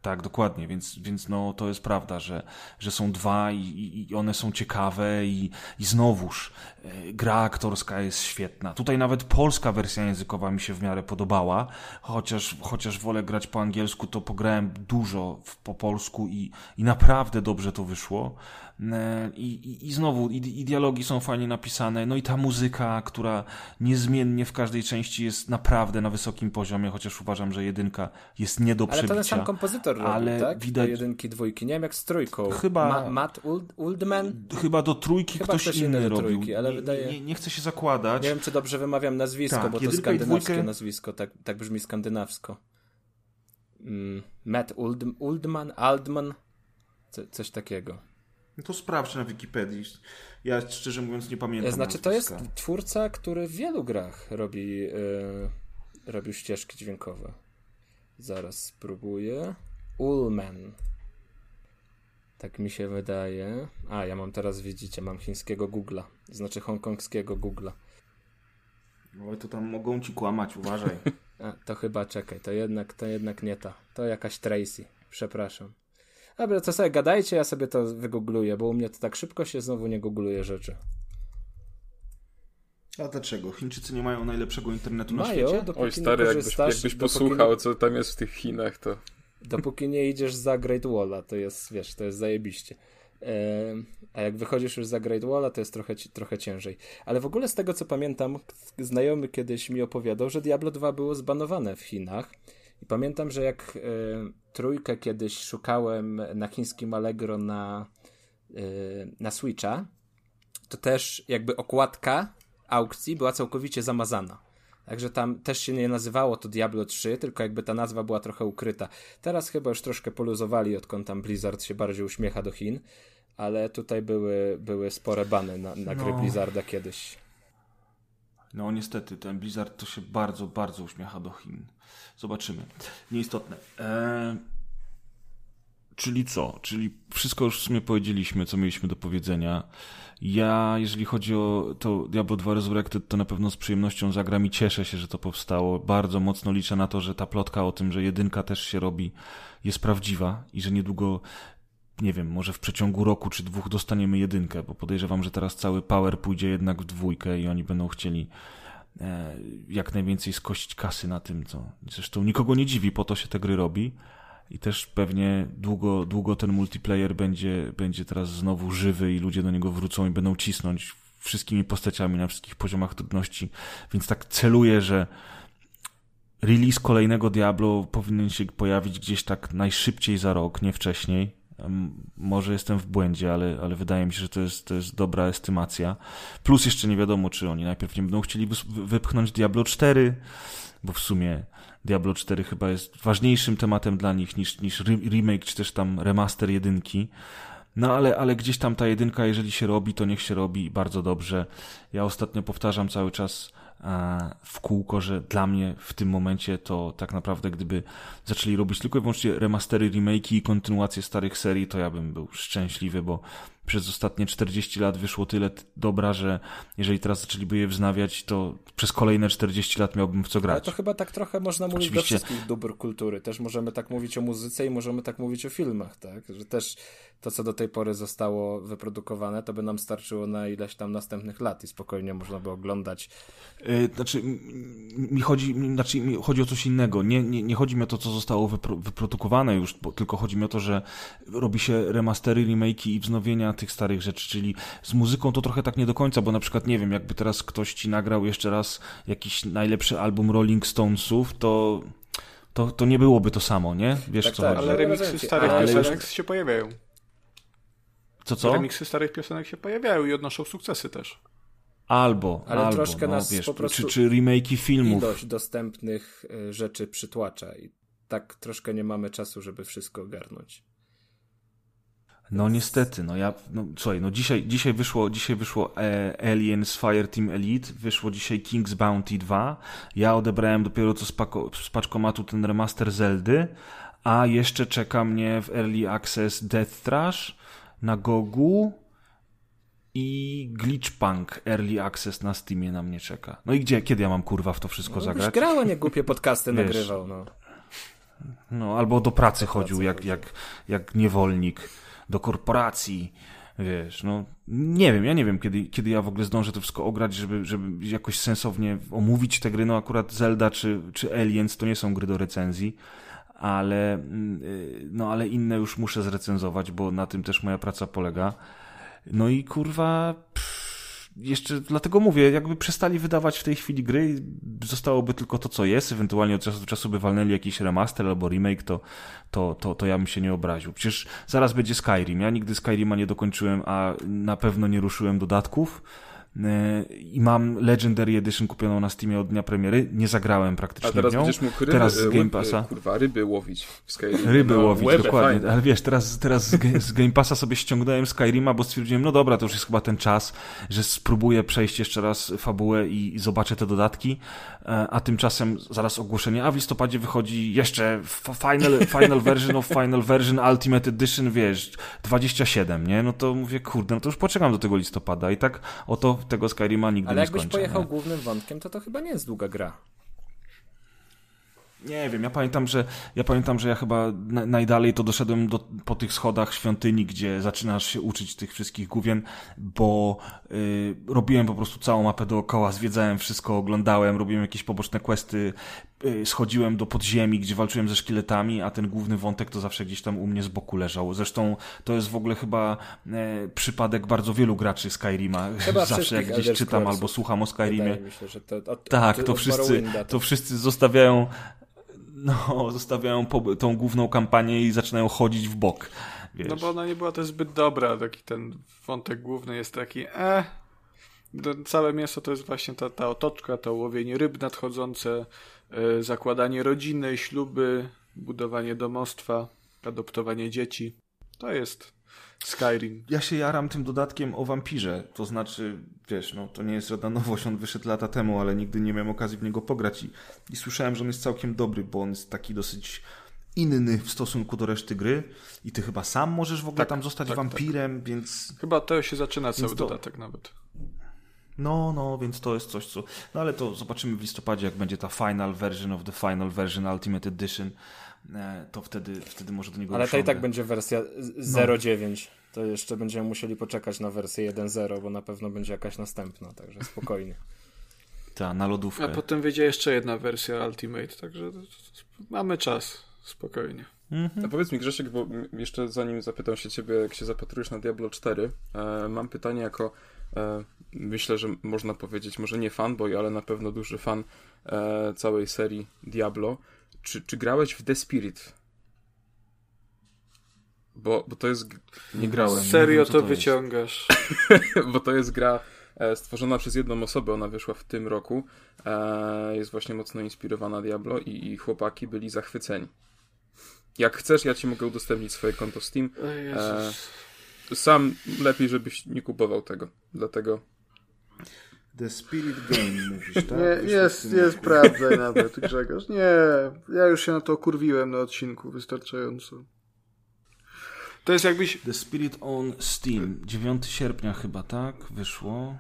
Tak, dokładnie, więc no to jest prawda, że są dwa i one są ciekawe i znowuż gra aktorska jest świetna. Tutaj nawet polska wersja językowa mi się w miarę podobała, chociaż wolę grać po angielsku, to pograłem dużo po polsku i naprawdę dobrze to wyszło. I znowu i dialogi są fajnie napisane, no i ta muzyka, która niezmiennie w każdej części jest naprawdę na wysokim poziomie, chociaż uważam, że 1 jest nie do przebicia. Ale to ten sam kompozytor robił, tak? Widać... Do 1, 2, nie wiem jak z 3. Chyba... Matt Uldman? Chyba do 3 ktoś inny robił. Ale wydaje... nie chcę się zakładać. Nie wiem, czy dobrze wymawiam nazwisko, tak, bo to skandynawskie nazwisko, tak brzmi skandynawsko. Matt Aldman, coś takiego. No to sprawdź na Wikipedii. Ja szczerze mówiąc nie pamiętam. Znaczy to jest twórca, który w wielu grach robił ścieżki dźwiękowe. Zaraz spróbuję. Ullman. Tak mi się wydaje. Ja mam teraz, widzicie, mam chińskiego Google'a. Znaczy hongkongskiego Google'a. Ale to tam mogą ci kłamać, uważaj. To chyba, czekaj, to jednak nie ta. To jakaś Tracy. Przepraszam. Dobra, co sobie gadajcie, ja sobie to wygoogluję, bo u mnie to tak szybko się znowu nie googluje rzeczy. A dlaczego? Chińczycy nie mają najlepszego internetu na świecie? Oj stary, jakbyś posłuchał, co tam jest w tych Chinach, to... Dopóki nie idziesz za Great Walla, to jest, wiesz, to jest zajebiście. A jak wychodzisz już za Great Walla, to jest trochę ciężej. Ale w ogóle z tego, co pamiętam, znajomy kiedyś mi opowiadał, że Diablo 2 było zbanowane w Chinach. I pamiętam, że jak 3 kiedyś szukałem na chińskim Allegro na Switcha, to też jakby okładka aukcji była całkowicie zamazana. Także tam też się nie nazywało to Diablo 3, tylko jakby ta nazwa była trochę ukryta. Teraz chyba już troszkę poluzowali, odkąd tam Blizzard się bardziej uśmiecha do Chin, ale tutaj były spore bany na gry Blizzarda kiedyś. No niestety, ten Blizzard to się bardzo, bardzo uśmiecha do Chin. Zobaczymy. Nieistotne. Czyli co? Czyli wszystko już w sumie powiedzieliśmy, co mieliśmy do powiedzenia. Ja, jeżeli chodzi o to Diablo 2 Resurrected, to na pewno z przyjemnością zagram i cieszę się, że to powstało. Bardzo mocno liczę na to, że ta plotka o tym, że 1 też się robi, jest prawdziwa i że niedługo, nie wiem, może w przeciągu roku czy 2 dostaniemy 1, bo podejrzewam, że teraz cały power pójdzie jednak w 2 i oni będą chcieli jak najwięcej skosić kasy na tym, co zresztą nikogo nie dziwi, po to się te gry robi. I też pewnie długo ten multiplayer będzie teraz znowu żywy i ludzie do niego wrócą i będą cisnąć wszystkimi postaciami na wszystkich poziomach trudności. Więc tak celuję, że release kolejnego Diablo powinien się pojawić gdzieś tak najszybciej za rok, nie wcześniej. Może jestem w błędzie, ale wydaje mi się, że to jest dobra estymacja. Plus jeszcze nie wiadomo, czy oni najpierw nie będą chcieli wypchnąć Diablo 4, bo w sumie Diablo 4 chyba jest ważniejszym tematem dla nich niż remake, czy też tam remaster 1. No ale gdzieś tam ta 1, jeżeli się robi, to niech się robi bardzo dobrze. Ja ostatnio powtarzam cały czas w kółko, że dla mnie w tym momencie to tak naprawdę gdyby zaczęli robić tylko i wyłącznie remastery, remake'i i kontynuacje starych serii, to ja bym był szczęśliwy, bo przez ostatnie 40 lat wyszło tyle dobra, że jeżeli teraz zaczęliby je wznawiać, to przez kolejne 40 lat miałbym w co grać. Ale to chyba tak trochę można mówić do wszystkich dóbr kultury. Też możemy tak mówić o muzyce i możemy tak mówić o filmach, tak? Że też to, co do tej pory zostało wyprodukowane, to by nam starczyło na ileś tam następnych lat i spokojnie można by oglądać. Znaczy mi chodzi o coś innego. Nie chodzi mi o to, co zostało wyprodukowane już, tylko chodzi mi o to, że robi się remastery, remake'i i wznowienia tych starych rzeczy, czyli z muzyką to trochę tak nie do końca, bo na przykład, nie wiem, jakby teraz ktoś ci nagrał jeszcze raz jakiś najlepszy album Rolling Stonesów, to nie byłoby to samo, nie? Wiesz, tak, co tak, chodzi. Ale remiksy starych piosenek się pojawiają. Co? Remiksy starych piosenek się pojawiają i odnoszą sukcesy też. Ale troszkę nas wiesz, po prostu czy remake'i filmów. Ilość dostępnych rzeczy przytłacza i tak troszkę nie mamy czasu, żeby wszystko ogarnąć. No niestety, słuchaj, dzisiaj wyszło Aliens Fireteam Elite, wyszło dzisiaj King's Bounty 2, ja odebrałem dopiero co z paczkomatu ten remaster Zeldy, a jeszcze czeka mnie w Early Access Death Trash na Gogu i Glitchpunk Early Access na Steamie na mnie czeka. No i kiedy ja mam kurwa w to wszystko zagrać? Byś grał, a nie głupie podcasty nagrywał, no. No, albo do pracy chodził jak niewolnik, do korporacji, wiesz, no nie wiem, ja nie wiem, kiedy ja w ogóle zdążę to wszystko ograć, żeby jakoś sensownie omówić te gry, no akurat Zelda czy Aliens to nie są gry do recenzji, ale inne już muszę zrecenzować, bo na tym też moja praca polega. No i kurwa, jeszcze dlatego mówię, jakby przestali wydawać w tej chwili gry i zostałoby tylko to, co jest, ewentualnie od czasu do czasu by walnęli jakiś remaster albo remake, to ja bym się nie obraził. Przecież zaraz będzie Skyrim. Ja nigdy Skyrima nie dokończyłem, a na pewno nie ruszyłem dodatków. I mam Legendary Edition kupioną na Steamie od dnia premiery. Nie zagrałem praktycznie w nią. A teraz będziesz mógł teraz z Game Passa. Ryby łowić w Skyrimie. Ryby łowić, dokładnie. Fajne. Ale wiesz, teraz z Game Passa sobie ściągnąłem Skyrima, bo stwierdziłem, no dobra, to już jest chyba ten czas, że spróbuję przejść jeszcze raz fabułę i zobaczę te dodatki, a tymczasem zaraz ogłoszenie, a w listopadzie wychodzi jeszcze final version of final version Ultimate Edition, wiesz, 27, nie? No to mówię, kurde, no to już poczekam do tego listopada i tak oto tego Skyrima nigdy ale nie skończę. Ale jakbyś pojechał nie? głównym wątkiem, to chyba nie jest długa gra. Nie wiem, ja pamiętam, że ja chyba najdalej to doszedłem po tych schodach świątyni, gdzie zaczynasz się uczyć tych wszystkich główien, bo robiłem po prostu całą mapę dookoła, zwiedzałem wszystko, oglądałem, robiłem jakieś poboczne questy, schodziłem do podziemi, gdzie walczyłem ze szkieletami, a ten główny wątek to zawsze gdzieś tam u mnie z boku leżał. Zresztą to jest w ogóle chyba przypadek bardzo wielu graczy Skyrima. Chyba zawsze jak gdzieś czytam albo słucham o Skyrimie. Mi się, że to wszyscy zostawiają tą główną kampanię i zaczynają chodzić w bok. Wiesz. No bo ona nie była też zbyt dobra. Taki ten wątek główny jest taki całe miasto to jest właśnie ta otoczka, to łowienie ryb nadchodzące, zakładanie rodziny, śluby, budowanie domostwa, adoptowanie dzieci. To jest Skyrim. Ja się jaram tym dodatkiem o wampirze, to znaczy, wiesz, no to nie jest żadna nowość, on wyszedł lata temu, ale nigdy nie miałem okazji w niego pograć i słyszałem, że on jest całkiem dobry, bo on jest taki dosyć inny w stosunku do reszty gry i ty chyba sam możesz w ogóle tam zostać wampirem, więc... Chyba to się zaczyna cały dodatek nawet. No, więc to jest coś, co... No ale to zobaczymy w listopadzie, jak będzie ta final version of the final version Ultimate Edition, to wtedy może do niego ale usiądę. to i tak będzie wersja 0.9. To jeszcze będziemy musieli poczekać na wersję 1.0, bo na pewno będzie jakaś następna, także spokojnie. Tak, na lodówkę. A potem wyjdzie jeszcze jedna wersja Ultimate, także mamy czas, spokojnie. A powiedz mi, Grzesiek, bo jeszcze zanim zapytam się ciebie, jak się zapatrujesz na Diablo 4, mam pytanie jako, myślę, że można powiedzieć, może nie fanboy, ale na pewno duży fan całej serii Diablo. Czy grałeś w The Spirit? Bo to jest... Nie grałem. Serio nie wiem, to wyciągasz. Bo to jest gra stworzona przez jedną osobę, ona wyszła w tym roku. Jest właśnie mocno inspirowana Diablo i chłopaki byli zachwyceni. Jak chcesz, ja ci mogę udostępnić swoje konto Steam. Sam lepiej, żebyś nie kupował tego. Dlatego... The Spirit Game mówisz, tak? Nie sprawdzaj nawet, Grzegorz. Nie, ja już się na to kurwiłem na odcinku wystarczająco. To jest jakbyś... The Spirit on Steam. 9 sierpnia chyba, tak? Wyszło.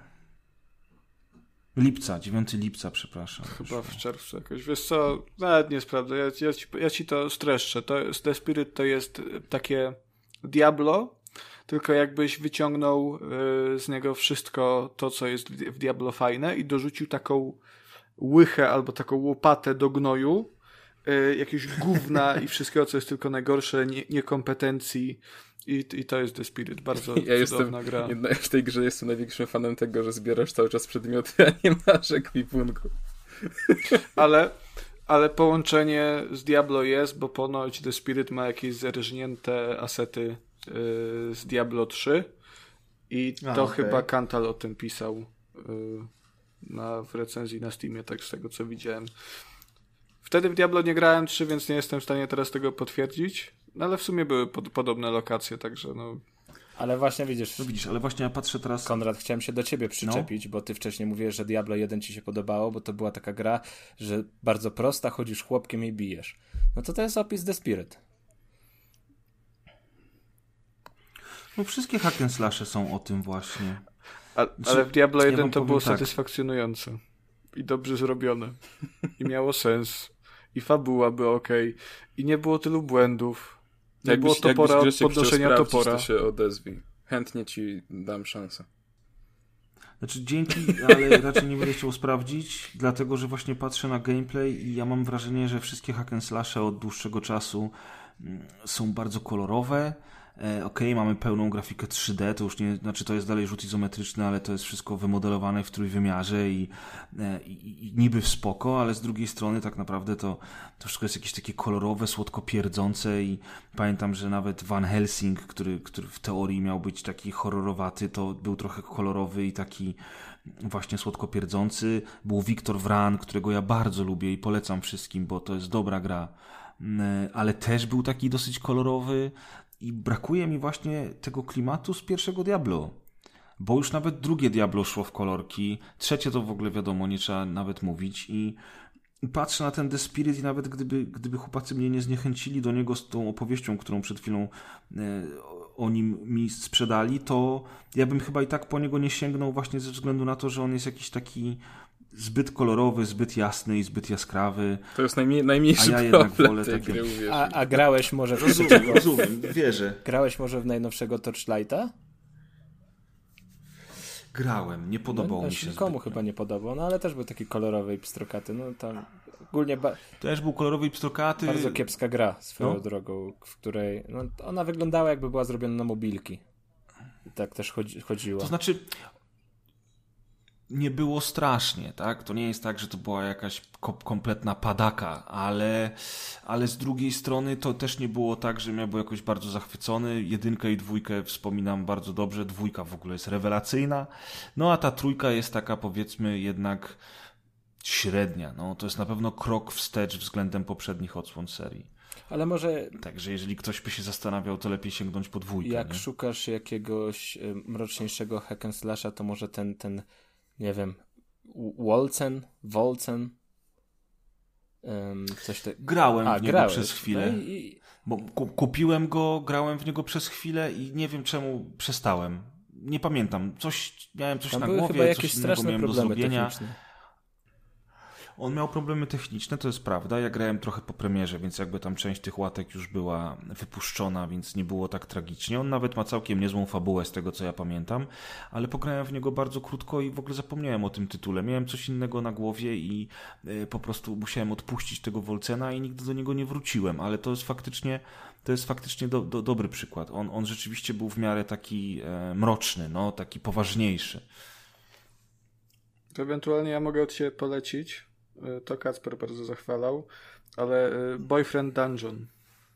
9 lipca, przepraszam. Chyba w czerwcu jakoś. Wiesz co, nawet nie sprawdzę. Ja ci to streszczę. The Spirit to jest takie Diablo, tylko jakbyś wyciągnął z niego wszystko to, co jest w Diablo fajne i dorzucił taką łychę albo taką łopatę do gnoju, jakiegoś gówna i wszystkiego, co jest tylko najgorsze, niekompetencji. I to jest The Spirit. Bardzo cudowna gra. W tej grze jestem największym fanem tego, że zbierasz cały czas przedmioty, a nie masz ekwipunku. Ale połączenie z Diablo jest, bo ponoć The Spirit ma jakieś zerżnięte asety z Diablo 3 i to chyba Kantal o tym pisał w recenzji na Steamie, tak z tego co widziałem. Wtedy w Diablo nie grałem 3, więc nie jestem w stanie teraz tego potwierdzić, no ale w sumie były podobne lokacje, także no... Ale właśnie widzisz... No widzisz, ale właśnie ja patrzę teraz... Konrad, chciałem się do ciebie przyczepić, bo ty wcześniej mówiłeś, że Diablo 1 ci się podobało, bo to była taka gra, że bardzo prosta, chodzisz chłopkiem i bijesz. No to jest opis The Spirit. No wszystkie hack and slashe są o tym właśnie. Ale w Diablo 1 to było tak. satysfakcjonujące. I dobrze zrobione. I miało sens. i fabuła była okej, i nie było tylu błędów. Nie było topora od podnoszenia topora. To się odezwij. Chętnie ci dam szansę. Znaczy dzięki, ale raczej nie będę chciał sprawdzić, dlatego że właśnie patrzę na gameplay i ja mam wrażenie, że wszystkie hack and slashe od dłuższego czasu są bardzo kolorowe. Okej, mamy pełną grafikę 3D, to już nie, znaczy to jest dalej rzut izometryczny, ale to jest wszystko wymodelowane w trójwymiarze i niby w spoko, ale z drugiej strony tak naprawdę to wszystko jest jakieś takie kolorowe, słodko pierdzące i pamiętam, że nawet Van Helsing, który w teorii miał być taki horrorowaty, to był trochę kolorowy i taki właśnie słodko pierdzący. Był Viktor Vran, którego ja bardzo lubię i polecam wszystkim, bo to jest dobra gra, ale też był taki dosyć kolorowy. I brakuje mi właśnie tego klimatu z pierwszego Diablo. Bo już nawet drugie Diablo szło w kolorki, trzecie to w ogóle wiadomo, nie trzeba nawet mówić. I patrzę na ten The Spirit i nawet gdyby chłopacy mnie nie zniechęcili do niego z tą opowieścią, którą przed chwilą o nim mi sprzedali, to ja bym chyba i tak po niego nie sięgnął właśnie ze względu na to, że on jest jakiś taki zbyt kolorowy, zbyt jasny i zbyt jaskrawy. To jest najmniejszy a ja jednak problem wolę tej takie... gry, uwierz. A grałeś może Rozumiem, wierzę. Grałeś może w najnowszego Torchlighta? Grałem, nie podobało mi się Nikomu zbytnio. chyba nie podobał, no ale też był taki kolorowy i pstrokaty. No tam ogólnie też był kolorowy i pstrokaty. bardzo kiepska gra swoją drogą, w której ona wyglądała jakby była zrobiona na mobilki. I tak też chodziło. To znaczy nie było strasznie, tak? To nie jest tak, że to była jakaś kompletna padaka, ale z drugiej strony to też nie było tak, że ja był jakoś bardzo zachwycony. 1 i 2 wspominam bardzo dobrze, 2 w ogóle jest rewelacyjna, no a ta 3 jest taka, powiedzmy, jednak średnia. No, to jest na pewno krok wstecz względem poprzednich odsłon serii. Ale może... Także jeżeli ktoś by się zastanawiał, to lepiej sięgnąć po 2. Jak szukasz jakiegoś mroczniejszego hack and slasha, to może ten nie wiem, Wolcen, coś takiego. Grałem w niego przez chwilę. No bo kupiłem go, grałem w niego przez chwilę i nie wiem czemu przestałem. Nie pamiętam. Miałem coś tam na były głowie, chyba coś jakieś innego straszne miałem do problemy zrobienia. techniczne. On miał problemy techniczne, to jest prawda. Ja grałem trochę po premierze, więc jakby tam część tych łatek już była wypuszczona, więc nie było tak tragicznie. On nawet ma całkiem niezłą fabułę z tego, co ja pamiętam, ale pograłem w niego bardzo krótko i w ogóle zapomniałem o tym tytule. Miałem coś innego na głowie i po prostu musiałem odpuścić tego Wolcena i nigdy do niego nie wróciłem, ale to jest faktycznie dobry przykład. On rzeczywiście był w miarę taki mroczny, no, taki poważniejszy. To ewentualnie ja mogę od Ciebie polecić. To Kacper bardzo zachwalał, ale Boyfriend Dungeon.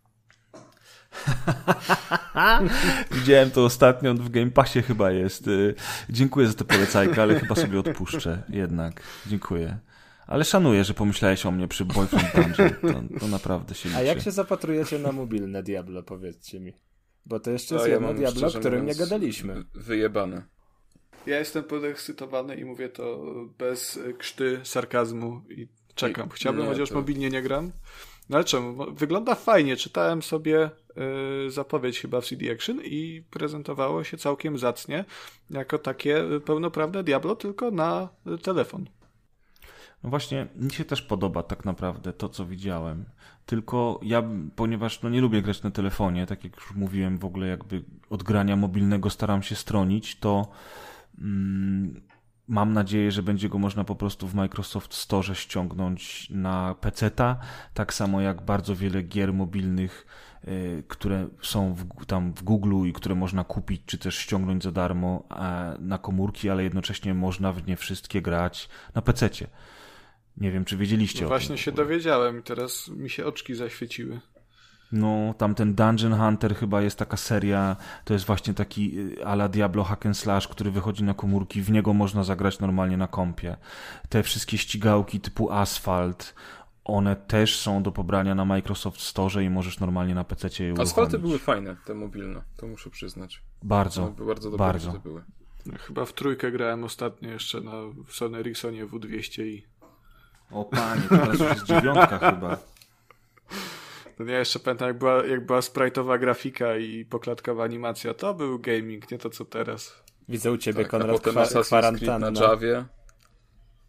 Widziałem to ostatnio, w Game Passie chyba jest. Dziękuję za tę polecajkę, ale chyba sobie odpuszczę jednak. Dziękuję. Ale szanuję, że pomyślałeś o mnie przy Boyfriend Dungeon. To naprawdę się liczy. A jak się zapatrujecie na mobilne Diablo, powiedzcie mi? Bo to jeszcze jest jedno Diablo, o którym nie gadaliśmy. Wyjebane. Ja jestem podekscytowany i mówię to bez krzty sarkazmu i czekam. Chciałbym, chociaż mobilnie nie gram. No ale czemu? Wygląda fajnie. Czytałem sobie zapowiedź chyba w CD Action i prezentowało się całkiem zacnie jako takie pełnoprawne Diablo, tylko na telefon. No właśnie, mi się też podoba tak naprawdę to, co widziałem. Tylko ja, ponieważ nie lubię grać na telefonie, tak jak już mówiłem, w ogóle jakby od grania mobilnego staram się stronić, to mam nadzieję, że będzie go można po prostu w Microsoft Store ściągnąć na PC-ta, tak samo jak bardzo wiele gier mobilnych, które są tam w Google i które można kupić, czy też ściągnąć za darmo na komórki, ale jednocześnie można w nie wszystkie grać na PC-cie. Nie wiem, czy wiedzieliście o tym. Właśnie się dowiedziałem i teraz mi się oczki zaświeciły. No, tam ten Dungeon Hunter chyba jest taka seria, to jest właśnie taki a la Diablo hack and slash, który wychodzi na komórki, w niego można zagrać normalnie na kompie. Te wszystkie ścigałki typu Asphalt, one też są do pobrania na Microsoft Store i możesz normalnie na PC-cie je uruchomić. Asfalty były fajne, te mobilne, to muszę przyznać. Bardzo, bardzo dobre bardzo. były. Chyba w 3 grałem ostatnio jeszcze na Sony Ericssonie W200 i... O panie, teraz już jest 9 chyba. No ja jeszcze pamiętam, jak była sprite'owa grafika i poklatkowa animacja. To był gaming, nie to co teraz. Widzę u ciebie, Tak, Konrad, a potem Assassin's Creed na Javie.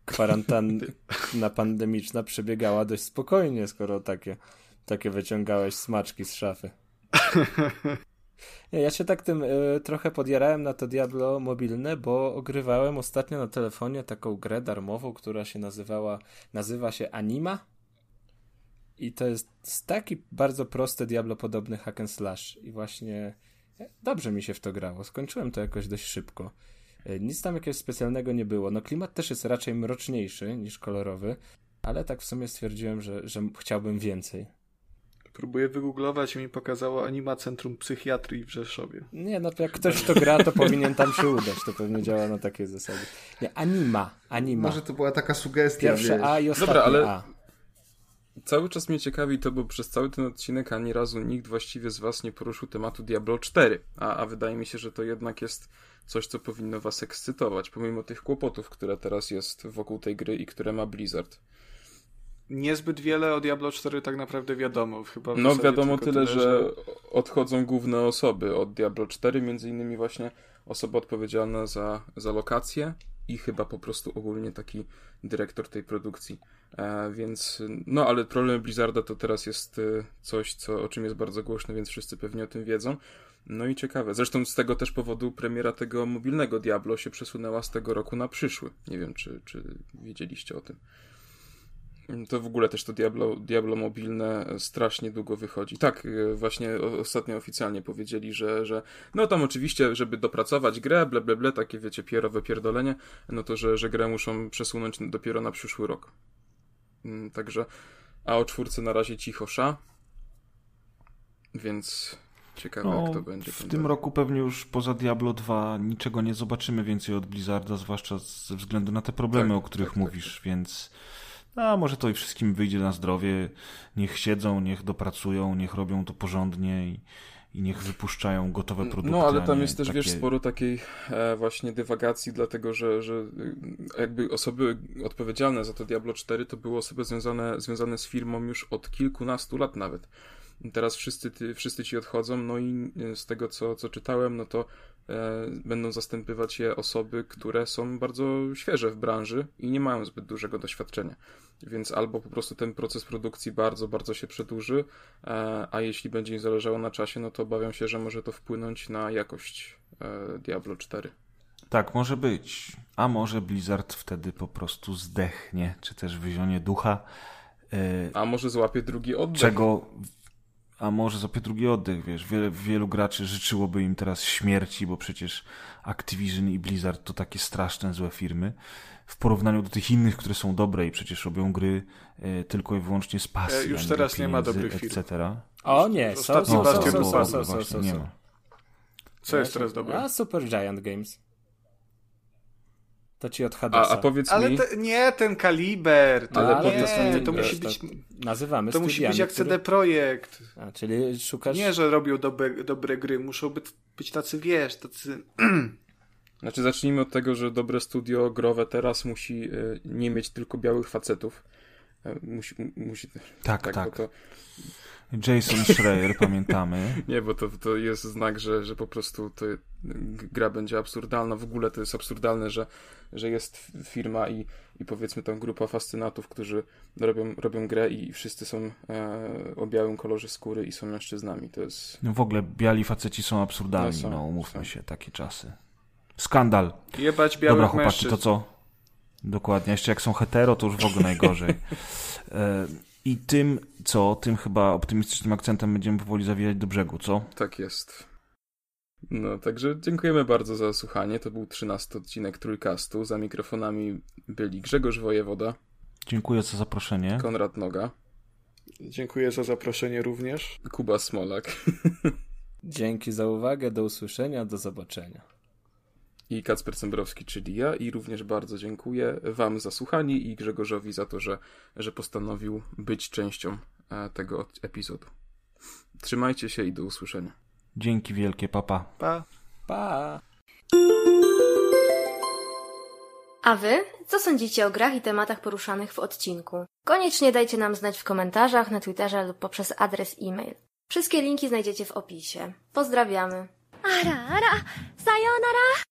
kwarantanna pandemiczna przebiegała dość spokojnie, skoro takie wyciągałeś smaczki z szafy. Nie, ja się tak tym trochę podjarałem na to Diablo mobilne, bo ogrywałem ostatnio na telefonie taką grę darmową, która się nazywa się Anima. I to jest taki bardzo prosty Diablo-podobny hack and slash. I właśnie dobrze mi się w to grało. Skończyłem to jakoś dość szybko. Nic tam jakiegoś specjalnego nie było. No klimat też jest raczej mroczniejszy niż kolorowy, ale tak w sumie stwierdziłem, że chciałbym więcej. Próbuję wygooglować i mi pokazało Anima Centrum Psychiatrii w Rzeszowie. Nie, no jak ktoś to gra, to powinien tam się udać. To pewnie działa na takiej zasadzie. Nie, Anima. Może to była taka sugestia, Pierwsze A i ostatnie Dobra, ale A. cały czas mnie ciekawi to, bo przez cały ten odcinek ani razu nikt właściwie z was nie poruszył tematu Diablo 4, a wydaje mi się, że to jednak jest coś, co powinno was ekscytować, pomimo tych kłopotów, które teraz jest wokół tej gry i które ma Blizzard. Niezbyt wiele o Diablo 4 tak naprawdę wiadomo. Chyba No wiadomo tyle, że odchodzą główne osoby od Diablo 4, między innymi właśnie osoba odpowiedzialna za lokację i chyba po prostu ogólnie taki dyrektor tej produkcji. Więc, no ale problem Blizzarda to teraz jest coś, o czym jest bardzo głośno, więc wszyscy pewnie o tym wiedzą. No i ciekawe. Zresztą z tego też powodu premiera tego mobilnego Diablo się przesunęła z tego roku na przyszły. Nie wiem, czy wiedzieliście o tym. To w ogóle też to Diablo mobilne strasznie długo wychodzi. Tak, właśnie ostatnio oficjalnie powiedzieli, że no tam oczywiście, żeby dopracować grę, ble, takie wiecie, pierowe pierdolenie, no to, że grę muszą przesunąć dopiero na przyszły rok. Także, a o 4 na razie cicho sza, więc ciekawe jak to będzie. W tym roku pewnie już poza Diablo 2 niczego nie zobaczymy więcej od Blizzarda, zwłaszcza ze względu na te problemy, o których mówisz, więc może to i wszystkim wyjdzie na zdrowie. Niech siedzą, niech dopracują, niech robią to porządnie i niech wypuszczają gotowe produkty. No, ale tam jest też, wiesz, sporo takiej właśnie dywagacji, dlatego, że jakby osoby odpowiedzialne za to Diablo 4 to były osoby związane z firmą już od kilkunastu lat nawet. I teraz wszyscy ci odchodzą, no i z tego, co czytałem, no to będą zastępywać je osoby, które są bardzo świeże w branży i nie mają zbyt dużego doświadczenia. Więc albo po prostu ten proces produkcji bardzo, bardzo się przedłuży, a jeśli będzie im zależało na czasie, no to obawiam się, że może to wpłynąć na jakość Diablo 4. Tak, może być. A może Blizzard wtedy po prostu zdechnie, czy też wyzionie ducha. A może złapie drugi oddech. A może złapie drugi oddech, wiesz. Wielu graczy życzyłoby im teraz śmierci, bo przecież Activision i Blizzard to takie straszne, złe firmy. W porównaniu do tych innych, które są dobre i przecież robią gry tylko i wyłącznie z pasji. Już teraz nie ma dobrych firm. Etc. O nie, są. Nie ma. Co jest teraz dobre? A Supergiant Games. To ci od Hadesa. A powiedz ale mi... nie, ten kaliber. To musi być... Nazywamy to musi być jak CD Projekt. Czyli szukasz... Nie, że robią dobre gry. Muszą być tacy, wiesz, tacy... Znaczy zacznijmy od tego, że dobre studio growe teraz musi nie mieć tylko białych facetów. Musi Tak. Bo to... Jason Schreier, pamiętamy. Nie, bo to jest znak, że po prostu gra będzie absurdalna. W ogóle to jest absurdalne, że jest firma i powiedzmy tam grupa fascynatów, którzy robią grę i wszyscy są o białym kolorze skóry i są mężczyznami. To jest... No w ogóle biali faceci są absurdalni, umówmy się, takie czasy. Skandal. Jebać białych Dobra, chłopaki, mężczyzn. to co? Dokładnie. Jeszcze jak są hetero, to już w ogóle najgorzej. I tym chyba optymistycznym akcentem będziemy powoli zawijać do brzegu, co? Tak jest. No, także dziękujemy bardzo za słuchanie. To był 13 odcinek Trójkastu. Za mikrofonami byli Grzegorz Wojewoda. Dziękuję za zaproszenie. Konrad Noga. Dziękuję za zaproszenie również. Kuba Smolak. Dzięki za uwagę, do usłyszenia, do zobaczenia. I Kacper Cembrowski, czyli ja, i również bardzo dziękuję wam za słuchanie i Grzegorzowi za to, że postanowił być częścią tego epizodu. Trzymajcie się i do usłyszenia. Dzięki wielkie, papa. Pa. A wy? Co sądzicie o grach i tematach poruszanych w odcinku? Koniecznie dajcie nam znać w komentarzach, na Twitterze lub poprzez adres e-mail. Wszystkie linki znajdziecie w opisie. Pozdrawiamy. Ara, sayonara!